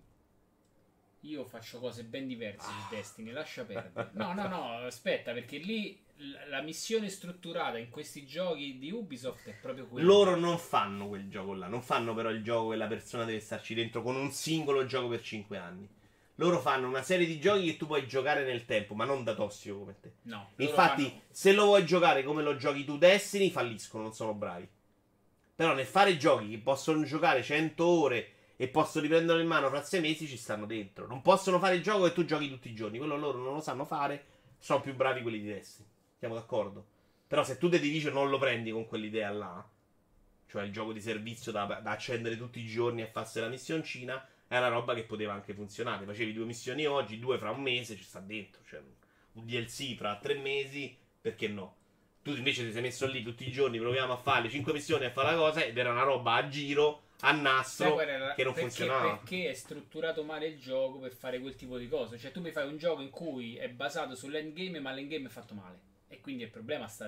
Io faccio cose ben diverse su Destiny, lascia perdere. No, aspetta, perché lì la missione strutturata in questi giochi di Ubisoft è proprio quella. Loro non fanno quel gioco là, non fanno però il gioco che la persona deve starci dentro con un singolo gioco per 5 anni. Loro fanno una serie di giochi che tu puoi giocare nel tempo, ma non da tossico come te. No. Infatti, se lo vuoi giocare come lo giochi tu Destiny, falliscono, non sono bravi. Però nel fare giochi che possono giocare 100 ore e possono riprenderlo in mano fra 6 mesi, ci stanno dentro. Non possono fare il gioco che tu giochi tutti i giorni. Quello loro non lo sanno fare. Sono più bravi quelli di Destiny. Siamo d'accordo? Però se tu The Division non lo prendi con quell'idea là, cioè il gioco di servizio da accendere tutti i giorni e farsi la missioncina, è una roba che poteva anche funzionare. Facevi 2 missioni oggi, 2 fra un mese, ci sta dentro. Cioè un DLC fra 3 mesi, perché no? Tu invece ti sei messo lì tutti i giorni, proviamo a fare le 5 missioni, a fare la cosa, ed era una roba a giro, a nastro, che non funzionava. Perché è strutturato male il gioco per fare quel tipo di cose. Cioè tu mi fai un gioco in cui è basato sull'endgame, ma l'endgame è fatto male. E quindi il problema sta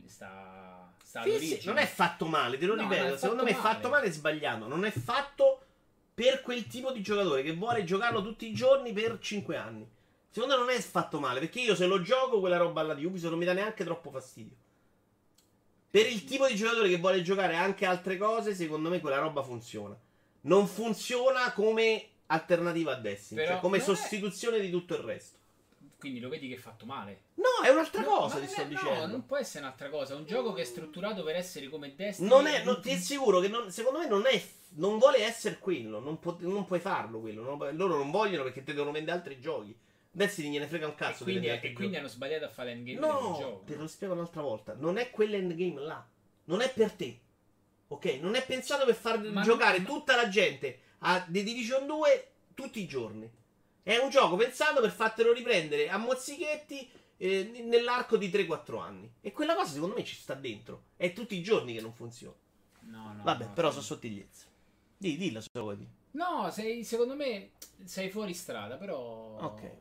all'origine. Sì, non è fatto male, te lo ripeto. Secondo me è fatto male e sbagliato. Non è fatto per quel tipo di giocatore che vuole giocarlo tutti i giorni per 5 anni. Secondo me non è fatto male, perché io se lo gioco quella roba là di Ubisoft non mi dà neanche troppo fastidio. Per il tipo di giocatore che vuole giocare anche altre cose, secondo me quella roba funziona. Non funziona come alternativa a Destiny, cioè come sostituzione di tutto il resto. Quindi lo vedi che è fatto male? No, è un'altra cosa, ti sto dicendo. No, non può essere un'altra cosa. Un gioco che è strutturato per essere come Destiny. Ti assicuro che secondo me non vuole essere quello. Non puoi farlo quello. Loro non vogliono perché te devono vendere altri giochi. Destiny gliene frega un cazzo. E quindi hanno sbagliato a fare l'endgame del gioco. Te lo spiego un'altra volta. Non è quell'endgame là. Non è per te. Ok? Non è pensato per far giocare tutta la gente a The Division 2 tutti i giorni. È un gioco pensato per fartelo riprendere a mozzichetti nell'arco di 3-4 anni. E quella cosa secondo me ci sta dentro. È tutti i giorni che non funziona. Vabbè, però sono sottigliezze. Dilla se lo vuoi dire. No, secondo me sei fuori strada, però. Ok.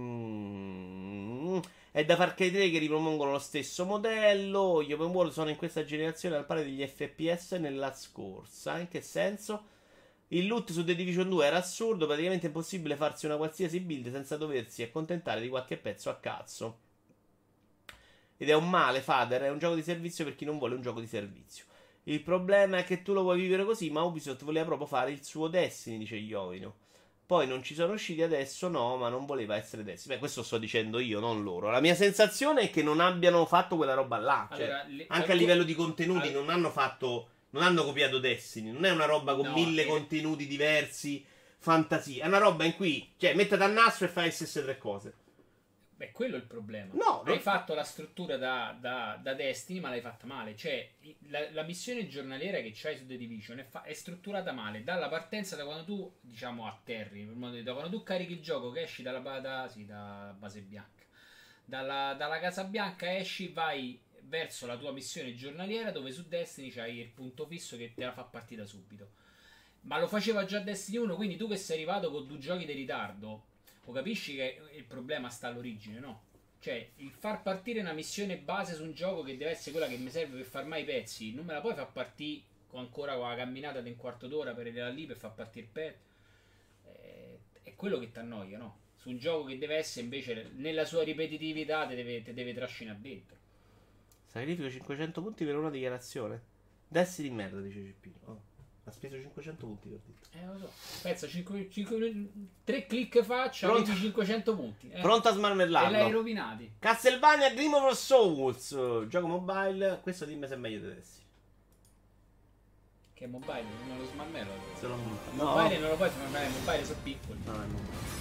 È da far credere che ripropongono lo stesso modello. Gli open world sono in questa generazione al pari degli FPS nella scorsa. In che senso? Il loot su The Division 2 era assurdo, praticamente impossibile farsi una qualsiasi build senza doversi accontentare di qualche pezzo a cazzo. Ed è un male, Fader, è un gioco di servizio per chi non vuole un gioco di servizio. Il problema è che tu lo vuoi vivere così, ma Ubisoft voleva proprio fare il suo Destiny, dice Iovino. Poi non ci sono usciti, adesso no, ma non voleva essere Destiny. Beh, questo sto dicendo io, non loro. La mia sensazione è che non abbiano fatto quella roba là. Allora, anche a livello di contenuti non hanno fatto... Non hanno copiato Destiny, non è una roba con 1000 contenuti diversi, fantasia. È una roba in cui, cioè, mettete a nastro e fai le stesse 3 cose. Beh, quello è il problema. No, hai fatto la struttura da Destiny, ma l'hai fatta male. Cioè, la missione giornaliera che c'hai su The Division è strutturata male. Dalla partenza, da quando tu, diciamo, atterri, da quando tu carichi il gioco, che esci da base bianca. Dalla Casa Bianca esci, vai verso la tua missione giornaliera, dove su Destiny c'hai il punto fisso che te la fa partita subito. Ma lo faceva già Destiny 1, quindi tu che sei arrivato con 2 giochi di ritardo, capisci che il problema sta all'origine, no? Cioè, il far partire una missione base su un gioco che deve essere quella che mi serve per far mai i pezzi, non me la puoi far partire ancora con la camminata di un quarto d'ora per arrivare lì per far partire il pezzo. È quello che ti annoia, no? Su un gioco che deve essere invece nella sua ripetitività te deve trascinare dentro. Sacrifico 500 punti per una dichiarazione. Dessi di merda, dice Cippino. Oh, ha speso 500 punti per dire. Lo so. Pensa, 3 click faccia, avevi 500 punti. Pronto a smarmellarlo. E l'hai rovinati. Castlevania Dream of Souls. Gioco mobile. Questo dimmi se è meglio di Dessi. Che è mobile, non lo smarmello. No. Mobile non lo puoi smarmellare, mobile sono piccoli. No, è mobile.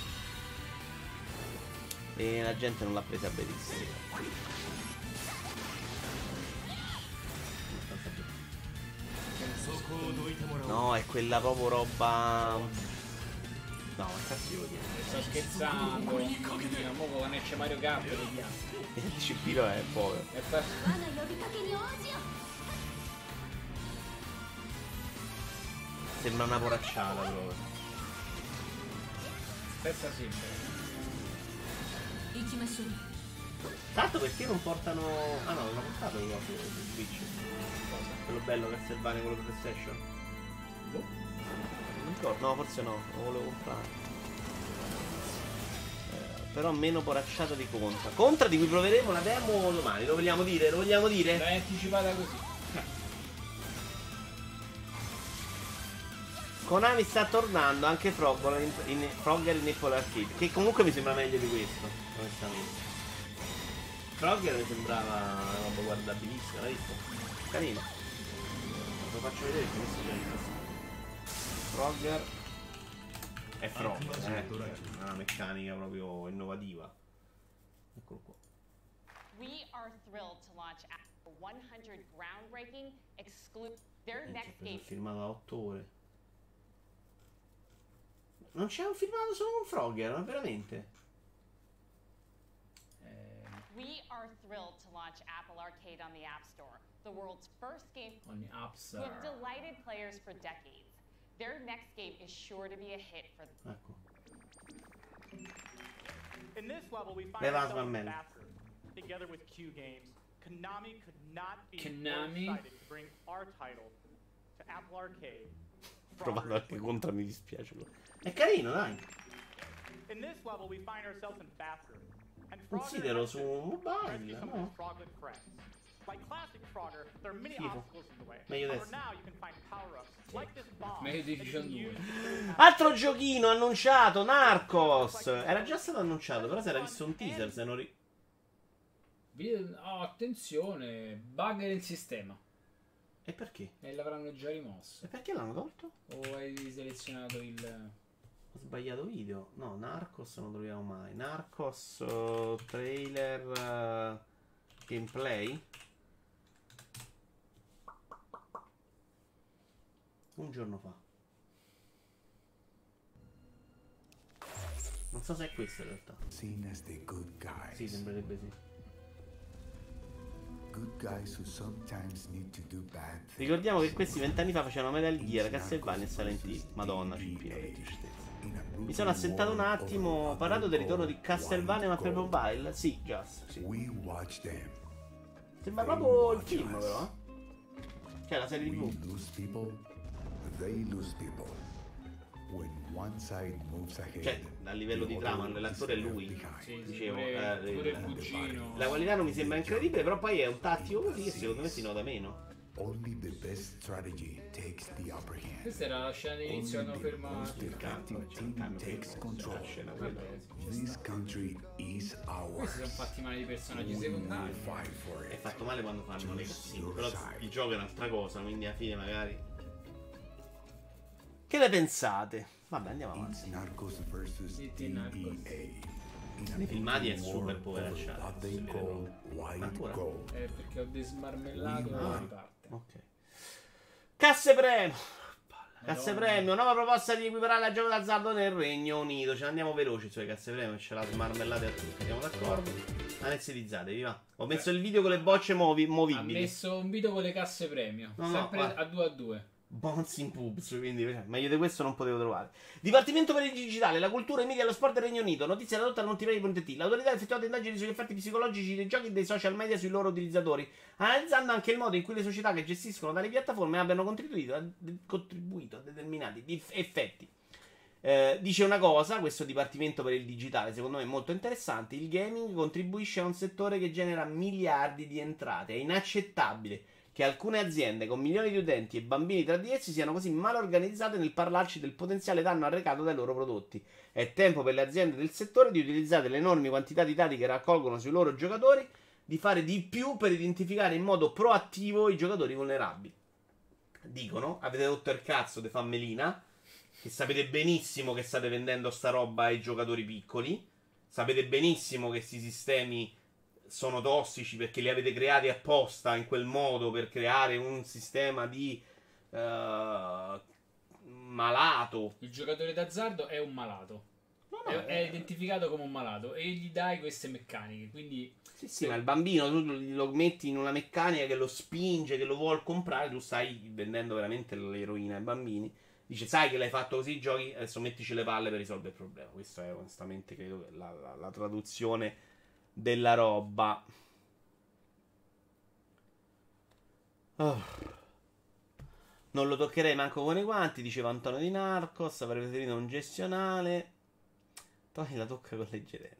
E la gente non l'ha presa benissimo. No, è quella proprio roba. No, ma cazzo io dire. Sto scherzando. Mo quando c'è Mario Kart vediamo. Il Cippino è povero. Sembra una poracciata proprio. Stessa sempre. Tanto perché non portano. Ah no, non ho portato il coso su Switch. Quello bello Castlevania, quello per PlayStation. Boh. Non ricordo, no, forse no, lo volevo comprare. Però meno poracciata di Contra. Contra di cui proveremo la demo domani, lo vogliamo dire? Lo vogliamo dire? L'hai anticipata così. Konami sta tornando anche Frogger in Apple Arcade, che comunque mi sembra meglio di questo, onestamente. Frogger mi sembrava una roba guardabilissima, l'hai visto? Carino. Lo faccio vedere come si chiama. Frogger è Frogger, è una meccanica proprio innovativa. Eccolo qua. We are thrilled to launch 100 groundbreaking exclusive their next game. Filmato a 8 ore. Non c'è un filmato solo con Frogger, ma veramente? We are thrilled to launch Apple Arcade on the App Store, the world's first game on the App Store. Who have delighted players for decades. Their next game is sure to be a hit for them. Ecco. In this level we find ourselves faster. Together with Q Games, Konami could not be more excited to bring our title to Apple Arcade. Provato anche Contra, mi dispiace. È carino, dai. In this level we find ourselves in faster. Considero su mobile, no? Like classic Frogger, there are many obstacles in the way. Meglio adesso. Now you can find power-ups like this bomb. Meglio di 19. Altro giochino annunciato, Narcos. Era già stato annunciato, però si era visto un teaser, se non Oh, attenzione, bug nel sistema. E perché? E l'avranno già rimosso. E perché l'hanno tolto? O hai selezionato il... Ho sbagliato video. No, Narcos non lo troviamo mai. Narcos trailer gameplay. Un giorno fa. Non so se è questo in realtà. Seen as the good guys. Sì, sembrerebbe sì. Good guys who sometimes need to do bad things. Ricordiamo che questi 20 anni fa facevano Metal Gear, Castlevania e Silent Hill. Madonna, Cippino, che tristezza. Mi sono assentato un attimo. Ho parlato del ritorno di Castlevania ma per mobile? Sì, Just. Sì. Sembra proprio il film, però. Cioè la serie TV. Cioè, a livello di trama, l'attore è lui. Sì, dicevo. Pure il cugino. La qualità non mi sembra incredibile, però poi è un tattico così e secondo me si nota meno. Questa era la scena d'inizio quando fermato il canto. Questi sono fatti male di personaggi secondari. È fatto male quando fanno le cazzine. Però il gioco è un'altra cosa, quindi alla fine magari. Che ne pensate? Vabbè, andiamo avanti. Nei filmati è super poveracciato. Ancora? Perché ho desmarmellato la riparte. Ok. Casse premio. Casse premio, nuova proposta di equiparare la gioco d'azzardo nel Regno Unito. Ce ne andiamo veloci sulle casse premio, ce la smarmellate a tutti. Andiamo d'accordo? Anesthetizzatevi, va. Ho messo il video con le bocce movibili. Ha messo un video con le casse premio. No, sempre no, a 2 a 2. Bones in Pubs, quindi meglio di questo non potevo trovare. Dipartimento per il digitale, la cultura, i media e lo sport del Regno Unito. Notizia tradotta da multiplayer.it. L'autorità ha effettuato indagini sugli effetti psicologici dei giochi e dei social media sui loro utilizzatori, analizzando anche il modo in cui le società che gestiscono tali piattaforme abbiano contribuito a determinati effetti. Dice una cosa, questo dipartimento per il digitale, secondo me molto interessante: il gaming contribuisce a un settore che genera miliardi di entrate. È inaccettabile che alcune aziende con milioni di utenti e bambini tra di essi siano così mal organizzate nel parlarci del potenziale danno arrecato dai loro prodotti. È tempo per le aziende del settore di utilizzare le enormi quantità di dati che raccolgono sui loro giocatori, di fare di più per identificare in modo proattivo i giocatori vulnerabili. Dicono, avete rotto il cazzo de Fammelina, che sapete benissimo che state vendendo sta roba ai giocatori piccoli, sapete benissimo che questi sistemi sono tossici perché li avete creati apposta in quel modo per creare un sistema di malato. Il giocatore d'azzardo è un malato. È identificato come un malato e gli dai queste meccaniche, quindi sì, ma il bambino tu lo metti in una meccanica che lo spinge, che lo vuol comprare, tu stai vendendo veramente l'eroina ai bambini. Dice, sai che l'hai fatto così, giochi, adesso mettici le palle per risolvere il problema. Questo è onestamente, credo, la traduzione della roba. Non lo toccherei manco con i guanti, diceva Antonio Di Narcos. Avrei preferito un gestionale. Tony la tocca con leggerezza.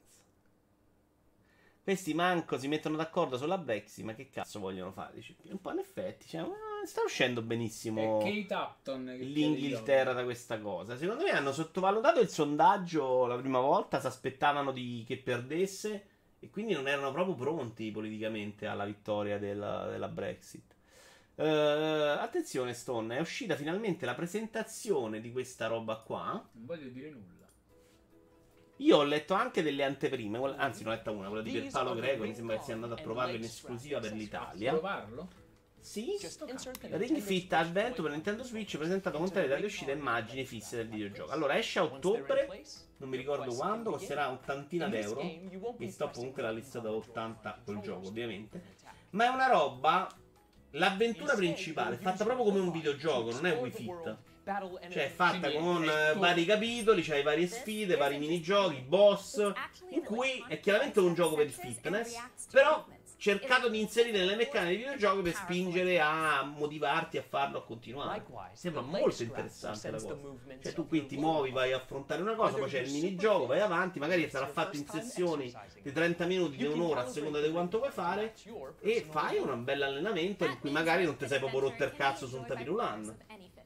Questi manco si mettono d'accordo sulla Brexit, ma che cazzo vogliono fare? Dice, un po' in effetti, cioè, sta uscendo benissimo l'Inghilterra da questa cosa. Secondo me hanno sottovalutato il sondaggio la prima volta, si aspettavano che perdesse e quindi non erano proprio pronti politicamente alla vittoria della Brexit. Attenzione Stone, è uscita finalmente la presentazione di questa roba qua. Non voglio dire nulla. Io ho letto anche delle anteprime, anzi ne ho letta una, quella di Pierpaolo Greco, mi sembra che sia andato a provarlo in esclusiva per l'Italia. Provarlo? Sì, Ring Fit Advent per Nintendo Switch, presentato con tale data di uscita e immagini fisse del videogioco. Allora esce a ottobre, non mi ricordo quando, costerà $80 d'euro. Mi sto comunque la lista da 80 col gioco ovviamente. Ma è una roba, l'avventura principale è fatta proprio come un videogioco, non è Wii Fit. Cioè è fatta con vari capitoli, c'hai varie sfide, vari minigiochi, boss, in cui è chiaramente un gioco per il fitness, però cercato di inserire nelle meccaniche di videogioco per spingere a motivarti a farlo, a continuare. Sembra molto interessante la cosa. Cioè tu qui ti muovi, vai a affrontare una cosa, poi c'è il minigioco, vai avanti, magari sarà fatto in sessioni di 30 minuti, di un'ora, a seconda di quanto puoi fare, e fai un bel allenamento in cui magari non ti sei proprio rotto il cazzo su un tapis roulant.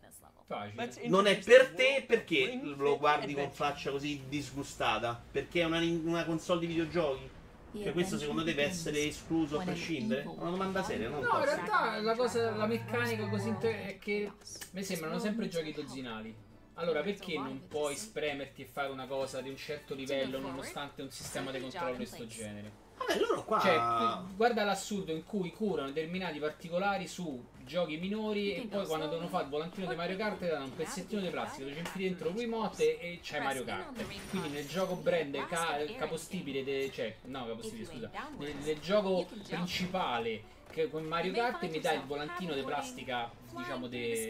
Non è per te perché lo guardi con faccia così disgustata? Perché è una console di videogiochi? Cioè questo secondo te deve essere escluso a prescindere? Una domanda seria, non no, in realtà la meccanica così è che mi sembrano sempre giochi dozzinali. Allora perché non puoi spremerti e fare una cosa di un certo livello nonostante un sistema di controllo di questo genere? Vabbè, loro qua... Cioè, guarda l'assurdo in cui curano determinati particolari su giochi minori e poi quando devono fare il volantino di Mario Kart danno un pezzettino di plastica, lo infili dentro Wiimote e c'hai Mario Kart. Quindi nel gioco brand capostipite, scusa, nel gioco principale che con Mario Kart mi dai il volantino di plastica, diciamo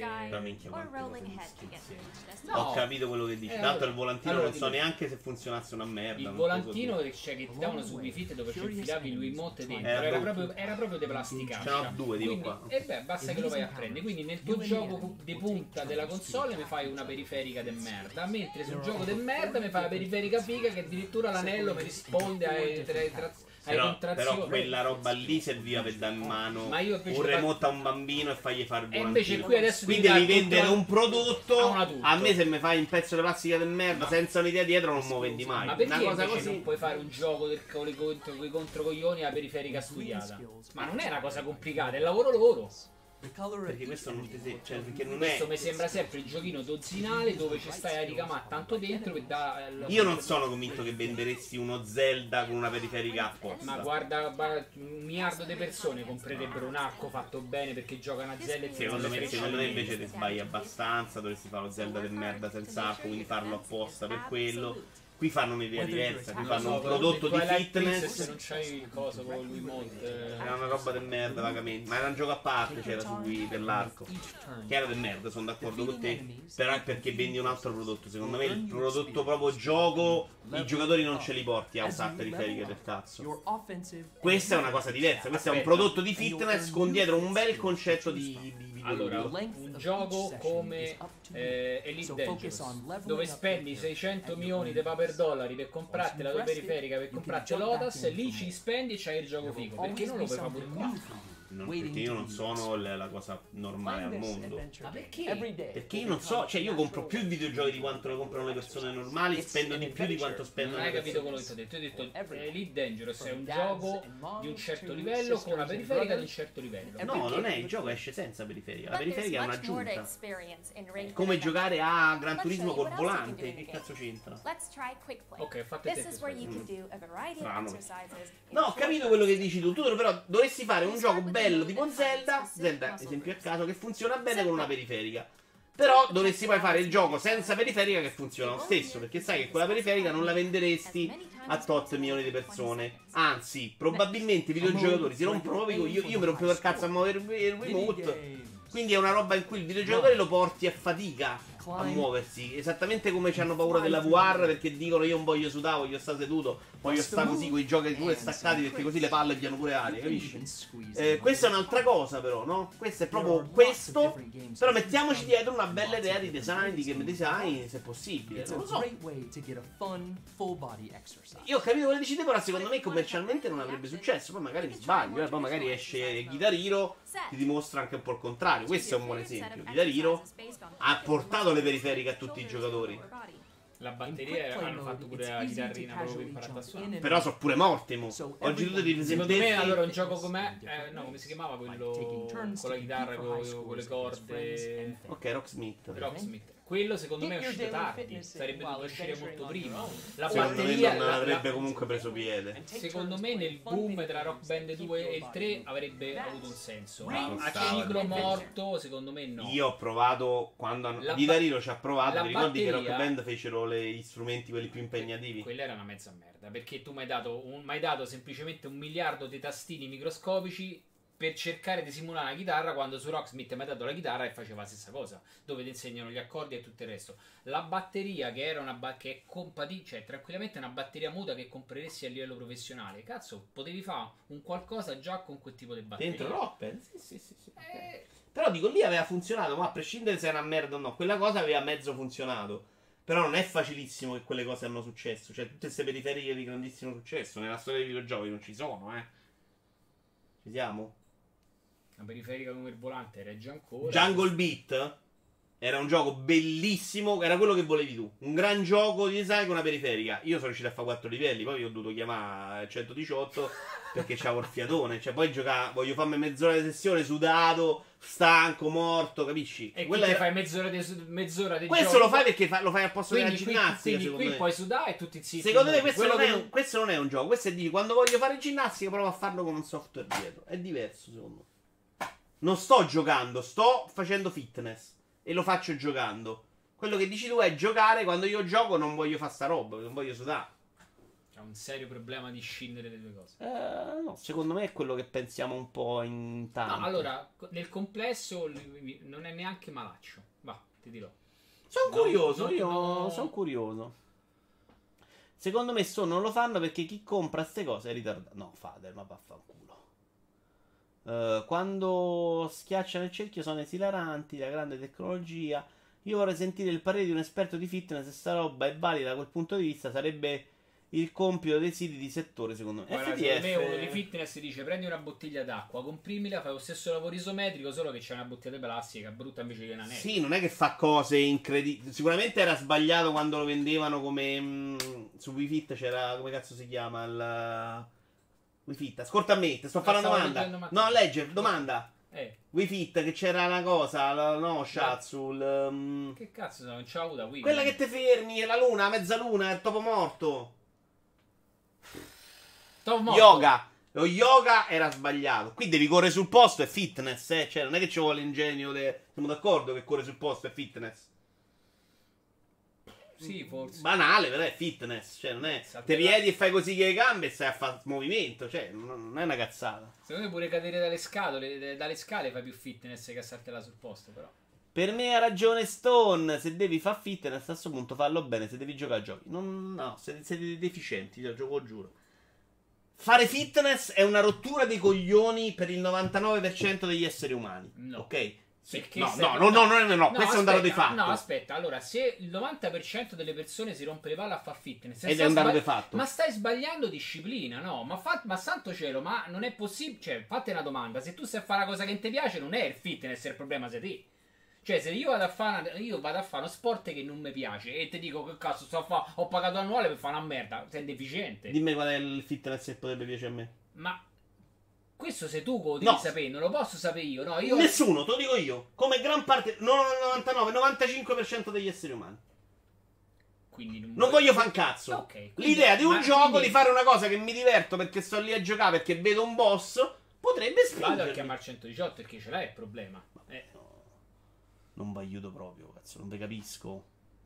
Ho capito quello che dici. Tanto il volantino allora, non so neanche se funzionasse una merda. Il volantino cioè, che ti davano su Wii Fit dove ci infilavi il Wiimote dentro era proprio di plastica. Ce n'ho due tipo qua. E beh, basta che lo vai a prendere. Quindi nel tuo gioco di punta della console mi fai una periferica de merda, mentre sul gioco de merda mi fai la periferica figa che addirittura l'anello mi risponde ai però quella roba lì serviva per dare in mano un remote a un bambino e fargli fare il volantino. Invece qui adesso quindi devi vendere un prodotto. A me se mi fai un pezzo di plastica del merda senza un'idea dietro non me lo vendi mai. Ma perché una cosa così non puoi fare un gioco con i controcoglioni alla periferica studiata? Ma non è una cosa complicata, è il lavoro loro. Perché questo non ti cioè, perché non questo mi sembra sempre il giochino dozzinale dove ci stai a ricamare tanto dentro che dà io non sono convinto che venderesti uno Zelda con una periferica apposta. Ma guarda 1 miliardo di persone comprerebbero un arco fatto bene perché giocano a Zelda e secondo me invece ti sbagli abbastanza. Dovresti fare lo Zelda del merda senza arco, quindi farlo apposta per quello. Qui fanno un'idea diversa, qui fanno un prodotto di fitness. Se non c'hai il coso con lui era una roba del merda vagamente, ma era un gioco a parte, c'era su Wii per l'arco. Che era del merda, sono d'accordo con te. Però è perché vendi un altro prodotto. Secondo me il prodotto proprio gioco, i giocatori non ce li porti a usare periferiche del cazzo. Questa è una cosa diversa, questo è un prodotto di fitness con dietro un bel concetto di allora, un gioco come Elite Dangerous, dove spendi 600 milioni di paper dollari per comprarti la tua periferica, per comprarti Lotus, lì ci spendi e c'hai il gioco figo. Perché non lo puoi fare pure qua? Perché io non sono la cosa normale al mondo. Ma perché? Perché io non so, cioè io compro più videogiochi di quanto ne comprano le persone normali, spendo di più di quanto spendono. Non hai capito quello che ti ho detto. Io ho detto Elite Dangerous è un gioco di un certo livello con una periferica di un certo livello. No, non è, il gioco esce senza periferica. La periferica è un'aggiunta. È come giocare a Gran Turismo col volante. Che cazzo c'entra? Ok, fate te. No, ho capito quello che dici tu. Tu però dovresti fare un gioco bello tipo Zelda, esempio a caso, che funziona bene con una periferica. Però dovresti poi fare il gioco senza periferica che funziona lo stesso, perché sai che quella periferica non la venderesti a tot milioni di persone. Anzi, probabilmente i videogiocatori si rompono proprio. Io mi rompevo il cazzo a muovere il remote. Quindi è una roba in cui il videogiocatore lo porti a fatica a muoversi. Esattamente come ci hanno paura della VR, perché dicono io non voglio sudare, voglio stare seduto, voglio stare così con i giochi pure staccati, perché così le palle piano pure aria, capisci? Questa è un'altra cosa però, no? Questo è proprio questo. Però mettiamoci dietro una bella idea di design, di game design, se possibile. Non lo so. Io ho capito quello che dici te, però secondo me commercialmente non avrebbe successo. Poi magari mi sbaglio, poi magari esce Guitar Hero, ti dimostra anche un po' il contrario. Questo è un buon esempio. Guitar Hero ha portato le periferiche a tutti i giocatori. La batteria hanno fatto pure la chitarrina proprio per imparare a suonare. Però sono pure morti, mo. Oggi tu devi secondo me allora un gioco come no, come si chiamava quello con la chitarra con le corde. Ok, Rocksmith. Quello secondo me è uscito tardi, sarebbe dovuto uscire molto prima. La secondo batteria me non avrebbe comunque preso piede. Secondo me nel boom tra Rock Band 2 e il 3 avrebbe avuto un senso. A ciclo morto, secondo me no. Io ho provato quando Guitar Hero ci ha provato, ti ricordi che Rock Band fecero gli strumenti quelli più impegnativi? Quella era una mezza merda, perché tu mi hai dato semplicemente 1 miliardo di tastini microscopici per cercare di simulare una chitarra, quando su Rocksmith mi ha dato la chitarra e faceva la stessa cosa, dove ti insegnano gli accordi e tutto il resto. La batteria che era che è compatibile, cioè tranquillamente una batteria muta che compreresti a livello professionale. Cazzo, potevi fare un qualcosa già con quel tipo di batteria. Dentro Rock Band? Sì. Però dico, lì aveva funzionato, ma a prescindere se era una merda o no, quella cosa aveva mezzo funzionato. Però non è facilissimo che quelle cose hanno successo. Cioè tutte queste periferiche di grandissimo successo nella storia dei videogiochi non ci sono, Ci siamo? La periferica come il volante regge ancora. Jungle Beat era un gioco bellissimo, era quello che volevi tu. Un gran gioco di design con una periferica. Io sono riuscito a fare 4 livelli, poi ho dovuto chiamare il 118 perché c'avevo il fiatone. Cioè poi giocare, voglio farmi mezz'ora di sessione sudato, stanco, morto, capisci? E quella fai mezz'ora di questo gioco. Lo fai perché lo fai al posto della ginnastica. Quindi qui puoi sudare e tutti zitti. Secondo me questo non è un gioco. Questo è di quando voglio fare ginnastica provo a farlo con un software dietro. È diverso secondo me. Non sto giocando, sto facendo fitness. E lo faccio giocando. Quello che dici tu è giocare. Quando io gioco non voglio fare sta roba, non voglio sudare. C'è un serio problema di scindere le due cose. No, secondo me è quello che pensiamo un po' in tanti. No, allora, nel complesso non è neanche malaccio. Va, ti dirò. Sono curioso, sono curioso. Secondo me non lo fanno perché chi compra queste cose è ritardato. No, Fader, ma vaffanculo. Quando schiacciano il cerchio sono esilaranti, la grande tecnologia. Io vorrei sentire il parere di un esperto di fitness se sta roba è valida da quel punto di vista. Sarebbe il compito dei siti di settore, secondo me. Guarda, secondo me uno di fitness dice prendi una bottiglia d'acqua, comprimila, fai lo stesso lavoro isometrico, solo che c'è una bottiglia di plastica brutta invece che una neve. Sì, non è che fa cose incredibili. Sicuramente era sbagliato quando lo vendevano come su Wii Fit c'era, come cazzo si chiama, il Wii Fit. Ascolta a me, ti sto fare una domanda. No, legge, domanda. Wii Fit, che c'era una cosa, no, Shatsu, che cazzo sono? Non c'ha avuta Wii. Quella che te fermi, la luna, mezza luna, il topo morto. Yoga. Lo yoga era sbagliato. Qui devi correre sul posto, è fitness, Cioè, non è che ci vuole ingegno. Siamo d'accordo che correre sul posto è fitness. Sì, forse. Banale, però è fitness. Cioè, non è. Te piedi e fai così che le gambe e stai a fare movimento. Cioè, non è una cazzata. Secondo me pure cadere dalle scale fa più fitness che a startela sul posto, però. Per me ha ragione Stone. Se devi fare fitness, a questo punto fallo bene. Se devi giocare a giochi. No, siete deficienti, lo gioco, giuro. Fare fitness è una rottura dei coglioni per il 99% degli esseri umani. No. Ok? Perché No, questo è un dato di fatto. No, aspetta, allora, se il 90% delle persone si rompe le palle a fare fitness ed è un dato di fatto. Ma stai sbagliando disciplina, no? Ma santo cielo, ma non è possibile. Cioè, fate una domanda: se tu sai fare una cosa che non ti piace, non è il fitness il problema, sei te. Cioè, se io vado a fare uno sport che non mi piace e ti dico che cazzo sto a fare, ho pagato annuale per fare una merda, sei deficiente. Dimmi qual è il fitness che potrebbe piacere a me. Ma questo sei tu che lo devi sapere, non lo posso sapere io, no? Nessuno, te lo dico io. Come gran parte, non 99-95% degli esseri umani. Quindi non voglio fare un cazzo. Okay, l'idea di un gioco, di fare una cosa che mi diverto perché sto lì a giocare, perché vedo un boss, potrebbe spingermi. Vado a chiamare 118 perché ce l'hai il problema. Non vi aiuto proprio, cazzo, non vi capisco.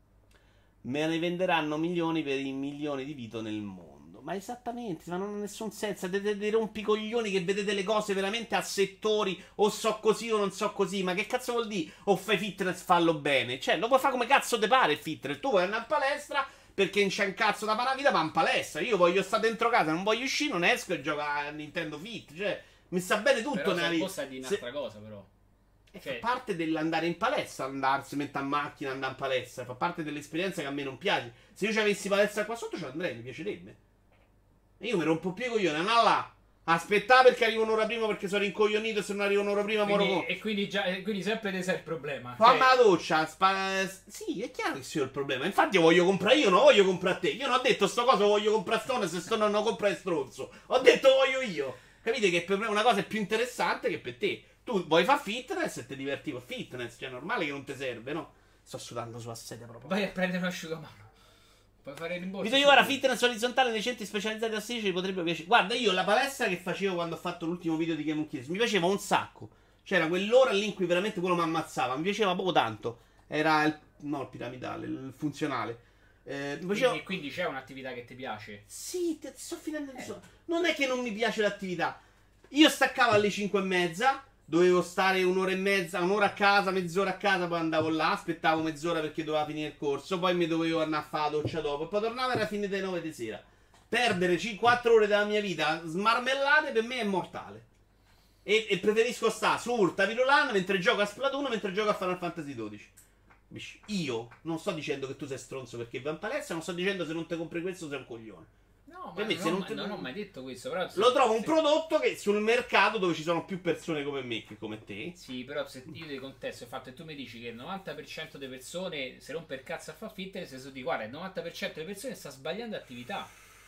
Me ne venderanno milioni per i milioni di video nel mondo. Ma esattamente, ma non ha nessun senso. Dei rompicoglioni che vedete le cose veramente a settori. O so così o non so così. Ma che cazzo vuol dire? O fai fitness, fallo bene. Cioè, lo puoi fare come cazzo te pare il fitness. Tu vuoi andare in palestra perché non c'è un cazzo da fare una vita, va in palestra. Io voglio stare dentro casa, non voglio uscire, non esco e gioco a Nintendo Fit. Cioè, mi sta bene tutto però nella vita. Però di un'altra cosa, però. Fa parte dell'andare in palestra, andarsi, mettere a macchina, andare in palestra. Fa parte dell'esperienza che a me non piace. Se io ci avessi palestra qua sotto, ci andrei, mi piacerebbe. E io mi rompo più i coglioni, andare là, aspettare perché arrivo un'ora prima perché sono rincoglionito. E se non arrivo un'ora prima, moro. E quindi sempre te sei il problema. Fammi la doccia. Sì, è chiaro che sia il problema. Infatti, io voglio comprare io, non voglio comprare te. Io non ho detto sto coso voglio comprare Stone, se Stone non compra è stronzo. Ho detto voglio io. Capite che per me una cosa è più interessante che per te. Tu vuoi fare fitness e ti diverti con fitness. Cioè, è normale che non ti serve, no? Sto sudando sulla sedia proprio. Vai a prendere un asciugamano. Puoi fare il rimborso. Video ora fitness orizzontale nei centri specializzati a Sicilia potrebbe piacere. Guarda, io la palestra che facevo quando ho fatto l'ultimo video di Game of Thrones mi piaceva un sacco. C'era quell'ora lì in cui veramente quello mi ammazzava. Mi piaceva poco tanto. Era il piramidale, il funzionale. Quindi c'è un'attività che ti piace? Sì, sto finendo di non è che non mi piace l'attività. Io staccavo alle 5:30. Dovevo stare un'ora e mezza, un'ora a casa, mezz'ora a casa, poi andavo là, aspettavo mezz'ora perché doveva finire il corso, poi mi dovevo andare a fare la doccia dopo, e poi tornavo e era fine delle 9 di sera. Perdere 4 ore della mia vita smarmellate per me è mortale. E preferisco stare su Urta Virulan mentre gioco a Splatoon, mentre gioco a Final Fantasy XII. Io non sto dicendo che tu sei stronzo perché vai in palestra, non sto dicendo se non ti compri questo sei un coglione. No, ma non ho mai detto questo. Però lo trovo un prodotto che sul mercato dove ci sono più persone come me che come te. Sì, però se io ti contesto il fatto che tu mi dici che il 90% delle persone se rompe il cazzo a fare fitness, se tu dici guarda, il 90% delle persone sta sbagliando attività.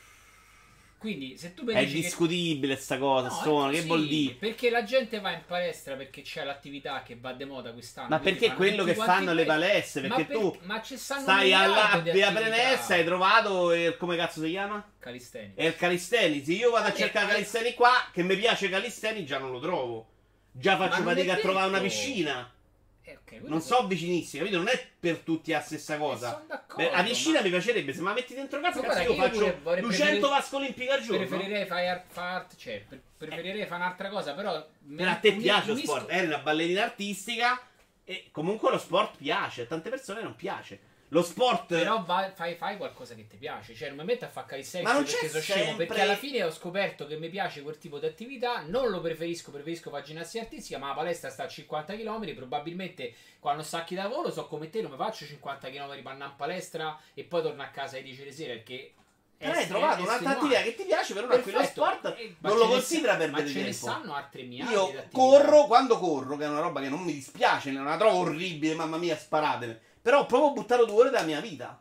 Quindi se tu mi dici è discutibile sta cosa, no, che vuol dire? Perché la gente va in palestra perché c'è l'attività che va de moda quest'anno. Ma perché quello che fanno le palestre? Perché tu stai a premessa, hai trovato come cazzo si chiama? Calisteni. È il Calisthenics. Io vado a cercare Calisthenics qua, che mi piace Calisthenics, già non lo trovo. Già faccio fatica a trovare una piscina. Okay, non so vicinissimi, capito? Non è per tutti la stessa cosa. La piscina mi piacerebbe, se me la metti dentro casa, cazzo, io faccio 200 vasche olimpiche al giorno. Preferirei fare preferirei fare un'altra cosa, però per a te piace lo sport, eri una ballerina artistica e comunque lo sport piace, a tante persone non piace. Lo sport però fai qualcosa che ti piace, cioè non mi metto a fare calisthenics perché sono scemo, perché alla fine ho scoperto che mi piace quel tipo di attività, non lo preferisco fare ginnastica artistica, ma la palestra sta a 50 km, probabilmente quando stacchi da lavoro so come te non mi faccio 50 km per andare in palestra e poi torno a casa alle 10 di sera perché hai trovato un'altra attività che ti piace, però quello sport non lo considera perdere tempo. Ma ce ne stanno altre mie. Io corro, quando corro, che è una roba che non mi dispiace, non la trovo orribile, mamma mia, sparatemi. Però ho proprio buttato 2 ore della mia vita.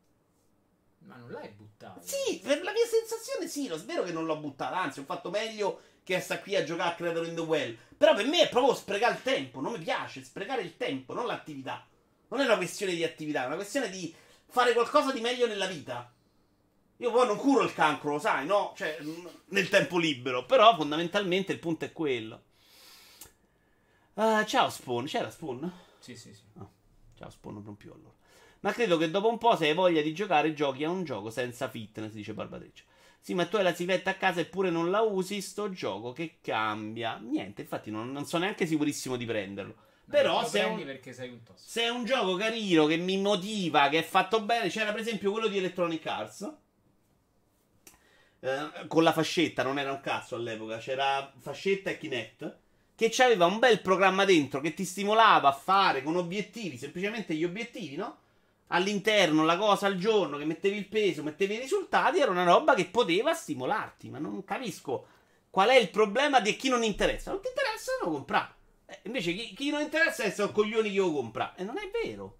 Ma non l'hai buttata? Sì, per la mia sensazione sì, lo spero che non l'ho buttata, anzi ho fatto meglio che sta qui a giocare a Creator in the Well. Però per me è proprio sprecare il tempo, non mi piace, sprecare il tempo, non l'attività. Non è una questione di attività, è una questione di fare qualcosa di meglio nella vita. Io poi non curo il cancro, lo sai, no? Cioè, nel tempo libero. Però fondamentalmente il punto è quello. Ciao Spawn, c'era Spawn? Sì. Oh. Ciao Spawn, non più allora. Ma credo che dopo un po', se hai voglia di giocare, giochi a un gioco senza fitness, dice Barbatrice. Sì, ma tu hai la sigletta a casa eppure non la usi, sto gioco che cambia. Niente, infatti non sono neanche sicurissimo di prenderlo. Però se è un gioco carino, che mi motiva, che è fatto bene, c'era per esempio quello di Electronic Arts, con la fascetta, non era un cazzo all'epoca, c'era fascetta e Kinect, che c'aveva un bel programma dentro che ti stimolava a fare con obiettivi, semplicemente gli obiettivi, no? All'interno la cosa al giorno, che mettevi il peso, mettevi i risultati, era una roba che poteva stimolarti, ma non capisco qual è il problema di chi non interessa. Non ti interessa, non lo comprare. Invece chi non interessa è un coglioni che lo compra. E non è vero.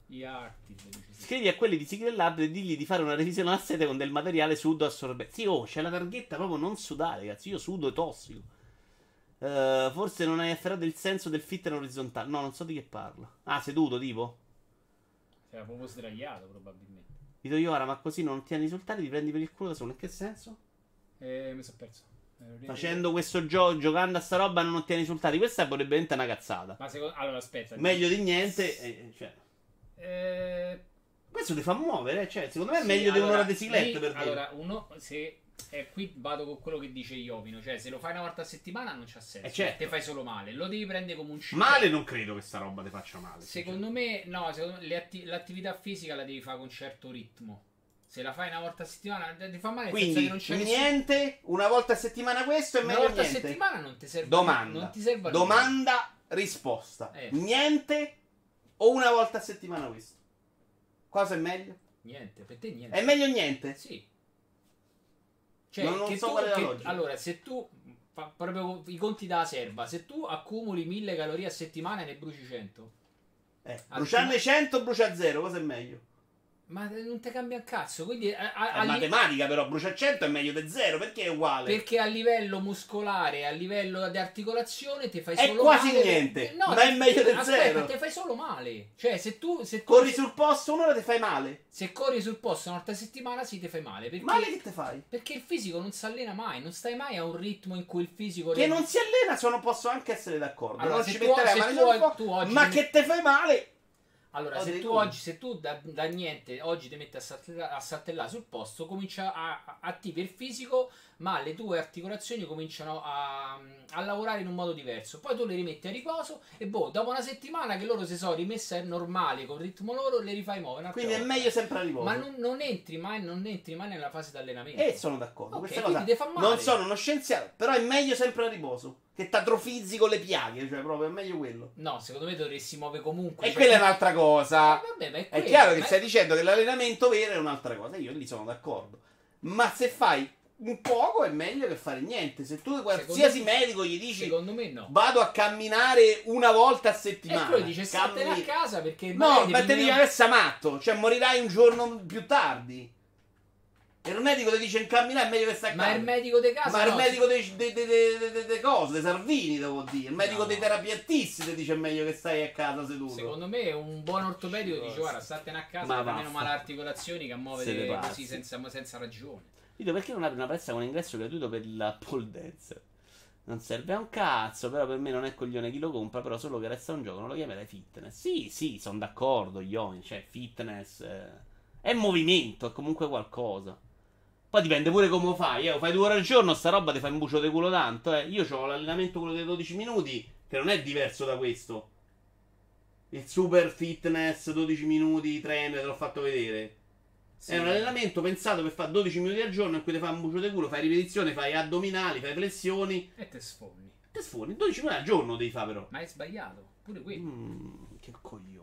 Scrivi a quelli di Secret Lab e digli di fare una revisione alla sede con del materiale sudo assorbente. Sì, c'è la targhetta proprio non sudare, ragazzi. Io sudo e tossico. Forse non hai afferrato il senso del fit in orizzontale. No, non so di che parla. Ah, seduto, tipo? Era proprio sdraiato, probabilmente. Vito Iora, ma così non ti hanno risultati, ti prendi per il culo da solo. In che senso? Mi sono perso. Facendo questo gioco, giocando a sta roba non ottieni risultati. Questa è probabilmente una cazzata. Ma allora aspetta. Meglio di niente. Questo ti fa muovere. Cioè, secondo me è meglio di un'ora di sigletta per dire. Allora, se qui vado con quello che dice Iovino. Cioè, se lo fai una volta a settimana non c'ha senso. Certo. Te fai solo male. Lo devi prendere come un ciclo. Male non credo che sta roba ti faccia male. Secondo me, no. Secondo me l'attività fisica la devi fare con un certo ritmo. Se la fai una volta a settimana ti fa male. Quindi non c'è niente, una volta a settimana questo è meglio niente. Una volta a settimana non ti serve. Domanda. Non ti serve domanda, risposta. Niente o una volta a settimana questo? Cosa è meglio? Niente, per te niente. È meglio niente? Sì. Cioè, non so qual è la logica. Allora, se tu proprio i conti dalla serva, se tu accumuli 1000 calorie a settimana ne bruci 100. Bruciarne 100 brucia 0, cosa è meglio? Ma non ti cambia un cazzo, quindi è matematica, però brucia 100 è meglio di 0, perché è uguale? Perché a livello muscolare, a livello di articolazione ti fai solo male. È quasi male. niente, ma è meglio di 0. Aspetta, ti fai solo male. Cioè, se tu corri sul posto un'ora ti fai male. Se corri sul posto una volta a settimana sì ti fai male. Perché, male che ti fai? Perché il fisico non si allena mai, non stai mai a un ritmo in cui il fisico che non si allena, posso anche essere d'accordo. Allora, non ci metterei male, ma che te fai male? Allora, se tu da niente oggi ti metti a saltellare sul posto, comincia a attivi il fisico, ma le tue articolazioni cominciano a lavorare in un modo diverso. Poi tu le rimetti a riposo e dopo una settimana che loro si sono rimesse normali con il ritmo loro, le rifai muovere. Quindi è meglio sempre a riposo. Ma non entri mai nella fase di allenamento. Sono d'accordo. Okay, questa cosa fa male. Non sono uno scienziato, però è meglio sempre a riposo. Che t'atrofizzi con le piaghe, cioè proprio è meglio quello. No, secondo me dovresti muovere comunque. E quella è un'altra cosa. Vabbè, ma è chiaro che stai dicendo che l'allenamento vero è un'altra cosa. Io lì sono d'accordo. Ma se fai un poco è meglio che fare niente. Se tu qualsiasi medico gli dici secondo me no, vado a camminare una volta a settimana, e poi dice statene a casa perché no, ma te devi essere matto. Cioè morirai un giorno più tardi. E il medico ti dice camminare è meglio che stai a casa. Ma il medico di casa ma il medico dei cose, dei Salvini devo dire. Il medico dei terapiattisti ti dice è meglio che stai a casa seduto. Secondo me un buon ortopedico dice guarda statene a casa, ma meno male articolazioni che a muovere così senza ragione. Vito, perché non apri una palestra con ingresso gratuito per la pole dance? Non serve a un cazzo, però per me non è coglione chi lo compra, però solo che resta un gioco, non lo chiamerai fitness. Sì, sono d'accordo, cioè fitness è movimento, è comunque qualcosa. Poi dipende pure come lo fai, Fai 2 ore al giorno, sta roba ti fa un bucio di culo tanto, Io ho l'allenamento quello dei 12 minuti, che non è diverso da questo. Il super fitness 12 minuti, trainer, te l'ho fatto vedere. Sì. È un allenamento pensato per fare 12 minuti al giorno in cui ti fa un bucio di culo, fai ripetizioni, fai addominali, fai flessioni. E te sfondi. 12 minuti al giorno devi fare però. Ma è sbagliato, pure quello. Che coglioni.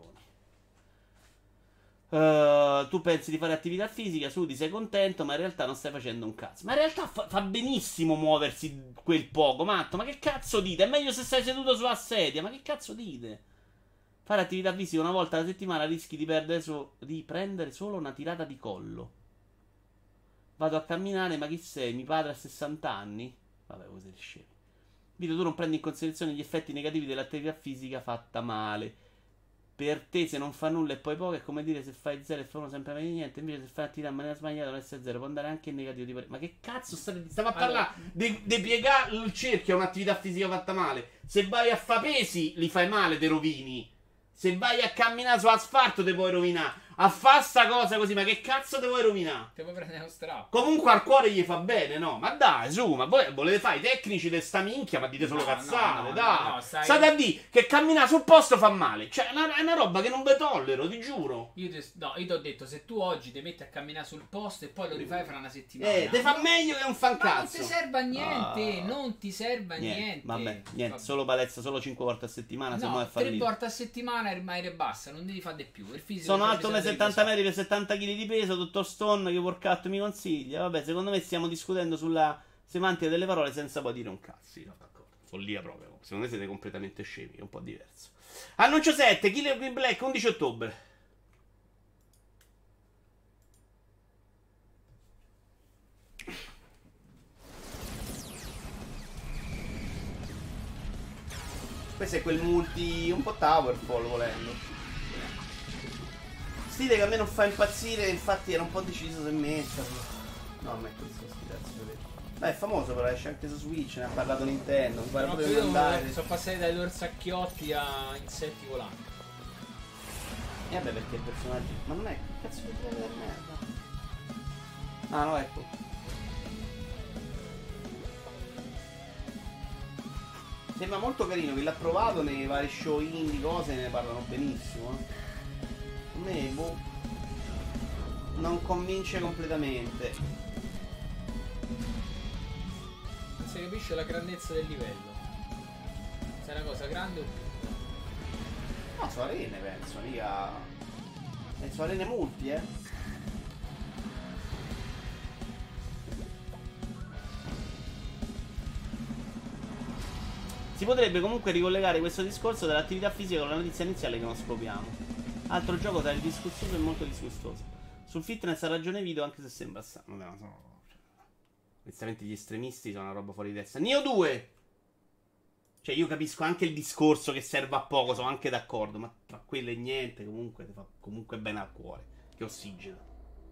Tu pensi di fare attività fisica, sudi, sei contento, ma in realtà non stai facendo un cazzo. Ma in realtà fa benissimo muoversi quel poco, matto. Ma che cazzo dite? È meglio se stai seduto sulla sedia. Ma che cazzo dite? Fare attività fisica una volta alla settimana rischi di prendere solo una tirata di collo. Vado a camminare, ma chi sei? Mio padre ha 60 anni? Vabbè, voi siete scemi. Vito, tu non prendi in considerazione gli effetti negativi dell'attività fisica fatta male. Per te se non fa nulla e poi poco è come dire se fai 0 e fa 1 sempre meglio di niente. Invece se fai attività in maniera sbagliata non essere 0, può andare anche in negativo. Ma che cazzo stiamo a parlare di piegare il cerchio a un'attività fisica fatta male? Se vai a fa pesi li fai male, te rovini. Se vai a camminare su asfalto te puoi rovinare. a fa sta cosa così, ma che cazzo te vuoi rovinare? Te vuoi prendere uno strappo. Comunque al cuore gli fa bene, no? Ma dai, su, ma voi volete fare i tecnici di sta minchia, ma dite solo cazzate, dai. No, state a dire che camminare sul posto fa male. Cioè, è una roba che non ve tollero, ti giuro. Io ti ho detto, se tu oggi ti metti a camminare sul posto e poi lo rifai fra una settimana. Te fa meglio che un fancazzo. Non ti serve a niente, non ti serve a niente. Vabbè, niente, solo palestra, solo 5 volte a settimana, se no è fallito. 3 volte a settimana e basta, non devi fare di più. Sono alto 1,70 metri per 70 kg di peso, dottor Stone, che workout mi consiglia? Vabbè, secondo me stiamo discutendo sulla semantica delle parole senza poi dire un cazzo. Sì, no, d'accordo. Follia proprio. Secondo me siete completamente scemi, è un po' diverso. Annuncio 7, Killer Queen Black, 11 ottobre. Questo è quel multi un po' Towerfall volendo. Stile che a me non fa impazzire, infatti era un po' deciso se metterlo. No, metto questo stile. Beh, è famoso però, esce anche su Switch, ne ha parlato Nintendo. Mi pare proprio di andare. Sono passati dai dorsacchiotti a insetti volanti. E vabbè, perché il personaggio. Ma non è. Che cazzo di trailer di merda? Ah no, ecco. Sembra molto carino, chi l'ha provato nei vari show indie, cose, ne parlano benissimo. A me, boh, non convince completamente. Non si capisce la grandezza del livello. Se è una cosa grande o piccola? No, sono arene, penso, mica. Penso arene multi, Si potrebbe comunque ricollegare questo discorso dell'attività fisica con la notizia iniziale che non scopriamo. Altro gioco tra il disgustoso e molto disgustoso. Sul fitness ha ragione Vito, anche se sembra strano. No, onestamente gli estremisti sono una roba fuori di testa. Nioh 2! Cioè io capisco anche il discorso che serve a poco, sono anche d'accordo, ma tra quello e niente comunque ti fa comunque bene al cuore. Che ossigena.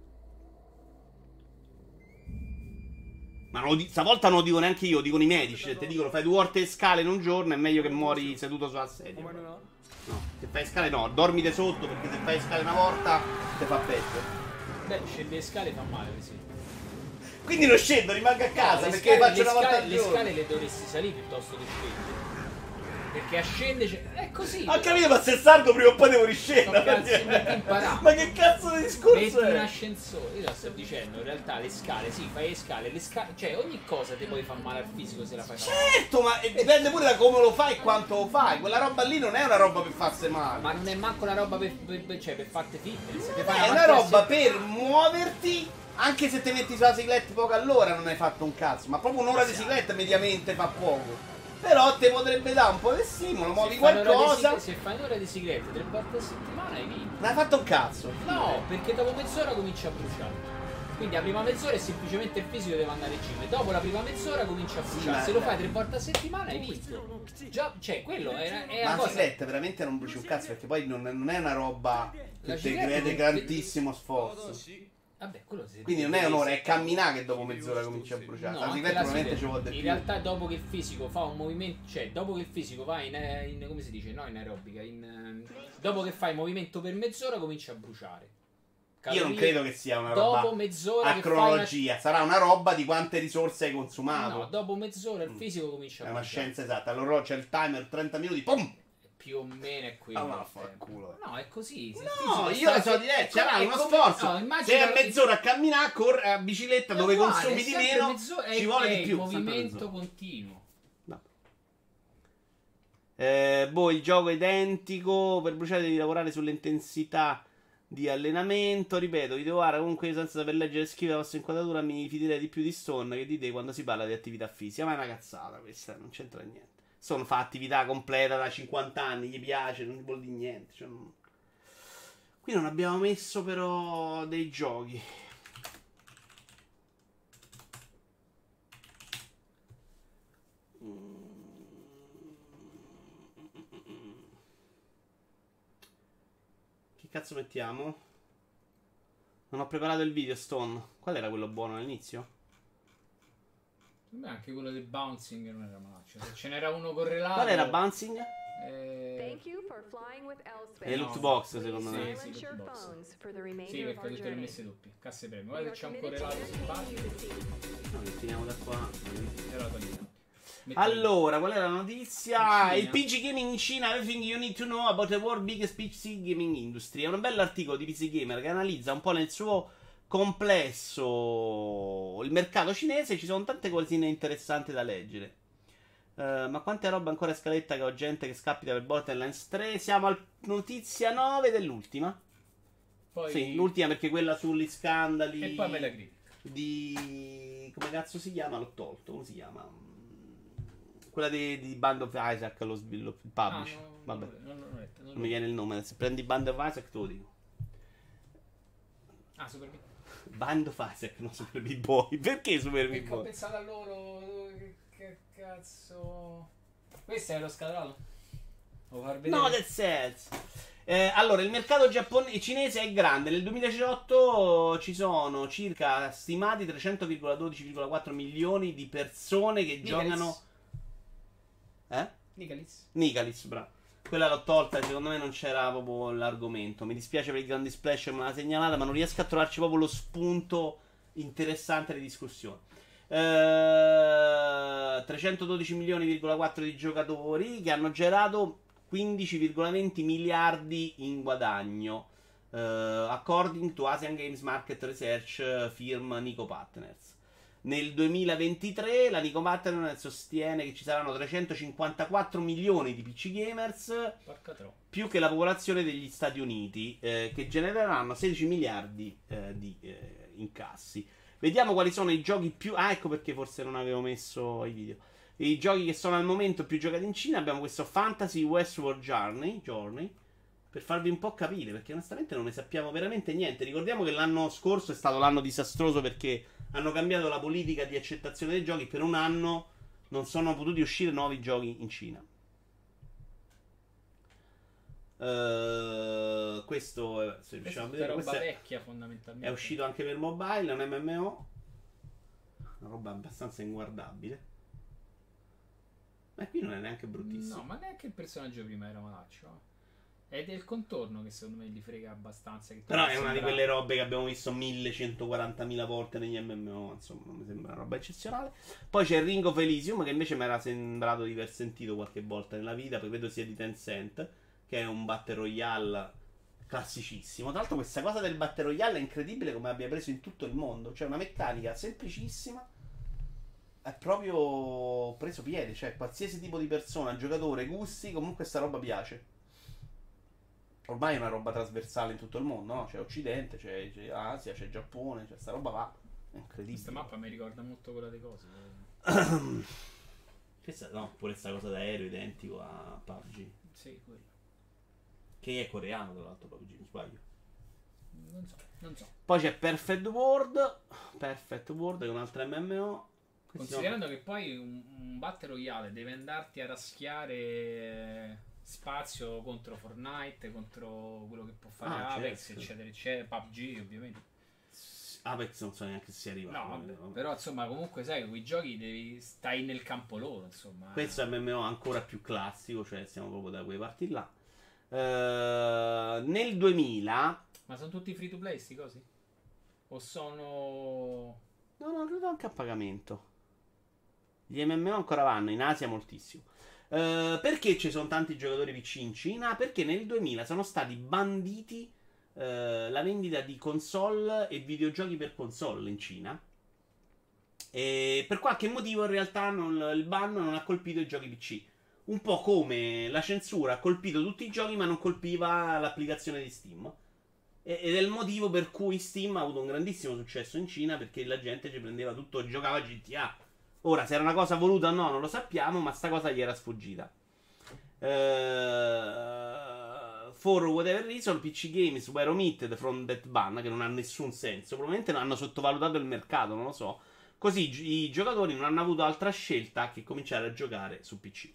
Ma stavolta non lo dico neanche io, lo dicono i medici. Se ti dicono fai 2 volte scale in un giorno è meglio che muori seduto sulla sedia. No, se fai scale no, dormite sotto perché se fai scale una volta ti fa peggio. Beh, scendere le scale fa male, sì. Quindi non scendo, rimango a casa perché faccio una volta al giorno. Le scale le dovresti salire piuttosto che scendere. Perché a scendere è così. Ho capito, ma se salgo prima o poi devo riscendere. Ma che cazzo di discorso metti un ascensore. Io lo sto dicendo, in realtà le scale, sì, fai le scale, cioè ogni cosa ti puoi far male al fisico se la fai male. Certo, ma dipende pure da come lo fai e quanto lo fai. Quella roba lì non è una roba per farsi male. Ma non è manco una roba per farti fitness. È una roba per muoverti. Anche se ti metti sulla cicletta poco all'ora non hai fatto un cazzo. Ma proprio un'ora di cicletta mediamente fa poco. Però te potrebbe dare un po' di stimolo, muovi qualcosa. Se fai un'ora di sigaretta 3 volte a settimana hai vinto. Non hai fatto un cazzo. No, perché dopo mezz'ora comincia a bruciare. Quindi la prima mezz'ora è semplicemente il fisico deve andare in gym. E dopo la prima mezz'ora comincia a bruciare. Se lo fai 3 volte a settimana hai vinto. Già, cioè, quello è ma la cicletta veramente non bruci un cazzo, perché poi non è una roba che ti crede grandissimo sforzo. Vabbè, quindi non è un'ora, è camminare che dopo mezz'ora comincia a bruciare. No, la cicletta probabilmente ci vuole di più. In realtà dopo che il fisico fa un movimento, cioè dopo che il fisico va in come si dice, no in aerobica, dopo che fai movimento per mezz'ora comincia a bruciare. Io non credo che sia una roba dopo mezz'ora a cronologia, sarà una roba di quante risorse hai consumato. No, dopo mezz'ora il fisico comincia a bruciare. È una scienza esatta, allora c'è il timer 30 minuti, pum! Più o meno è quello. Ah, culo. No, è così. No, io la so diretta. C'era uno sforzo. No, se è mezz'ora a camminare, a bicicletta dove consumi di meno, ci vuole di più. È il movimento continuo. No. Il gioco è identico. Per bruciare devi lavorare sull'intensità di allenamento. Ripeto, Videoara, comunque senza saper leggere e scrivere la vostra inquadratura mi fiderei di più di Stone che di te quando si parla di attività fisica. Ma è una cazzata questa, non c'entra niente. Stone fa attività completa da 50 anni, gli piace, non vuol dire niente. Cioè, qui non abbiamo messo però dei giochi. Che cazzo mettiamo? Non ho preparato il video, Stone. Qual era quello buono all'inizio? Beh, anche quello del bouncing non era malaccio. Se ce n'era uno correlato. Qual era bouncing? E loot box, secondo me. Sì, loot box. Sì, perché tutte le messe doppie. Casse premio. Guarda che c'è un correlato simpatico. No, che finiamo da qua. E allora togliamo. Allora, qual è la notizia? Il PC Gaming in Cina, everything you need to know about the world biggest PC gaming industry. È un bell'articolo di PC Gamer che analizza un po' nel suo complesso il mercato cinese. Ci sono tante cosine interessanti da leggere. Ma quante roba ancora in scaletta, che ho gente che scappita per Borderlands 3. Siamo al notizia 9 dell'ultima. Poi... Sì, l'ultima perché quella sugli scandali. E poi Metacritic. Come cazzo si chiama? L'ho tolto. Come si chiama? Quella di Band of Isaac, lo sviluppo, il publish. Vabbè. Non mi viene il nome. Se prendi Band of Isaac te lo dico. Super Meat. Band of Isaac, non Super Meat Boy. Perché Super Meat Perché Boy? ho pensato a loro. Che cazzo. Questo è lo scalato? Lo far vedere? No, that sense. Allora, il mercato cinese è grande. Nel 2018 ci sono circa stimati 300,12,4 milioni di persone che giocano. Nicalis, bravo. Quella l'ho tolta, secondo me non c'era proprio l'argomento. Mi dispiace per il grande splash, me l'ha segnalata, ma non riesco a trovarci proprio lo spunto interessante di discussione. 312,4 di giocatori che hanno gerato 15,20 miliardi in guadagno, according to Asian Games Market Research firm Nico Partners. Nel 2023 la Nico Partners sostiene che ci saranno 354 milioni di PC gamers, più che la popolazione degli Stati Uniti, che genereranno 16 miliardi di incassi. Vediamo quali sono i giochi più... ecco perché forse non avevo messo i video. I giochi che sono al momento più giocati in Cina. Abbiamo questo Fantasy Westward Journey, per farvi un po' capire, perché onestamente non ne sappiamo veramente niente. Ricordiamo che l'anno scorso è stato l'anno disastroso perché hanno cambiato la politica di accettazione dei giochi. Per un anno non sono potuti uscire nuovi giochi in Cina. Questo è, se riusciamo a vedere, roba vecchia fondamentalmente. È uscito anche per mobile, è un MMO. Una roba abbastanza inguardabile. Ma qui non è neanche bruttissimo. No, ma neanche il personaggio prima era malaccio. Ed è il contorno che secondo me gli frega abbastanza. Che però è una di quelle robe che abbiamo visto 1140.000 volte negli MMO. Insomma, non mi sembra una roba eccezionale. Poi c'è Ring of Elysium, che invece mi era sembrato di aver sentito qualche volta nella vita, perché credo sia di Tencent, che è un Battle Royale classicissimo. Tra l'altro questa cosa del Battle Royale è incredibile come abbia preso in tutto il mondo. Cioè una meccanica semplicissima, è proprio preso piede. Cioè qualsiasi tipo di persona, giocatore, gusti, comunque sta roba piace. Ormai è una roba trasversale in tutto il mondo, no? C'è Occidente, c'è Asia, c'è Giappone, c'è sta roba va. È incredibile. Questa mappa mi ricorda molto quella delle cose. Questa, no, pure sta cosa d'aereo identico a PUBG. Sì, quello. Che è coreano, tra l'altro, PUBG, non sbaglio. Non so. Poi c'è Perfect World, che è un altro MMO. Considerando che poi un Battle Royale deve andarti a raschiare spazio contro Fortnite, contro quello che può fare Apex, certo, eccetera, eccetera, PUBG ovviamente. Apex non so neanche se si arriva. No, vabbè. Però insomma comunque sai, quei giochi stai nel campo loro, insomma. Questo è MMO ancora più classico, cioè siamo proprio da quei parti là. Nel 2000... Ma sono tutti free to play sti cosi? O sono... No, credo anche a pagamento. Gli MMO ancora vanno, in Asia moltissimo. Perché ci sono tanti giocatori PC in Cina? Perché nel 2000 sono stati banditi la vendita di console e videogiochi per console in Cina. E per qualche motivo in realtà il ban non ha colpito i giochi PC. Un po' come la censura ha colpito tutti i giochi ma non colpiva l'applicazione di Steam. Ed è il motivo per cui Steam ha avuto un grandissimo successo in Cina, perché la gente ci prendeva tutto, giocava GTA. Ora, se era una cosa voluta o no, non lo sappiamo, ma sta cosa gli era sfuggita. For whatever reason, PC Games were omitted from that ban, che non ha nessun senso. Probabilmente hanno sottovalutato il mercato, non lo so. Così i giocatori non hanno avuto altra scelta che cominciare a giocare su PC.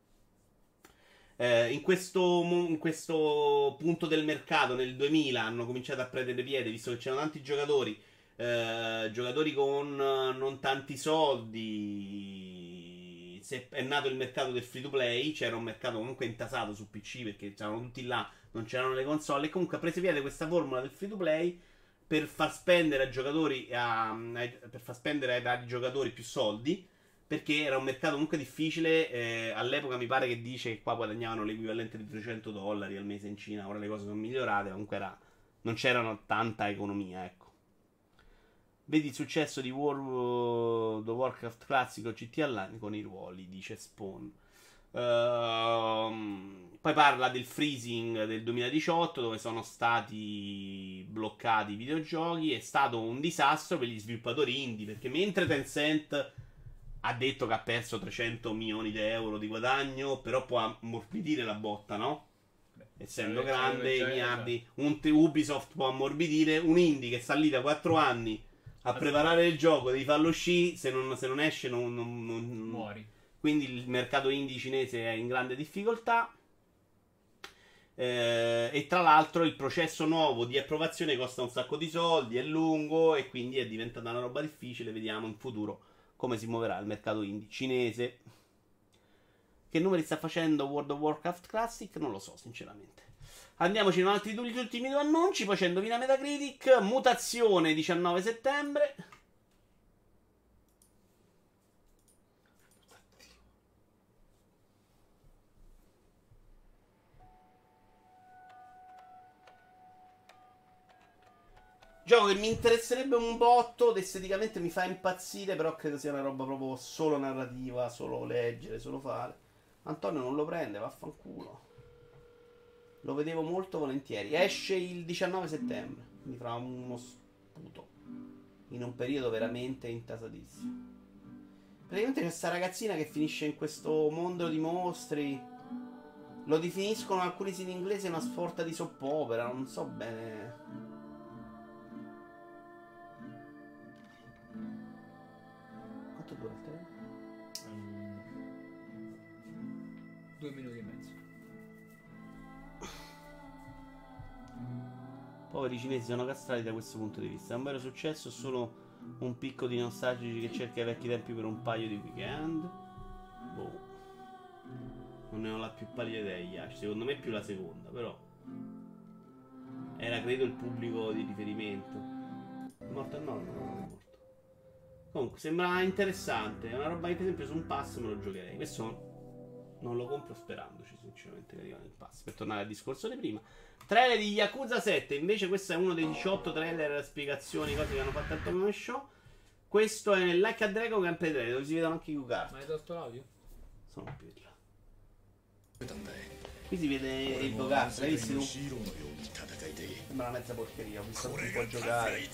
In questo punto del mercato, nel 2000, hanno cominciato a prendere piede, visto che c'erano tanti giocatori. Giocatori con non tanti soldi, è nato il mercato del free to play, c'era un mercato comunque intasato su PC perché c'erano tutti là, non c'erano le console, e comunque ha preso piede questa formula del free to play per far spendere ai giocatori per far spendere ai vari giocatori più soldi, perché era un mercato comunque difficile. All'epoca mi pare che dice che qua guadagnavano l'equivalente di $300 al mese in Cina. Ora le cose sono migliorate, comunque non c'erano tanta economia, ecco. Vedi il successo di World of Warcraft classico GT Online con i ruoli, dice Spawn. Poi parla del freezing del 2018, dove sono stati bloccati i videogiochi. È stato un disastro per gli sviluppatori indie, perché mentre Tencent ha detto che ha perso 300 milioni di euro di guadagno, però può ammorbidire la botta, no? Essendo grande, i miliardi. Ubisoft può ammorbidire. Un indie che sta lì da 4 anni a preparare il gioco, devi farlo uscire, se non esce non muori. Quindi il mercato indie cinese è in grande difficoltà. E tra l'altro il processo nuovo di approvazione costa un sacco di soldi, è lungo e quindi è diventata una roba difficile. Vediamo in futuro come si muoverà il mercato indie cinese. Che numeri sta facendo World of Warcraft Classic? Non lo so, sinceramente. Andiamoci in altri gli ultimi 2 annunci. Poi c'è Indovina Metacritic. Mutazione 19 settembre. Gioco che mi interesserebbe un botto, ed esteticamente mi fa impazzire, però credo sia una roba proprio solo narrativa, solo leggere, solo fare. Antonio non lo prende, vaffanculo. Lo vedevo molto volentieri. Esce il 19 settembre, quindi fra uno sputo, in un periodo veramente intasatissimo. Praticamente c'è questa ragazzina che finisce in questo mondo di mostri. Lo definiscono alcuni siti inglesi una sorta di soap opera, non so bene. Quanto dura il tempo? 2 minuti e mezzo. Poveri cinesi sono castrati da questo punto di vista. È un vero successo, solo un picco di nostalgici che cerca i vecchi tempi per un paio di weekend. Boh. Non ne ho la più pallida idea. Secondo me è più la seconda, però era credo il pubblico di riferimento. È morto il nonno? Non è morto. Comunque sembra interessante. È una roba che per esempio su un pass me lo giocherei. Questo non lo compro sperandoci sinceramente che arriva nel pass. Per tornare al discorso di prima, trailer di Yakuza 7. Invece questo è uno dei 18 trailer, spiegazioni, cose che hanno fatto al Tokyo Show. Questo è Like a Dragon Gameplay Trailer, dove si vedono anche i Q-Card. Ma hai tolto l'audio? Sono un pirla. Qui si vede il Q-Card, l'hai visto tu? Sembra una mezza porcheria, ho visto un po' giocare.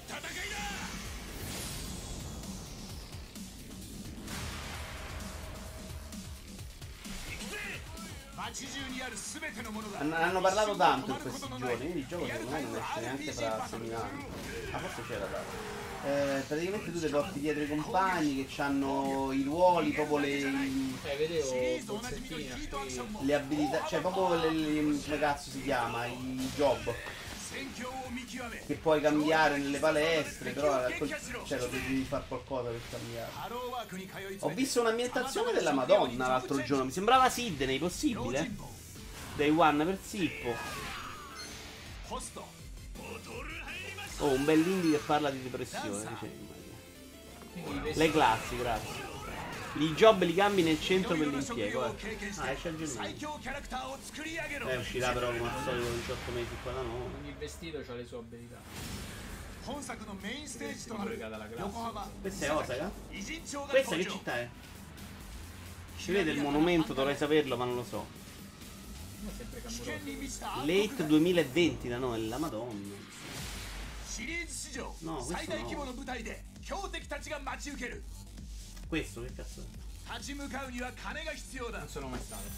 Hanno parlato tanto in questi giorni, quindi il gioco secondo me non esce neanche fra 6 anni. Ah, forse c'era dato. Praticamente tu ti porti dietro i compagni che hanno i ruoli, proprio vedevo le abilità, cioè proprio come cazzo si chiama, i job che puoi cambiare nelle palestre, però cioè, lo devi fare qualcosa per cambiare. Ho visto un'ambientazione della Madonna l'altro giorno, mi sembrava Sydney, possibile? Day One per Zippo. Oh, un bel indie che parla di depressione, dice. Le classi, grazie. I job li cambi nel centro per l'impiego. Ah, esce a gennaio. Uscirà però come al solito 18 mesi qua da noi. Ogni vestito ha le sue abilità. Questa è Osaka? Questa che città è? Si vede il monumento, dovrei saperlo ma non lo so. Late 2020 da noi, la Madonna. No, questo no. Questo che cazzo è? Non sono mai stato.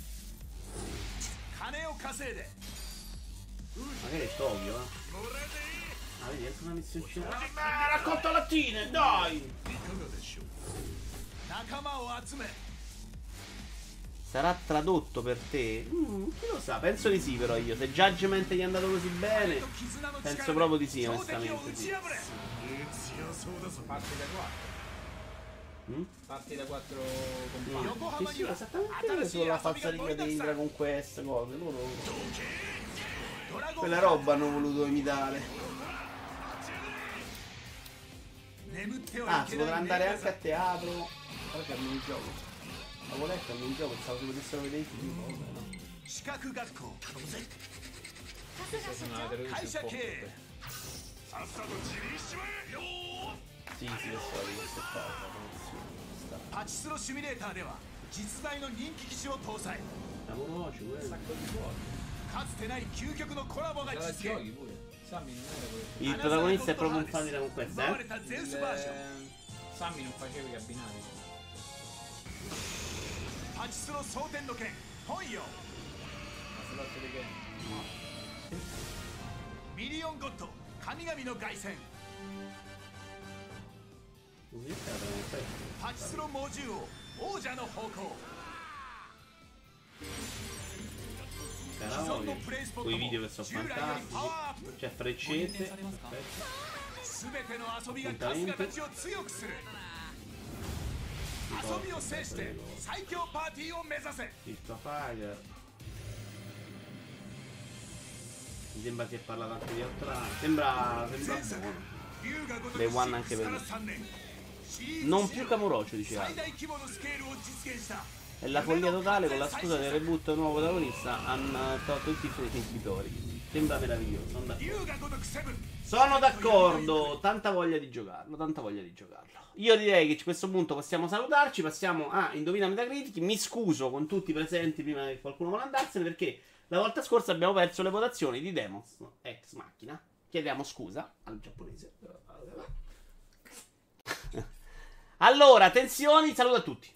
Magari è Tokyo, Ah, vedi, è una missione cinese. Raccolta lattine, dai! Sarà tradotto per te? Chi lo sa, penso di sì però io. Se Judgment gli è andato così bene, penso proprio di sì, onestamente sì. Parte da 4. Parti da 4 compagni. Sì, esattamente sulla falsariga di Dragon Quest, cose. Loro... Quella roba hanno voluto imitare. Ah, si potrà andare anche a teatro. Guarda che il gioco. Avevo letto il gioco, pensavo si potessero vedere i film. Questa sono la televisione un po'. Sì, adesso la vedo queste cose. パチスロシミュレーターでは実在の人気機種を搭載 かつてない究極のコラボが実現 Il protagonista è proprio un fan di Dragon Quest, 奪われたゼウスバージョン Sammy non faceva gli abbinati パチスロ蒼天の剣本よ ミリオンゴッド神々の凱旋 パチスロ猛獣王王者の方向 Quei video che sono fantastici. C'è freccette. 全ての遊びが春日たちを強くする遊びを制して最強パーティーを目指せ Il tuo Fire. Mi sembra si è parlato anche di Outrun. Sembra buono. Le One anche per me. Non più Kamurocho, diceva. È la follia totale, con la scusa del reboot nuovo protagonista hanno tolto tutti i suoi inhibitori. Sembra meraviglioso, sono d'accordo. Tanta voglia di giocarlo, tanta voglia di giocarlo. Io direi che a questo punto possiamo salutarci. Passiamo a Indovina Metacritic. Mi scuso con tutti i presenti prima che qualcuno vuole andarsene, perché la volta scorsa abbiamo perso le votazioni di Demos Ex Machina. Chiediamo scusa al giapponese. Allora, attenzioni, saluto a tutti.